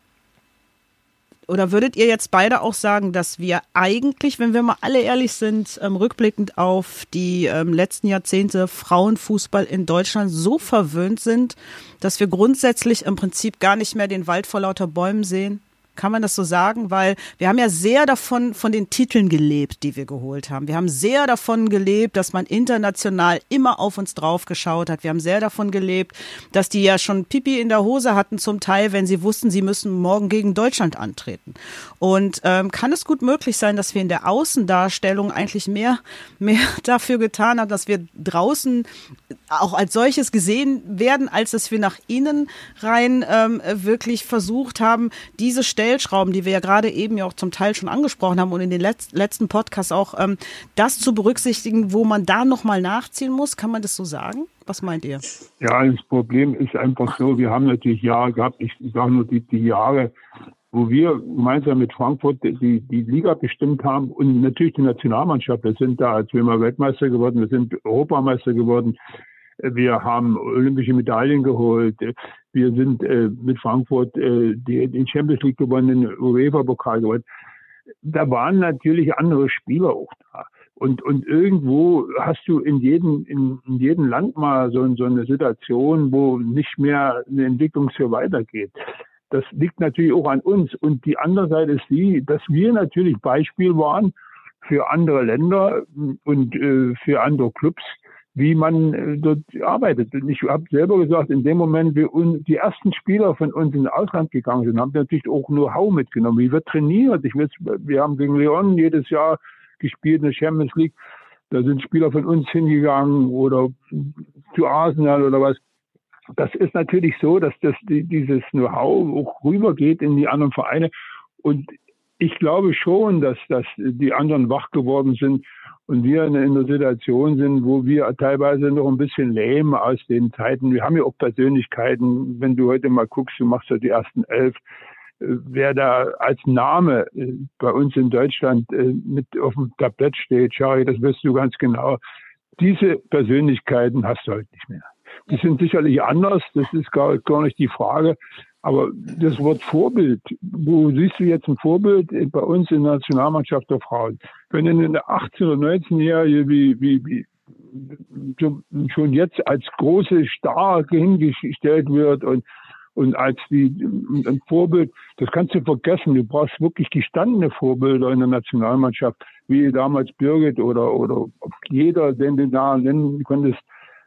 Oder würdet ihr jetzt beide auch sagen, dass wir eigentlich, wenn wir mal alle ehrlich sind, ähm, rückblickend auf die ähm, letzten Jahrzehnte Frauenfußball in Deutschland so verwöhnt sind, dass wir grundsätzlich im Prinzip gar nicht mehr den Wald vor lauter Bäumen sehen? Kann man das so sagen? Weil wir haben ja sehr davon, von den Titeln gelebt, die wir geholt haben. Wir haben sehr davon gelebt, dass man international immer auf uns drauf geschaut hat. Wir haben sehr davon gelebt, dass die ja schon Pipi in der Hose hatten zum Teil, wenn sie wussten, sie müssen morgen gegen Deutschland antreten. Und ähm, kann es gut möglich sein, dass wir in der Außendarstellung eigentlich mehr, mehr dafür getan haben, dass wir draußen auch als solches gesehen werden, als dass wir nach innen rein ähm, wirklich versucht haben, diese Stellschrauben, die wir ja gerade eben ja auch zum Teil schon angesprochen haben und in den Letz- letzten Podcasts auch, ähm, das zu berücksichtigen, wo man da nochmal nachziehen muss. Kann man das so sagen? Was meint ihr? Ja, das Problem ist einfach so, wir haben natürlich Jahre gehabt, ich sage nur die, die Jahre, wo wir gemeinsam mit Frankfurt die, die Liga bestimmt haben und natürlich die Nationalmannschaft. Wir sind da zweimal Weltmeister geworden, wir sind Europameister geworden. Wir haben olympische Medaillen geholt. Wir sind äh, mit Frankfurt äh, die, den Champions League gewonnen, den UEFA-Pokal gewonnen. Da waren natürlich andere Spieler auch da. Und, und irgendwo hast du in jedem, in, in jedem Land mal so, so eine Situation, wo nicht mehr eine Entwicklung so weitergeht. Das liegt natürlich auch an uns. Und die andere Seite ist die, dass wir natürlich Beispiel waren für andere Länder und äh, für andere Clubs, wie man äh, dort arbeitet. Und ich habe selber gesagt, in dem Moment, wie un- die ersten Spieler von uns ins Ausland gegangen sind, haben natürlich auch Know-how mitgenommen. Wie wird trainiert? Ich weiß, wir haben gegen Lyon jedes Jahr gespielt in der Champions League. Da sind Spieler von uns hingegangen oder zu Arsenal oder was. Das ist natürlich so, dass das die, dieses Know-how auch rübergeht in die anderen Vereine. Und ich glaube schon, dass, dass die anderen wach geworden sind und wir in, in einer Situation sind, wo wir teilweise noch ein bisschen lähmen aus den Zeiten. Wir haben ja auch Persönlichkeiten, wenn du heute mal guckst, du machst ja die ersten elf, wer da als Name bei uns in Deutschland mit auf dem Tablett steht, Schari, das weißt du ganz genau. Diese Persönlichkeiten hast du heute nicht mehr. Die sind sicherlich anders, das ist gar, gar nicht die Frage. Aber das Wort Vorbild, wo siehst du jetzt ein Vorbild bei uns in der Nationalmannschaft der Frauen? Wenn eine achtzehn- oder neunzehnjährige wie, wie, wie schon jetzt als große Star hingestellt wird und Und als die, ein Vorbild, das kannst du vergessen. Du brauchst wirklich gestandene Vorbilder in der Nationalmannschaft, wie damals Birgit oder, oder jeder, den du da nennen konntest.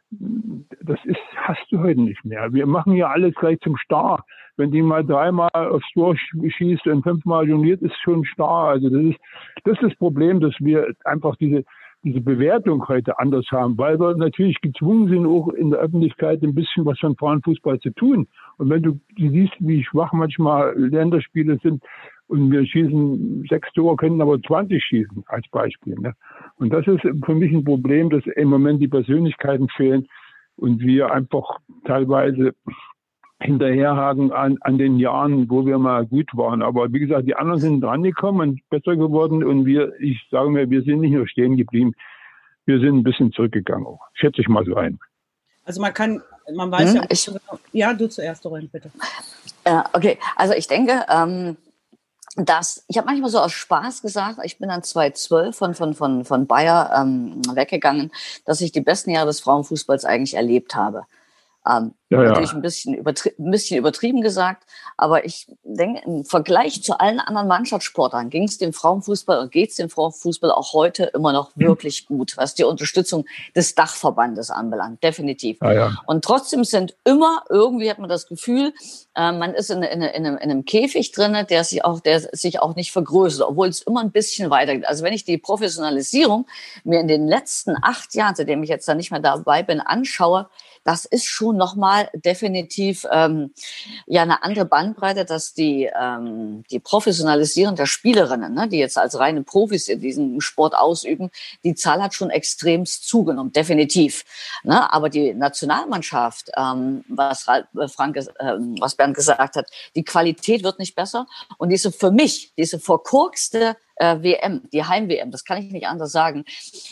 Das ist, hast du heute nicht mehr. Wir machen ja alles gleich zum Star. Wenn die mal dreimal aufs Tor schießt und fünfmal jongliert, ist schon Star. Also das ist, das ist das Problem, dass wir einfach diese, diese Bewertung heute anders haben, weil wir natürlich gezwungen sind, auch in der Öffentlichkeit ein bisschen was von Frauenfußball zu tun. Und wenn du siehst, wie schwach manchmal Länderspiele sind und wir schießen sechs Tore, können aber zwanzig schießen, als Beispiel. Ne? Und das ist für mich ein Problem, dass im Moment die Persönlichkeiten fehlen und wir einfach teilweise hinterherhaken an, an den Jahren, wo wir mal gut waren. Aber wie gesagt, die anderen sind dran gekommen und besser geworden. Und wir, ich sage mir, wir sind nicht nur stehen geblieben, wir sind ein bisschen zurückgegangen auch. Schätze ich mal so ein. Also man kann, man weiß hm, ja... Ich, ja, du zuerst, Doreen, bitte. äh, okay, also ich denke, ähm, dass, ich habe manchmal so aus Spaß gesagt, ich bin dann zweitausendzwölf von, von, von, von Bayer ähm, weggegangen, dass ich die besten Jahre des Frauenfußballs eigentlich erlebt habe. Ähm, ja, natürlich ja. ein bisschen, übertri- ein bisschen übertrieben gesagt, aber ich denke, im Vergleich zu allen anderen Mannschaftssportarten ging es dem Frauenfußball und geht es dem Frauenfußball auch heute immer noch wirklich gut, was die Unterstützung des Dachverbandes anbelangt, definitiv. Ja, ja. Und trotzdem sind immer, irgendwie hat man das Gefühl, äh, man ist in, in, in, einem, in einem Käfig drin, der sich auch, der sich auch nicht vergrößert, obwohl es immer ein bisschen weitergeht. Also wenn ich die Professionalisierung mir in den letzten acht Jahren, seitdem ich jetzt da nicht mehr dabei bin, anschaue, das ist schon nochmal definitiv ähm, ja eine andere Bandbreite, dass die ähm, die Professionalisierung der Spielerinnen, ne, die jetzt als reine Profis in diesem Sport ausüben, die Zahl hat schon extremst zugenommen, definitiv. Ne? Aber die Nationalmannschaft, ähm, was Frank, äh, was Bernd gesagt hat, die Qualität wird nicht besser und diese für mich diese verkorkste W M, die Heim-W M, das kann ich nicht anders sagen,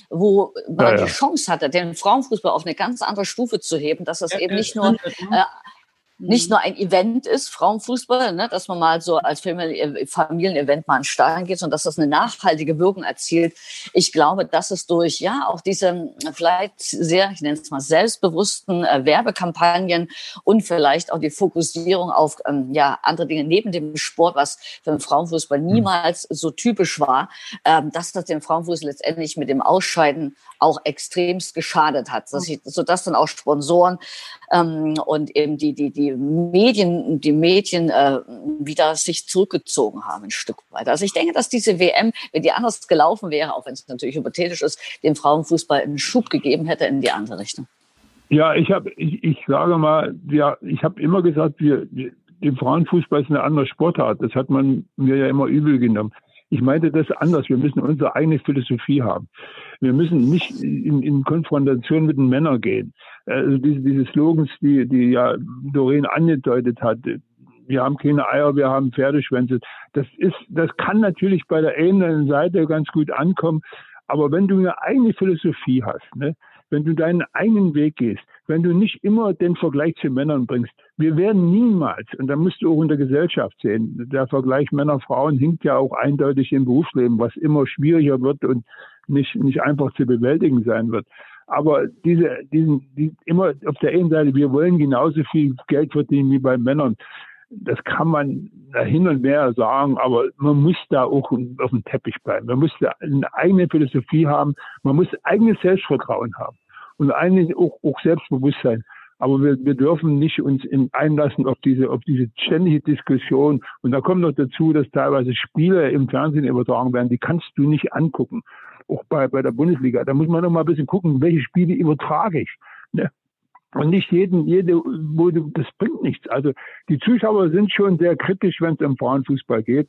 wo man ja, ja. die Chance hatte, den Frauenfußball auf eine ganz andere Stufe zu heben, dass das ja, eben nicht nur äh, nicht nur ein Event ist, Frauenfußball, ne, dass man mal so als Familienevent mal an den Stadion geht, sondern dass das eine nachhaltige Wirkung erzielt. Ich glaube, dass es durch ja auch diese vielleicht sehr, ich nenne es mal selbstbewussten äh, Werbekampagnen und vielleicht auch die Fokussierung auf ähm, ja andere Dinge neben dem Sport, was für den Frauenfußball niemals so typisch war, ähm, dass das dem Frauenfußball letztendlich mit dem Ausscheiden auch extremst geschadet hat, dass ich, sodass dann auch Sponsoren ähm, und eben die die die Medien die Medien äh, wieder sich zurückgezogen haben ein Stück weit. Also ich denke, dass diese W M, wenn die anders gelaufen wäre, auch wenn es natürlich hypothetisch ist, dem Frauenfußball einen Schub gegeben hätte in die andere Richtung. Ja, ich habe ich, ich sage mal, ja, ich habe immer gesagt, wir, wir der Frauenfußball ist eine andere Sportart. Das hat man mir ja immer übel genommen. Ich meinte das anders. Wir müssen unsere eigene Philosophie haben. Wir müssen nicht in, in Konfrontation mit den Männern gehen. Also diese, diese Slogans, die, die ja Doreen angedeutet hat, wir haben keine Eier, wir haben Pferdeschwänze. Das ist, das kann natürlich bei der einen Seite ganz gut ankommen. Aber wenn du eine eigene Philosophie hast, ne, wenn du deinen eigenen Weg gehst, wenn du nicht immer den Vergleich zu Männern bringst, wir werden niemals, und da musst du auch in der Gesellschaft sehen, der Vergleich Männer-Frauen hinkt ja auch eindeutig im Berufsleben, was immer schwieriger wird und nicht, nicht einfach zu bewältigen sein wird. Aber diese, diesen, die, immer auf der einen Seite, wir wollen genauso viel Geld verdienen wie bei Männern. Das kann man hin und her sagen, aber man muss da auch auf dem Teppich bleiben. Man muss da eine eigene Philosophie haben. Man muss eigenes Selbstvertrauen haben und eigentlich auch, auch Selbstbewusstsein. Aber wir, wir dürfen nicht uns in, einlassen auf diese, auf diese ständige Diskussion. Und da kommt noch dazu, dass teilweise Spiele im Fernsehen übertragen werden, die kannst du nicht angucken. Auch bei, bei der Bundesliga. Da muss man noch mal ein bisschen gucken, welche Spiele übertrage ich. Ne? Und nicht jeden, jede, wo du, das bringt nichts. Also die Zuschauer sind schon sehr kritisch, wenn es um Frauenfußball geht.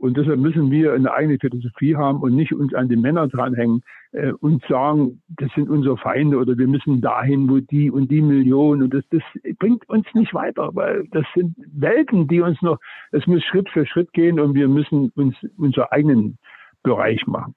Und deshalb müssen wir eine eigene Philosophie haben und nicht uns an die Männer dranhängen äh, und sagen, das sind unsere Feinde oder wir müssen dahin, wo die und die Millionen. Und das, das bringt uns nicht weiter, weil das sind Welten, die uns noch, es muss Schritt für Schritt gehen und wir müssen uns unseren eigenen Bereich machen.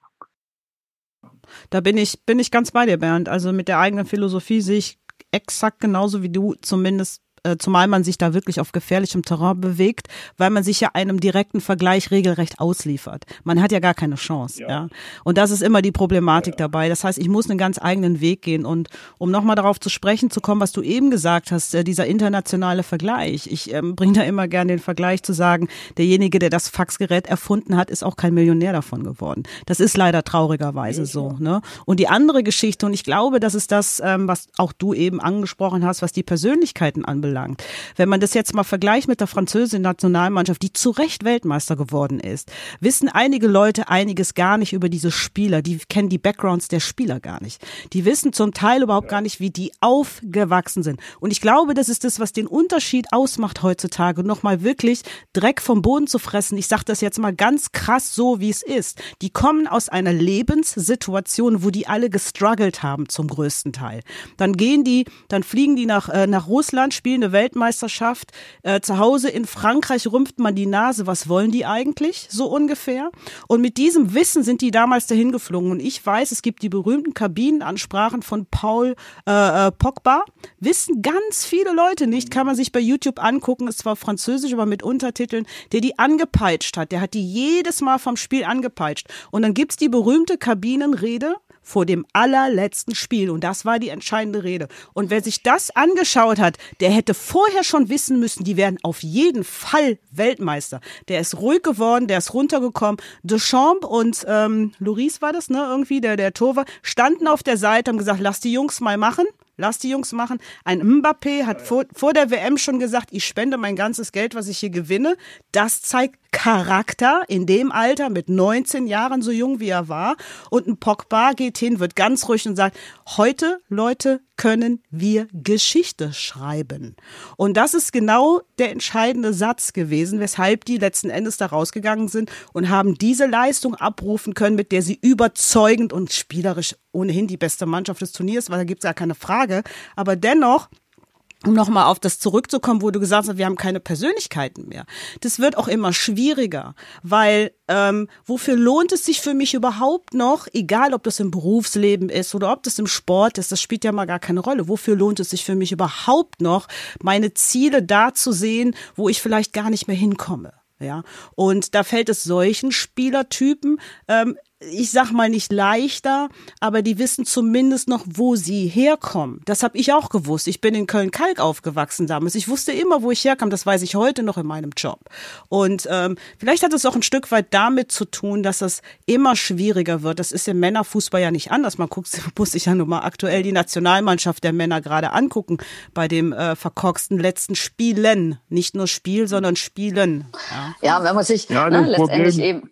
Da bin ich, bin ich ganz bei dir, Bernd. Also mit der eigenen Philosophie sehe ich exakt genauso wie du, zumindest zumal man sich da wirklich auf gefährlichem Terrain bewegt, weil man sich ja einem direkten Vergleich regelrecht ausliefert. Man hat ja gar keine Chance. Ja. Ja. Und das ist immer die Problematik ja. dabei. Das heißt, ich muss einen ganz eigenen Weg gehen. Und um nochmal darauf zu sprechen zu kommen, was du eben gesagt hast, äh, dieser internationale Vergleich. Ich ähm, bringe da immer gerne den Vergleich zu sagen, derjenige, der das Faxgerät erfunden hat, ist auch kein Millionär davon geworden. Das ist leider traurigerweise ja. so. Ne? Und die andere Geschichte, und ich glaube, das ist das, ähm, was auch du eben angesprochen hast, was die Persönlichkeiten anbelangt. Wenn man das jetzt mal vergleicht mit der französischen Nationalmannschaft, die zu Recht Weltmeister geworden ist, wissen einige Leute einiges gar nicht über diese Spieler. Die kennen die Backgrounds der Spieler gar nicht. Die wissen zum Teil überhaupt gar nicht, wie die aufgewachsen sind. Und ich glaube, das ist das, was den Unterschied ausmacht heutzutage, nochmal wirklich Dreck vom Boden zu fressen. Ich sage das jetzt mal ganz krass so, wie es ist. Die kommen aus einer Lebenssituation, wo die alle gestruggelt haben zum größten Teil. Dann gehen die, dann fliegen die nach, äh, nach Russland, spielen eine Weltmeisterschaft. Äh, zu Hause in Frankreich rümpft man die Nase. Was wollen die eigentlich? So ungefähr. Und mit diesem Wissen sind die damals dahin geflogen. Und ich weiß, es gibt die berühmten Kabinenansprachen von Paul äh, Pogba. Wissen ganz viele Leute nicht. Kann man sich bei YouTube angucken. Ist zwar französisch, aber mit Untertiteln. Der die angepeitscht hat. Der hat die jedes Mal vom Spiel angepeitscht. Und dann gibt's die berühmte Kabinenrede vor dem allerletzten Spiel. Und das war die entscheidende Rede. Und wer sich das angeschaut hat, der hätte vorher schon wissen müssen, die werden auf jeden Fall Weltmeister. Der ist ruhig geworden, der ist runtergekommen. Deschamps und ähm, Lloris war das, ne, irgendwie, der, der Torwart, standen auf der Seite und haben gesagt, lass die Jungs mal machen. Lass die Jungs machen. Ein Mbappé hat vor, vor der W M schon gesagt, ich spende mein ganzes Geld, was ich hier gewinne. Das zeigt Charakter in dem Alter, mit neunzehn Jahren, so jung wie er war. Und ein Pogba geht hin, wird ganz ruhig und sagt, heute, Leute, können wir Geschichte schreiben. Und das ist genau der entscheidende Satz gewesen, weshalb die letzten Endes da rausgegangen sind und haben diese Leistung abrufen können, mit der sie überzeugend und spielerisch ohnehin die beste Mannschaft des Turniers, weil da gibt es ja keine Frage, aber dennoch, um nochmal auf das zurückzukommen, wo du gesagt hast, wir haben keine Persönlichkeiten mehr. Das wird auch immer schwieriger, weil ähm, wofür lohnt es sich für mich überhaupt noch, egal ob das im Berufsleben ist oder ob das im Sport ist, das spielt ja mal gar keine Rolle. Wofür lohnt es sich für mich überhaupt noch, meine Ziele da zu sehen, wo ich vielleicht gar nicht mehr hinkomme? Ja, und da fällt es solchen Spielertypen, ähm, ich sag mal nicht leichter, aber die wissen zumindest noch, wo sie herkommen. Das habe ich auch gewusst. Ich bin in Köln-Kalk aufgewachsen damals. Ich wusste immer, wo ich herkam. Das weiß ich heute noch in meinem Job. Und ähm, vielleicht hat es auch ein Stück weit damit zu tun, dass es immer schwieriger wird. Das ist im Männerfußball ja nicht anders. Man guckt, muss sich ja nun mal aktuell die Nationalmannschaft der Männer gerade angucken bei dem äh, verkorksten letzten Spielen. Nicht nur Spiel, sondern Spielen. Ja, ja wenn man sich ja, ne, letztendlich eben...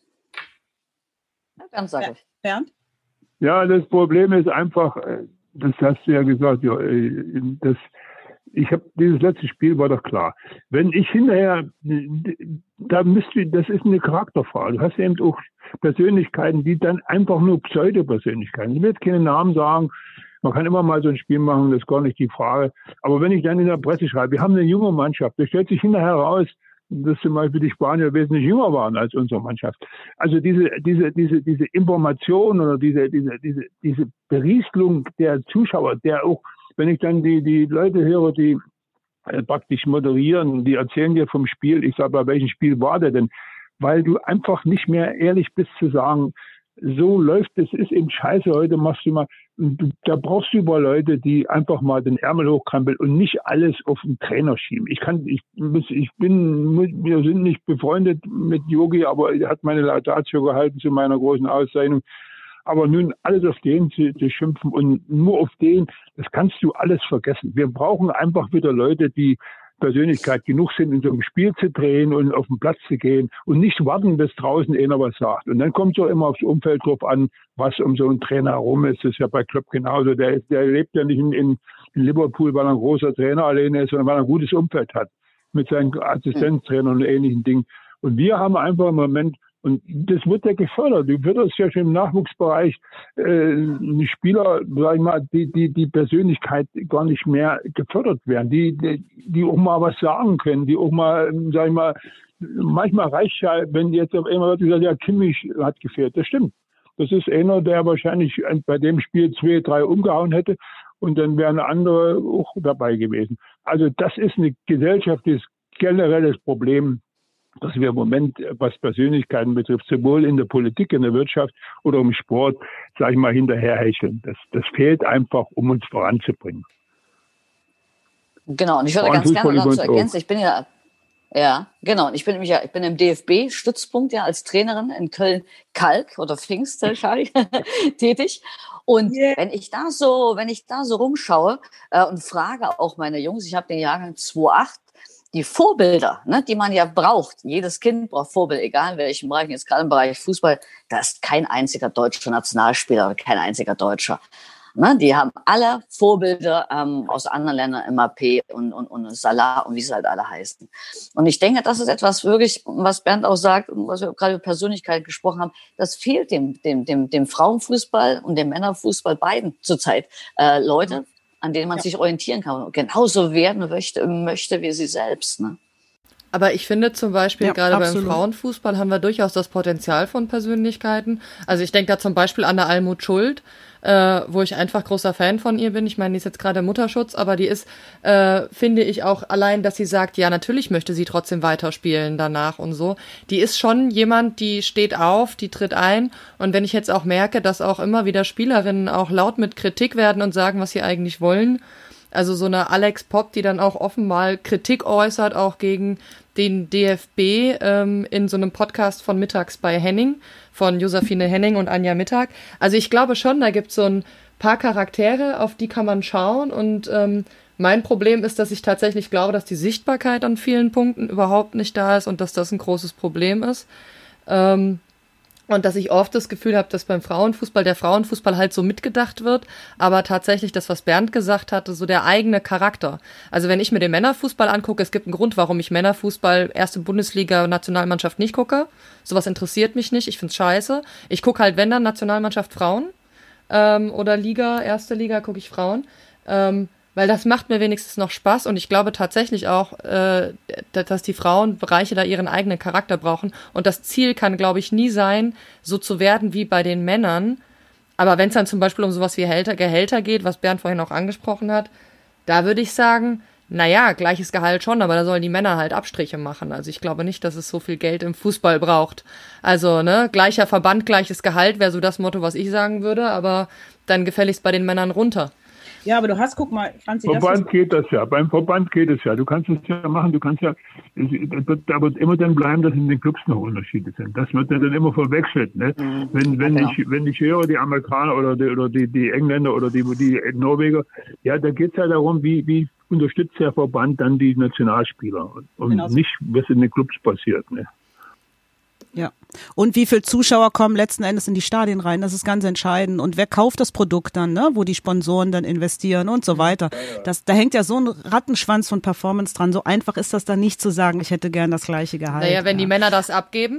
Ganz sag ich. Bernd? Ja, das Problem ist einfach, das hast du ja gesagt, ja, das, ich habe dieses letzte Spiel war doch klar. Wenn ich hinterher, da müsste, das ist eine Charakterfrage. Du hast eben auch Persönlichkeiten, die dann einfach nur Pseudo-Persönlichkeiten. Ich will jetzt keine Namen sagen. Man kann immer mal so ein Spiel machen, das ist gar nicht die Frage. Aber wenn ich dann in der Presse schreibe, wir haben eine junge Mannschaft, da stellt sich hinterher heraus, dass zum Beispiel die Spanier wesentlich jünger waren als unsere Mannschaft. Also diese, diese, diese, diese Information oder diese, diese, diese, diese Berieselung der Zuschauer, der auch, wenn ich dann die, die Leute höre, die äh, praktisch moderieren, die erzählen dir vom Spiel, ich sage, bei welchem Spiel war der denn? Weil du einfach nicht mehr ehrlich bist zu sagen, so läuft es, ist eben scheiße, heute machst du mal, du, da brauchst du über Leute, die einfach mal den Ärmel hochkrempeln und nicht alles auf den Trainer schieben. Ich kann, ich, ich bin, wir sind nicht befreundet mit Yogi, aber er hat meine Laudatio gehalten zu meiner großen Auszeichnung. Aber nun alles auf den zu, zu schimpfen und nur auf den, das kannst du alles vergessen. Wir brauchen einfach wieder Leute, die Persönlichkeit genug sind, in so einem Spiel zu drehen und auf den Platz zu gehen und nicht warten, bis draußen einer was sagt. Und dann kommt es auch immer aufs Umfeld drauf an, was um so einen Trainer herum ist. Das ist ja bei Klopp genauso. Der, ist, der lebt ja nicht in, in, in Liverpool, weil er ein großer Trainer alleine ist, sondern weil er ein gutes Umfeld hat mit seinen Assistenztrainern und ähnlichen Dingen. Und wir haben einfach im Moment, und das wird ja gefördert. Du förderst ja schon im Nachwuchsbereich äh, Spieler, sag ich mal, die, die, die Persönlichkeit gar nicht mehr gefördert werden, die, die, die auch mal was sagen können, die auch mal, sag ich mal, manchmal reicht ja, wenn jetzt auf einmal wird gesagt, ja, Kimmich hat gefehlt. Das stimmt. Das ist einer, der wahrscheinlich bei dem Spiel zwei, drei umgehauen hätte und dann wären andere auch dabei gewesen. Also das ist ein gesellschaftliches, generelles Problem, dass wir im Moment, was Persönlichkeiten betrifft, sowohl in der Politik, in der Wirtschaft oder im Sport, sage ich mal, hinterherhecheln. Das, das fehlt einfach, um uns voranzubringen. Genau, und ich würde ganz gerne dazu ergänzen, ich bin ja, ja, genau, und ich bin nämlich ja, ich bin im D F B-Stützpunkt ja als Trainerin in Köln-Kalk oder Pfingst, Schari, tätig. Und yeah. wenn ich da so, wenn ich da so rumschaue äh, und frage auch meine Jungs, ich habe den Jahrgang zwei Komma acht, die Vorbilder, ne, die man ja braucht, jedes Kind braucht Vorbilder, egal in welchem Bereich, jetzt gerade im Bereich Fußball, da ist kein einziger deutscher Nationalspieler oder kein einziger Deutscher. Ne, die haben alle Vorbilder ähm, aus anderen Ländern, M A P und, und, und Salah und wie sie halt alle heißen. Und ich denke, das ist etwas wirklich, was Bernd auch sagt, und was wir gerade über Persönlichkeit gesprochen haben, das fehlt dem, dem, dem, dem Frauenfußball und dem Männerfußball beiden zurzeit. Äh, Leute, an denen man ja. sich orientieren kann und genauso werden möchte, möchte wie sie selbst. Ne? Aber ich finde zum Beispiel, ja, gerade absolut. beim Frauenfußball haben wir durchaus das Potenzial von Persönlichkeiten. Also ich denke da zum Beispiel an der Almut Schuld, äh, wo ich einfach großer Fan von ihr bin. Ich meine, die ist jetzt gerade im Mutterschutz, aber die ist, äh, finde ich auch allein, dass sie sagt, ja, natürlich möchte sie trotzdem weiterspielen danach und so. Die ist schon jemand, die steht auf, die tritt ein. Und wenn ich jetzt auch merke, dass auch immer wieder Spielerinnen auch laut mit Kritik werden und sagen, was sie eigentlich wollen, also so eine Alex Popp, die dann auch offen mal Kritik äußert, auch gegen den D F B ähm, in so einem Podcast von Mittags bei Henning, von Josephine Henning und Anja Mittag. Also ich glaube schon, da gibt es so ein paar Charaktere, auf die kann man schauen. Und ähm, mein Problem ist, dass ich tatsächlich glaube, dass die Sichtbarkeit an vielen Punkten überhaupt nicht da ist und dass das ein großes Problem ist. Ähm, Und dass ich oft das Gefühl habe, dass beim Frauenfußball der Frauenfußball halt so mitgedacht wird, aber tatsächlich das, was Bernd gesagt hatte, so der eigene Charakter. Also wenn ich mir den Männerfußball angucke, es gibt einen Grund, warum ich Männerfußball erste Bundesliga Nationalmannschaft nicht gucke. Sowas interessiert mich nicht, ich find's scheiße. Ich gucke halt, wenn dann Nationalmannschaft Frauen ähm, oder Liga, erste Liga gucke ich Frauen. Ähm, Weil das macht mir wenigstens noch Spaß und ich glaube tatsächlich auch, äh, dass die Frauenbereiche da ihren eigenen Charakter brauchen. Und das Ziel kann, glaube ich, nie sein, so zu werden wie bei den Männern. Aber wenn es dann zum Beispiel um sowas wie Gehälter, Gehälter geht, was Bernd vorhin auch angesprochen hat, da würde ich sagen, naja, gleiches Gehalt schon, aber da sollen die Männer halt Abstriche machen. Also ich glaube nicht, dass es so viel Geld im Fußball braucht. Also, ne, gleicher Verband, gleiches Gehalt wäre so das Motto, was ich sagen würde, aber dann gefälligst bei den Männern runter. Ja, aber du hast, guck mal, Franzi, Verband das geht das ja, beim Verband geht es ja. Du kannst es ja machen, du kannst ja, da wird immer dann bleiben, dass in den Clubs noch Unterschiede sind. Das wird ja dann immer verwechselt, ne? Mhm. Wenn, wenn ja, ich, wenn ich höre, die Amerikaner oder die, oder die, die Engländer oder die, die Norweger, ja, da geht es ja darum, wie, wie unterstützt der Verband dann die Nationalspieler und genau so. Nicht, was in den Clubs passiert, ne? Ja. Und wie viele Zuschauer kommen letzten Endes in die Stadien rein? Das ist ganz entscheidend. Und wer kauft das Produkt dann, ne? Wo die Sponsoren dann investieren und so weiter. Das, da hängt ja so ein Rattenschwanz von Performance dran. So einfach ist das dann nicht zu sagen, ich hätte gern das gleiche Gehalt. Naja, wenn ja. die Männer das abgeben.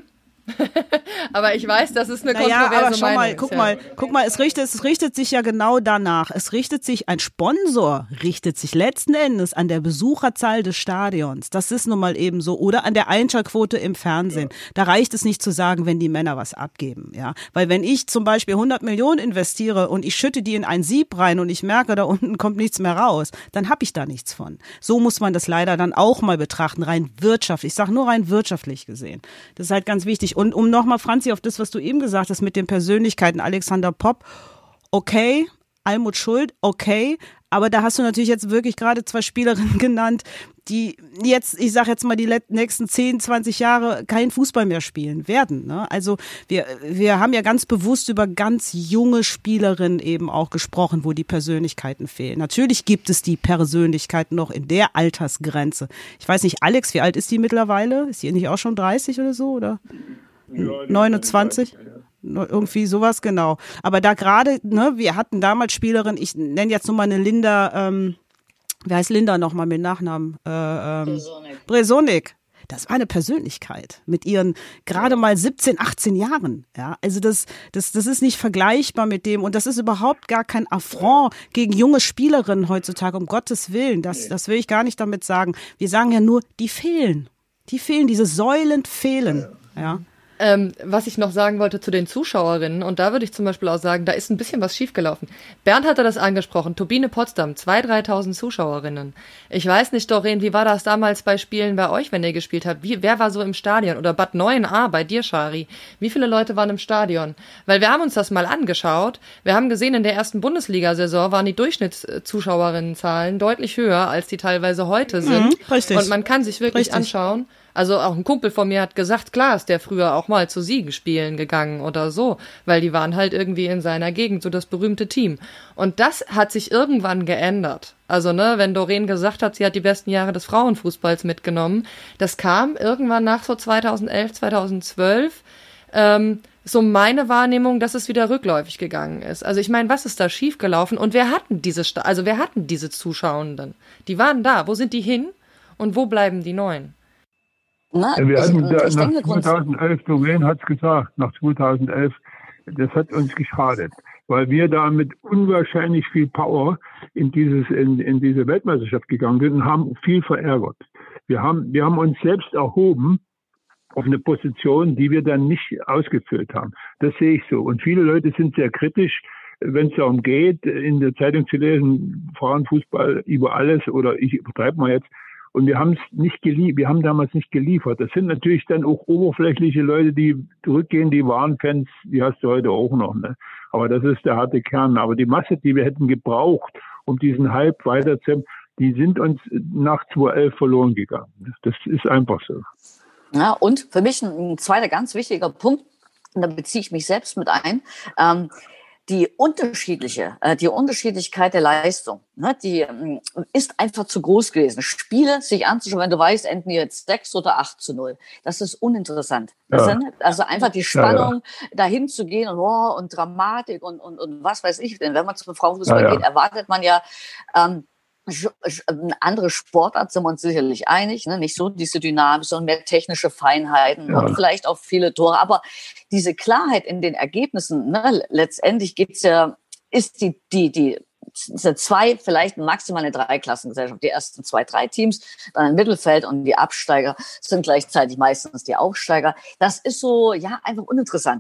Aber ich weiß, das ist eine naja, kontroverse aber schau Meinung. Mal, guck ja. mal, guck mal, es richtet, es richtet sich ja genau danach. Es richtet sich, ein Sponsor richtet sich letzten Endes an der Besucherzahl des Stadions. Das ist nun mal eben so. Oder an der Einschaltquote im Fernsehen. Ja. Da reicht es nicht zu sagen, wenn die Männer was abgeben. Ja, weil wenn ich zum Beispiel hundert Millionen investiere und ich schütte die in ein Sieb rein und ich merke, da unten kommt nichts mehr raus, dann habe ich da nichts von. So muss man das leider dann auch mal betrachten, rein wirtschaftlich. Ich sage nur rein wirtschaftlich gesehen. Das ist halt ganz wichtig. Und um nochmal, Franzi, auf das, was du eben gesagt hast mit den Persönlichkeiten, Alexander Popp, okay, Almut Schuld, okay, aber da hast du natürlich jetzt wirklich gerade zwei Spielerinnen genannt, die jetzt, ich sage jetzt mal, die nächsten zehn, zwanzig Jahre keinen Fußball mehr spielen werden. Ne? Also wir, wir haben ja ganz bewusst über ganz junge Spielerinnen eben auch gesprochen, wo die Persönlichkeiten fehlen. Natürlich gibt es die Persönlichkeiten noch in der Altersgrenze. Ich weiß nicht, Alex, wie alt ist die mittlerweile? Ist die nicht auch schon dreißig oder so? Oder ja, neunundzwanzig? Ja, ja. Irgendwie sowas, genau. Aber da gerade, ne, wir hatten damals Spielerinnen, ich nenne jetzt nur mal eine Linda, ähm, wer heißt Linda nochmal mit Nachnamen? Äh, ähm, Bresonik. das war eine Persönlichkeit mit ihren gerade mal siebzehn, achtzehn Jahren. Ja, also das, das, das ist nicht vergleichbar mit dem und das ist überhaupt gar kein Affront gegen junge Spielerinnen heutzutage, um Gottes Willen. Das, das will ich gar nicht damit sagen. Wir sagen ja nur, die fehlen. Die fehlen, diese Säulen fehlen. Ja. Ähm, was ich noch sagen wollte zu den Zuschauerinnen, und da würde ich zum Beispiel auch sagen, da ist ein bisschen was schiefgelaufen. Bernd hatte das angesprochen, Turbine Potsdam, zweitausend, dreitausend Zuschauerinnen. Ich weiß nicht, Doreen, wie war das damals bei Spielen bei euch, wenn ihr gespielt habt? Wie, wer war so im Stadion? Oder Bad Neuenahr bei dir, Schari? Wie viele Leute waren im Stadion? Weil wir haben uns das mal angeschaut. Wir haben gesehen, in der ersten Bundesliga-Saison waren die Durchschnittszuschauerinnenzahlen deutlich höher, als die teilweise heute sind. Mhm, richtig. Und man kann sich wirklich Richtig. anschauen. Also auch ein Kumpel von mir hat gesagt, klar ist der früher auch mal zu Siegen spielen gegangen oder so, weil die waren halt irgendwie in seiner Gegend so das berühmte Team. Und das hat sich irgendwann geändert. Also ne, wenn Doreen gesagt hat, sie hat die besten Jahre des Frauenfußballs mitgenommen, das kam irgendwann nach so zweitausendelf, zweitausendzwölf, ähm, so meine Wahrnehmung, dass es wieder rückläufig gegangen ist. Also ich meine, was ist da schiefgelaufen und wer hatten diese, Sta- also wer hatten diese Zuschauenden? Die waren da, wo sind die hin und wo bleiben die Neuen? Na, Wir hatten ich, da, ich nach denke, Grund- zweitausendelf, Doreen hat es gesagt, nach zweitausendelf, das hat uns geschadet, weil wir da mit unwahrscheinlich viel Power in dieses in, in diese Weltmeisterschaft gegangen sind und haben viel verärgert. Wir haben wir haben uns selbst erhoben auf eine Position, die wir dann nicht ausgefüllt haben. Das sehe ich so. Und viele Leute sind sehr kritisch, wenn es darum geht, in der Zeitung zu lesen, Frauenfußball über alles oder ich übertreibe mal jetzt. Und wir haben es nicht geliefert, wir haben damals nicht geliefert. Das sind natürlich dann auch oberflächliche Leute, die zurückgehen, die wahren Fans, die hast du heute auch noch, ne? Aber das ist der harte Kern. Aber die Masse, die wir hätten gebraucht, um diesen Hype weiterzuheben, die sind uns nach zweitausendelf verloren gegangen. Das ist einfach so. Ja, und für mich ein, ein zweiter ganz wichtiger Punkt, und da beziehe ich mich selbst mit ein, ähm, die unterschiedliche, äh, die Unterschiedlichkeit der Leistung, ne, die ähm, ist einfach zu groß gewesen. Spiele sich anzuschauen, wenn du weißt, enden jetzt sechs oder acht zu null. Das ist uninteressant. Das Ja. sind, also einfach die Spannung, Ja, ja. dahin zu gehen und, oh, und Dramatik und, und, und was weiß ich. Denn wenn man zum Frauenfußball Ja, ja. geht, erwartet man ja, ähm, eine andere Sportart, sind wir uns sicherlich einig, ne? Nicht so diese Dynamik, sondern mehr technische Feinheiten Ja. und vielleicht auch viele Tore. Aber diese Klarheit in den Ergebnissen, ne? Letztendlich geht's ja, ist die, die, die, diese zwei, vielleicht maximal eine Dreiklassengesellschaft. Die ersten zwei, drei Teams, dann ein Mittelfeld und die Absteiger sind gleichzeitig meistens die Aufsteiger. Das ist so, ja, einfach uninteressant.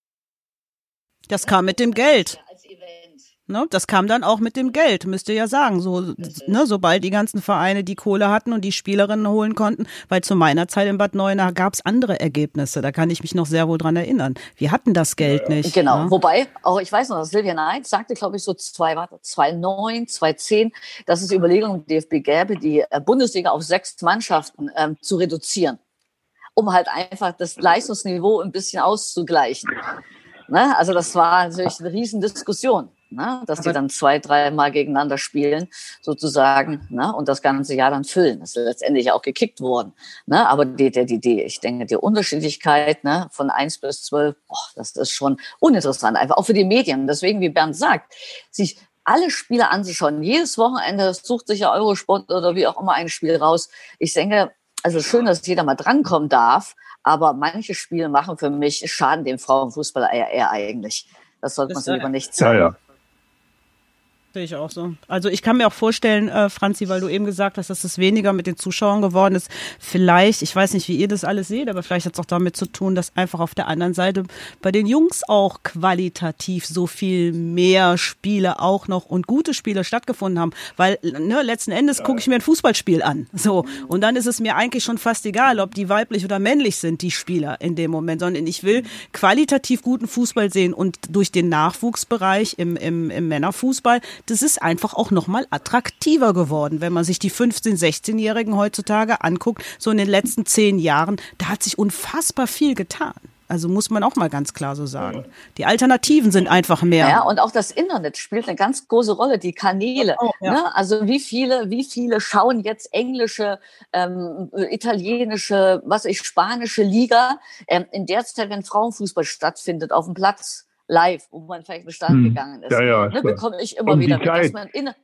Das kam mit dem Geld. Als Event. Ne, das kam dann auch mit dem Geld, müsst ihr ja sagen. So, ne, sobald die ganzen Vereine die Kohle hatten und die Spielerinnen holen konnten, weil zu meiner Zeit in Bad Neuenahr gab es andere Ergebnisse. Da kann ich mich noch sehr wohl dran erinnern. Wir hatten das Geld nicht. Genau, Ne? wobei, auch ich weiß noch, dass Silvia Neid sagte, glaube ich, so zwei, warte, zweitausendneun, zweitausendzehn, dass es Überlegungen im D F B gäbe, die äh, Bundesliga auf sechs Mannschaften ähm, zu reduzieren, um halt einfach das Leistungsniveau ein bisschen auszugleichen. Ne? Also das war natürlich eine Riesendiskussion. Ne, dass die dann zwei, dreimal gegeneinander spielen, sozusagen, ne, und das ganze Jahr dann füllen. Das ist letztendlich auch gekickt worden. Ne, aber die, die, die, die, ich denke, die Unterschiedlichkeit, ne, von eins bis zwölf, boah, das ist schon uninteressant, einfach auch für die Medien. Deswegen, wie Bernd sagt, sich alle Spiele anzuschauen, jedes Wochenende sucht sich ja Eurosport oder wie auch immer ein Spiel raus. Ich denke, also schön, dass jeder mal drankommen darf, aber manche Spiele machen für mich, schaden dem Frauenfußball eher, eher eigentlich. Das sollte man sich lieber nicht sagen. Ja, ja. Sehe ich auch so. Also ich kann mir auch vorstellen, äh, Franzi, weil du eben gesagt hast, dass es weniger mit den Zuschauern geworden ist. Vielleicht, ich weiß nicht, wie ihr das alles seht, aber vielleicht hat es auch damit zu tun, dass einfach auf der anderen Seite bei den Jungs auch qualitativ so viel mehr Spiele auch noch und gute Spiele stattgefunden haben. Weil ne, letzten Endes gucke ich mir ein Fußballspiel an. So. Und dann ist es mir eigentlich schon fast egal, ob die weiblich oder männlich sind, die Spieler in dem Moment, sondern ich will qualitativ guten Fußball sehen und durch den Nachwuchsbereich im, im, im Männerfußball, das ist einfach auch nochmal attraktiver geworden, wenn man sich die fünfzehn-, sechzehnjährigen heutzutage anguckt, so in den letzten zehn Jahren, da hat sich unfassbar viel getan. Also muss man auch mal ganz klar so sagen. Die Alternativen sind einfach mehr. Ja, und auch das Internet spielt eine ganz große Rolle, die Kanäle. Oh, ja. Ne? Also wie viele, wie viele schauen jetzt englische, ähm, italienische, was weiß ich, spanische Liga ähm, in der Zeit, wenn Frauenfußball stattfindet, auf dem Platz live, wo man vielleicht Bestand Hm. gegangen ist. Ja, ja, ne, klar. bekomme ich immer Um wieder die mit, dass Zeit. man in,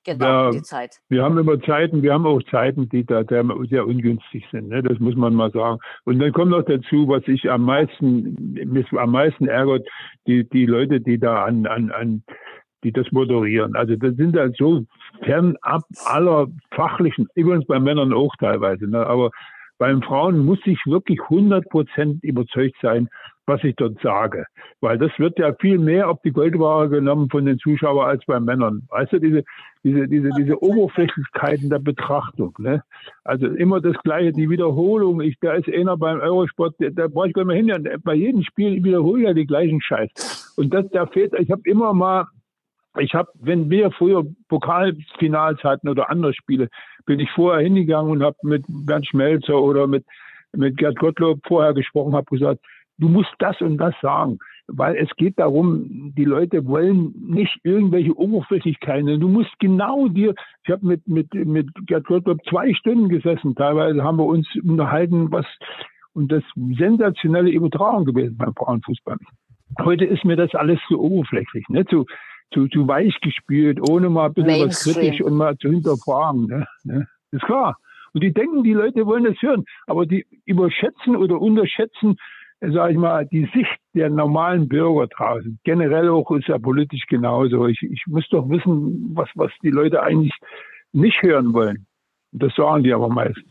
genau, ja, die Zeit. Wir haben immer Zeiten, wir haben auch Zeiten, die da sehr, sehr ungünstig sind, ne? Das muss man mal sagen. Und dann kommt noch dazu, was ich am meisten, mich am meisten ärgert, die, die Leute, die da an, an, an, die das moderieren. Also das sind halt so fernab aller fachlichen, übrigens bei Männern auch teilweise, ne? Aber beim Frauen muss ich wirklich hundert Prozent überzeugt sein, was ich dort sage. Weil das wird ja viel mehr auf die Goldwaage genommen von den Zuschauern als bei Männern. Weißt du, diese, diese, diese, diese Oberflächlichkeiten der Betrachtung, ne? Also immer das Gleiche, die Wiederholung. Ich, da ist einer beim Eurosport, da, da brauche ich gar nicht mehr hin. Bei jedem Spiel wiederhole ich ja die gleichen Scheiß. Und das, da fehlt, ich habe immer mal, ich habe, wenn wir früher Pokalfinals hatten oder andere Spiele, bin ich vorher hingegangen und habe mit Bernd Schmelzer oder mit, mit Gerd Gottlob vorher gesprochen, habe gesagt, du musst das und das sagen, weil es geht darum, die Leute wollen nicht irgendwelche Oberflächlichkeiten. Du musst genau dir, ich habe mit, mit, mit Gerd Gottlob zwei Stunden gesessen, teilweise haben wir uns unterhalten, was, und das sensationelle Übertragung gewesen beim Frauenfußball. Heute ist mir das alles zu oberflächlich, ne? zu, zu, zu weich gespielt, ohne mal ein bisschen Mainstream. Was kritisch und mal zu hinterfragen. Ne? Ne? Ist klar. Und die denken, die Leute wollen das hören, aber die überschätzen oder unterschätzen, sage ich mal, die Sicht der normalen Bürger draußen. Generell auch ist ja politisch genauso. Ich, ich muss doch wissen, was, was die Leute eigentlich nicht hören wollen. Das sagen die aber meistens.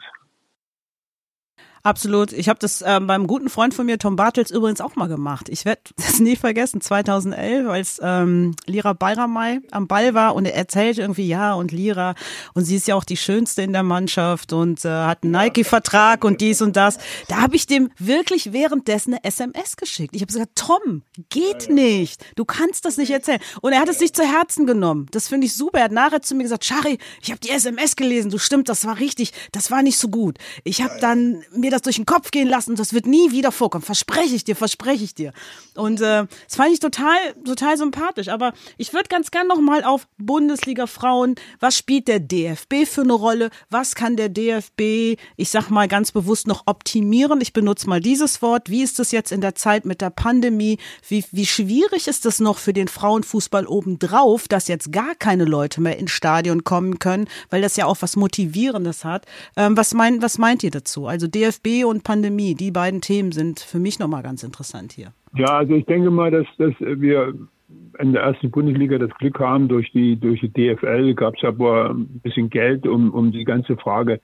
Absolut. Ich habe das ähm, beim guten Freund von mir, Tom Bartels, übrigens auch mal gemacht. Ich werde das nie vergessen, zweitausendelf, als ähm, Lira Bayramay am Ball war und er erzählte irgendwie, ja, und Lira, und sie ist ja auch die Schönste in der Mannschaft und äh, hat einen Nike-Vertrag und dies und das. Da habe ich dem wirklich währenddessen eine S M S geschickt. Ich habe gesagt, Tom, geht nicht. Du kannst das nicht erzählen. Und er hat es sich zu Herzen genommen. Das finde ich super. Er hat nachher zu mir gesagt, Schari, ich habe die S M S gelesen. Du stimmt, das war richtig. Das war nicht so gut. Ich habe dann mir das durch den Kopf gehen lassen, das wird nie wieder vorkommen. Verspreche ich dir, verspreche ich dir. Und äh, das fand ich total, total sympathisch. Aber ich würde ganz gern noch mal auf Bundesliga Frauen, was spielt der D F B für eine Rolle? Was kann der D F B, ich sag mal ganz bewusst, noch optimieren? Ich benutze mal dieses Wort. Wie ist das jetzt in der Zeit mit der Pandemie? Wie, wie schwierig ist das noch für den Frauenfußball obendrauf, dass jetzt gar keine Leute mehr ins Stadion kommen können, weil das ja auch was Motivierendes hat. Ähm, was, mein, was meint ihr dazu? Also D F B und Pandemie, die beiden Themen sind für mich nochmal ganz interessant hier. Ja, also ich denke mal, dass, dass wir in der ersten Bundesliga das Glück haben, durch die, durch die D F L gab es aber ein bisschen Geld, um, um die ganze Frage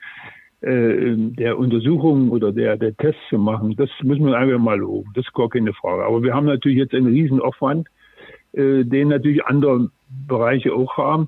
äh, der Untersuchungen oder der, der Tests zu machen. Das muss man einfach mal loben, das ist gar keine Frage. Aber wir haben natürlich jetzt einen riesen Aufwand, äh, den natürlich andere Bereiche auch haben.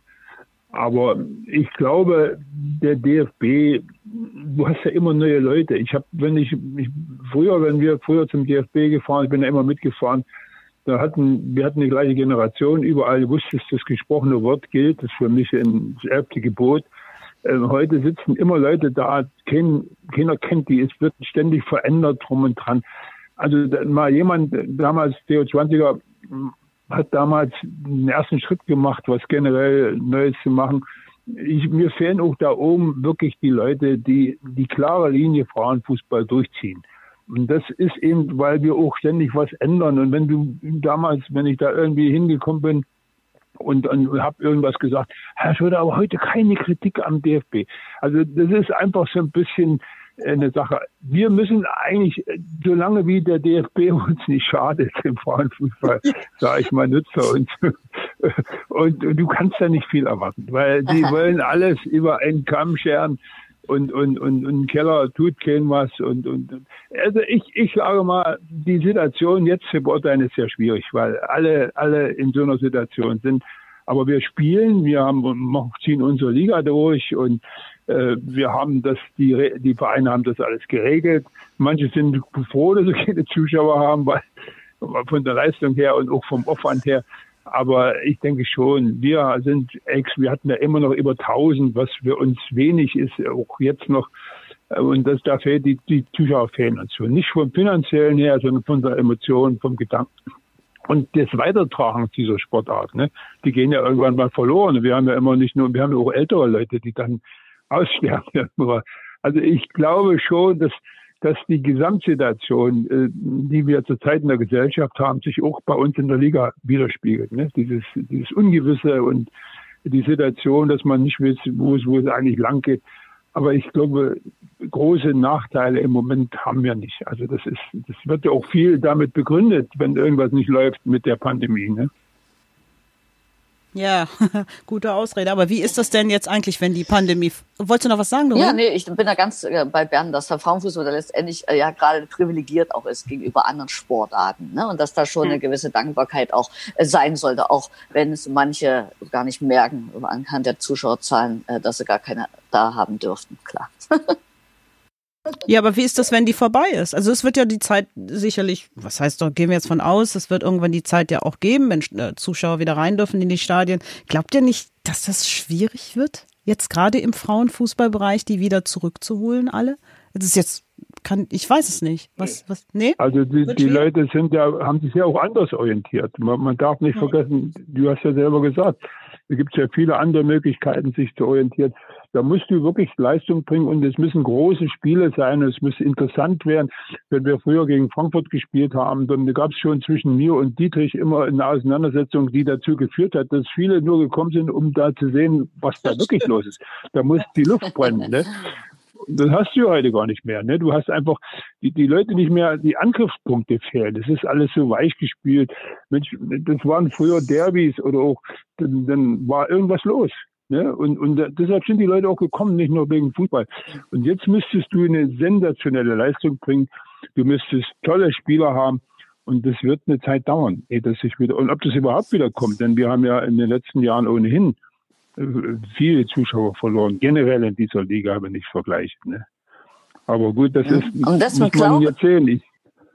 Aber ich glaube, der D F B, du hast ja immer neue Leute. Ich habe, wenn ich, ich früher, wenn wir früher zum D F B gefahren, ich bin da immer mitgefahren, da hatten wir hatten die gleiche Generation. Überall wusstest du, das gesprochene Wort gilt. Das ist für mich ein erbte Gebot. Äh, heute sitzen immer Leute da, kein, keiner kennt die. Es wird ständig verändert drum und dran. Also da, mal jemand, damals Theo Zwanziger, hat damals den ersten Schritt gemacht, was generell Neues zu machen. Ich, mir fehlen auch da oben wirklich die Leute, die die klare Linie Frauenfußball durchziehen. Und das ist eben, weil wir auch ständig was ändern. Und wenn du damals, wenn ich da irgendwie hingekommen bin und, und habe irgendwas gesagt, Herr Schröder, aber heute keine Kritik am D F B. Also das ist einfach so ein bisschen eine Sache. Wir müssen eigentlich, solange wie der D F B uns nicht schadet im Frauenfußball, sage ich mal, nützt er uns. Und, und du kannst da nicht viel erwarten, weil die wollen alles über einen Kamm scheren und, und, und, und ein Keller tut kein was. Und, und, also ich, ich sage mal, die Situation jetzt zu beurteilen ist sehr schwierig, weil alle, alle in so einer Situation sind. Aber wir spielen, wir haben, ziehen unsere Liga durch und äh, wir haben das, die, die Vereine haben das alles geregelt. Manche sind froh, dass sie keine Zuschauer haben, weil von der Leistung her und auch vom Aufwand her. Aber ich denke schon, wir sind ex, wir hatten ja immer noch über tausend, was für uns wenig ist, auch jetzt noch. Und das, da fehlt die, die Zuschauer fehlen uns schon. Nicht vom finanziellen her, sondern von der Emotion, vom Gedanken. Und das Weitertragen dieser Sportart, ne, die gehen ja irgendwann mal verloren. Wir haben ja immer nicht nur, wir haben ja auch ältere Leute, die dann aussterben. Also ich glaube schon, dass, dass die Gesamtsituation, äh, die wir zurzeit in der Gesellschaft haben, sich auch bei uns in der Liga widerspiegelt. Ne? Dieses, dieses Ungewisse und die Situation, dass man nicht weiß, wo es, wo es eigentlich lang geht. Aber ich glaube, große Nachteile im Moment haben wir nicht. Also das ist, das wird ja auch viel damit begründet, wenn irgendwas nicht läuft mit der Pandemie, ne? Ja, gute Ausrede. Aber wie ist das denn jetzt eigentlich, wenn die Pandemie... Wolltest du noch was sagen, Doreen? Ja, nee, ich bin da ganz äh, bei Bernd, dass der Frauenfußball letztendlich äh, ja gerade privilegiert auch ist gegenüber anderen Sportarten, ne? Und dass da schon eine gewisse Dankbarkeit auch äh, sein sollte, auch wenn es manche gar nicht merken anhand der Zuschauerzahlen, äh, dass sie gar keine da haben dürften, klar. Ja, aber wie ist das, wenn die vorbei ist? Also es wird ja die Zeit sicherlich, was heißt doch, gehen wir jetzt von aus, es wird irgendwann die Zeit ja auch geben, wenn äh, Zuschauer wieder rein dürfen in die Stadien. Glaubt ihr nicht, dass das schwierig wird, jetzt gerade im Frauenfußballbereich, die wieder zurückzuholen, alle? Das ist jetzt, kann, ich weiß es nicht. Was, was, nee? Also die, die Leute sind ja, haben sich ja auch anders orientiert. Man, man darf nicht hm. vergessen, du hast ja selber gesagt, da gibt es ja viele andere Möglichkeiten, sich zu orientieren. Da musst du wirklich Leistung bringen und es müssen große Spiele sein und es muss interessant werden. Wenn wir früher gegen Frankfurt gespielt haben, dann gab es schon zwischen mir und Dietrich immer eine Auseinandersetzung, die dazu geführt hat, dass viele nur gekommen sind, um da zu sehen, was da wirklich los ist. Da muss die Luft brennen, ne? Das hast du heute gar nicht mehr, ne? Du hast einfach die, die Leute nicht mehr, die Angriffspunkte fehlen. Das ist alles so weich gespielt. Mensch, das waren früher Derbys oder auch, dann, dann war irgendwas los. Ne? Und, und deshalb sind die Leute auch gekommen, nicht nur wegen Fußball. Und jetzt müsstest du eine sensationelle Leistung bringen. Du müsstest tolle Spieler haben. Und das wird eine Zeit dauern, ehe das sich wieder, und ob das überhaupt wieder kommt. Denn wir haben ja in den letzten Jahren ohnehin viele Zuschauer verloren, generell in dieser Liga, wenn ich vergleiche. Ne? Aber gut, das ist, und das muss man jetzt sehen. Ich,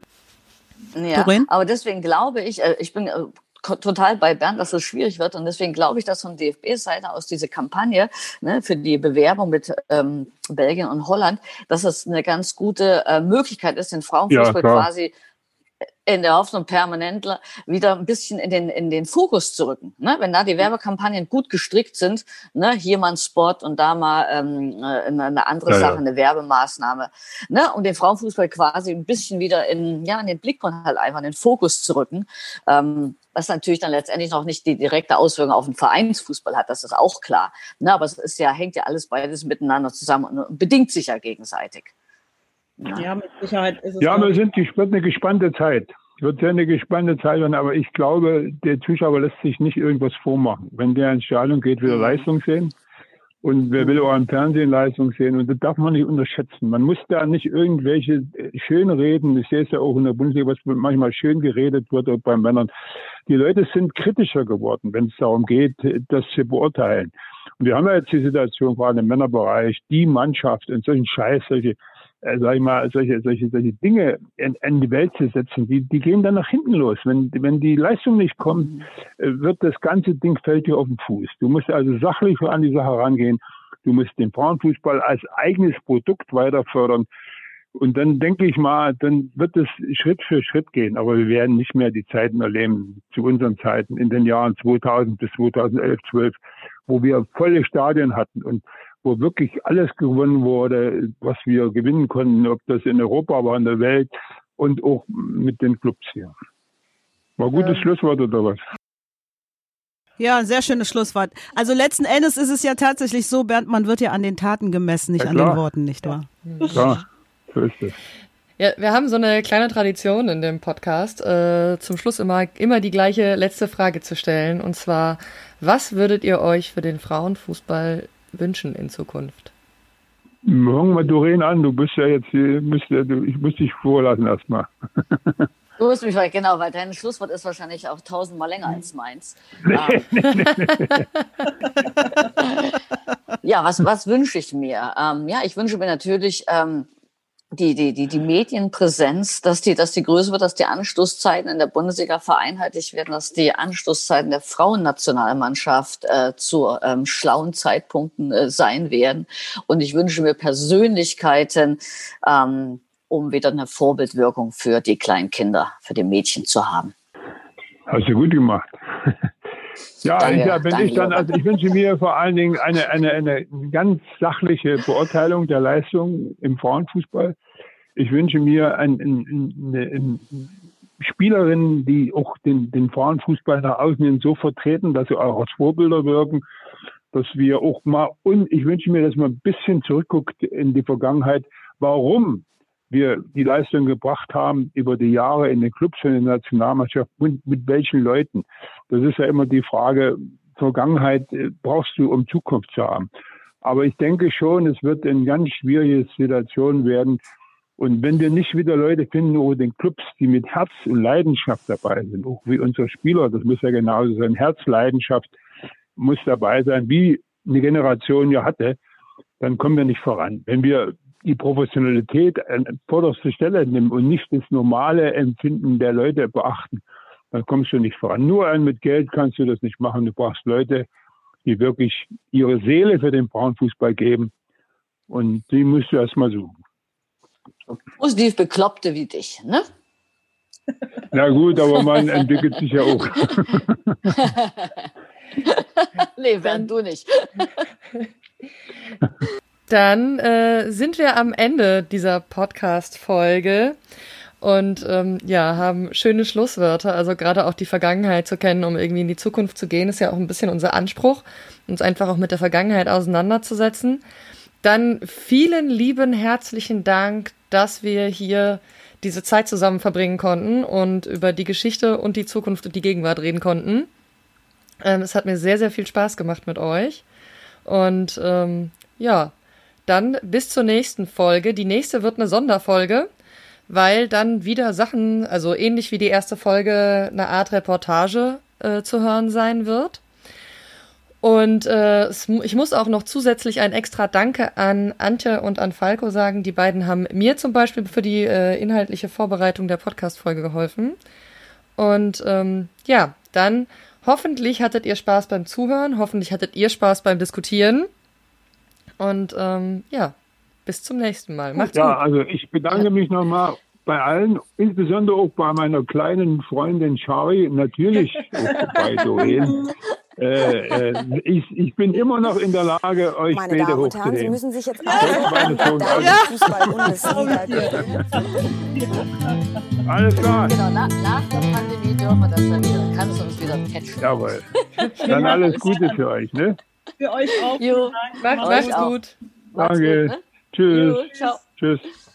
ja, aber deswegen glaube ich, ich bin total bei Bernd, dass es schwierig wird und deswegen glaube ich, dass von D F B-Seite aus diese Kampagne, ne, für die Bewerbung mit ähm, Belgien und Holland, dass es eine ganz gute äh, Möglichkeit ist, den Frauenfußball ja, quasi in der Hoffnung permanent wieder ein bisschen in den, in den Fokus zu rücken. Ne? Wenn da die Werbekampagnen gut gestrickt sind, ne? Hier mal ein Spot und da mal ähm, eine andere ja, Sache, ja. eine Werbemaßnahme. Ne? Um den Frauenfußball quasi ein bisschen wieder in, ja, in den Blickpunkt halt einfach in den Fokus zu rücken. Ähm, was natürlich dann letztendlich noch nicht die direkte Auswirkung auf den Vereinsfußball hat, das ist auch klar. Ne? Aber es ist ja, hängt ja alles beides miteinander zusammen und bedingt sich ja gegenseitig. Ja, ja, mit Sicherheit ist es. Ja, wir sind, es wird eine gespannte Zeit. Es wird sehr eine gespannte Zeit werden, aber ich glaube, der Zuschauer lässt sich nicht irgendwas vormachen. Wenn der ins Stadion geht, will er Leistung sehen. Und wer will auch im Fernsehen Leistung sehen. Und das darf man nicht unterschätzen. Man muss da nicht irgendwelche Schönreden, ich sehe es ja auch in der Bundesliga, was manchmal schön geredet wird, auch bei Männern. Die Leute sind kritischer geworden, wenn es darum geht, das zu beurteilen. Und wir haben ja jetzt die Situation, gerade im Männerbereich, die Mannschaft in solchen Scheiß, solche Äh, sag ich mal, solche, solche, solche Dinge in, in die Welt zu setzen, die, die gehen dann nach hinten los. Wenn, wenn die Leistung nicht kommt, wird das ganze Ding fällt dir auf den Fuß. Du musst also sachlich an die Sache rangehen. Du musst den Frauenfußball als eigenes Produkt weiter fördern. Und dann denke ich mal, dann wird es Schritt für Schritt gehen. Aber wir werden nicht mehr die Zeiten erleben, zu unseren Zeiten, in den Jahren zweitausend bis zweitausendelf, zwölf, wo wir volle Stadien hatten und wo wirklich alles gewonnen wurde, was wir gewinnen konnten, ob das in Europa war, in der Welt und auch mit den Clubs hier. War ein gutes ähm. Schlusswort oder was? Ja, ein sehr schönes Schlusswort. Also letzten Endes ist es ja tatsächlich so, Bernd, man wird ja an den Taten gemessen, nicht ja, an den Worten, nicht wahr? Klar, so ist es. Ja, wir haben so eine kleine Tradition in dem Podcast, äh, zum Schluss immer, immer die gleiche letzte Frage zu stellen. Und zwar, was würdet ihr euch für den Frauenfußball wünschen in Zukunft? Fangen wir Doreen an, du bist ja jetzt, bist ja, ich muss dich vorlassen erstmal. Du musst mich, weil, genau, weil dein Schlusswort ist wahrscheinlich auch tausendmal länger als meins. Nee, nee, nee, nee. Ja, was, was wünsche ich mir? Ähm, ja, ich wünsche mir natürlich ähm, die, die, die, die Medienpräsenz, dass die, dass die größer wird, dass die Anstoßzeiten in der Bundesliga vereinheitlicht werden, dass die Anstoßzeiten der Frauennationalmannschaft äh, zu ähm, schlauen Zeitpunkten äh, sein werden. Und ich wünsche mir Persönlichkeiten, ähm, um wieder eine Vorbildwirkung für die kleinen Kinder, für die Mädchen zu haben. Hast du gut gemacht. Ja, Danke, ich, ja, wenn danke, ich dann, also ich wünsche mir vor allen Dingen eine, eine, eine ganz sachliche Beurteilung der Leistung im Frauenfußball. Ich wünsche mir ein, ein, ein, ein, Spielerinnen, die auch den, den Frauenfußball nach außen hin so vertreten, dass sie auch als Vorbilder wirken, dass wir auch mal, und ich wünsche mir, dass man ein bisschen zurückguckt in die Vergangenheit, warum wir die Leistung gebracht haben über die Jahre in den Clubs und in der Nationalmannschaft und mit welchen Leuten. Das ist ja immer die Frage, Vergangenheit brauchst du, um Zukunft zu haben. Aber ich denke schon, es wird eine ganz schwierige Situation werden. Und wenn wir nicht wieder Leute finden, auch in den Clubs, die mit Herz und Leidenschaft dabei sind, auch wie unsere Spieler, das muss ja genauso sein, Herz, Leidenschaft muss dabei sein, wie eine Generation ja hatte, dann kommen wir nicht voran. Wenn wir die Professionalität an vorderste Stelle nehmen und nicht das normale Empfinden der Leute beachten, dann kommst du nicht voran. Nur mit Geld kannst du das nicht machen. Du brauchst Leute, die wirklich ihre Seele für den Frauenfußball geben. Und die musst du erstmal suchen. Positiv Bekloppte wie dich, ne? Na gut, aber man entwickelt sich ja auch. Nee, Bernd, du nicht. Dann äh, sind wir am Ende dieser Podcast-Folge und ähm, ja, haben schöne Schlusswörter. Also gerade auch die Vergangenheit zu kennen, um irgendwie in die Zukunft zu gehen, ist ja auch ein bisschen unser Anspruch, uns einfach auch mit der Vergangenheit auseinanderzusetzen. Dann vielen lieben herzlichen Dank, dass wir hier diese Zeit zusammen verbringen konnten und über die Geschichte und die Zukunft und die Gegenwart reden konnten. Ähm, es hat mir sehr, sehr viel Spaß gemacht mit euch. Und ähm, ja, dann bis zur nächsten Folge. Die nächste wird eine Sonderfolge, weil dann wieder Sachen, also ähnlich wie die erste Folge, eine Art Reportage äh, zu hören sein wird. Und äh, es, ich muss auch noch zusätzlich ein extra Danke an Antje und an Falco sagen. Die beiden haben mir zum Beispiel für die äh, inhaltliche Vorbereitung der Podcast-Folge geholfen. Und ähm, ja, dann hoffentlich hattet ihr Spaß beim Zuhören, hoffentlich hattet ihr Spaß beim Diskutieren. Und ähm, ja, bis zum nächsten Mal. Macht's ja, gut. Also ich bedanke mich nochmal bei allen, insbesondere auch bei meiner kleinen Freundin Shari, natürlich auch bei Doreen. Äh, äh, ich, ich bin immer noch in der Lage, euch Meine beide Damen und Herren, Sie hochzuheben. müssen sich jetzt Ja. Fußball-Bundesliga. Alles klar. Genau, nach, nach der Pandemie dürfen wir das dann wieder, kann es uns wieder catchen. Jawohl. Dann alles Gute für euch, ne? Für euch auch. Jo. Macht, Euch macht's auch. gut. Macht's Danke. gut, ne? Tschüss. Jo, ciao. Tschüss.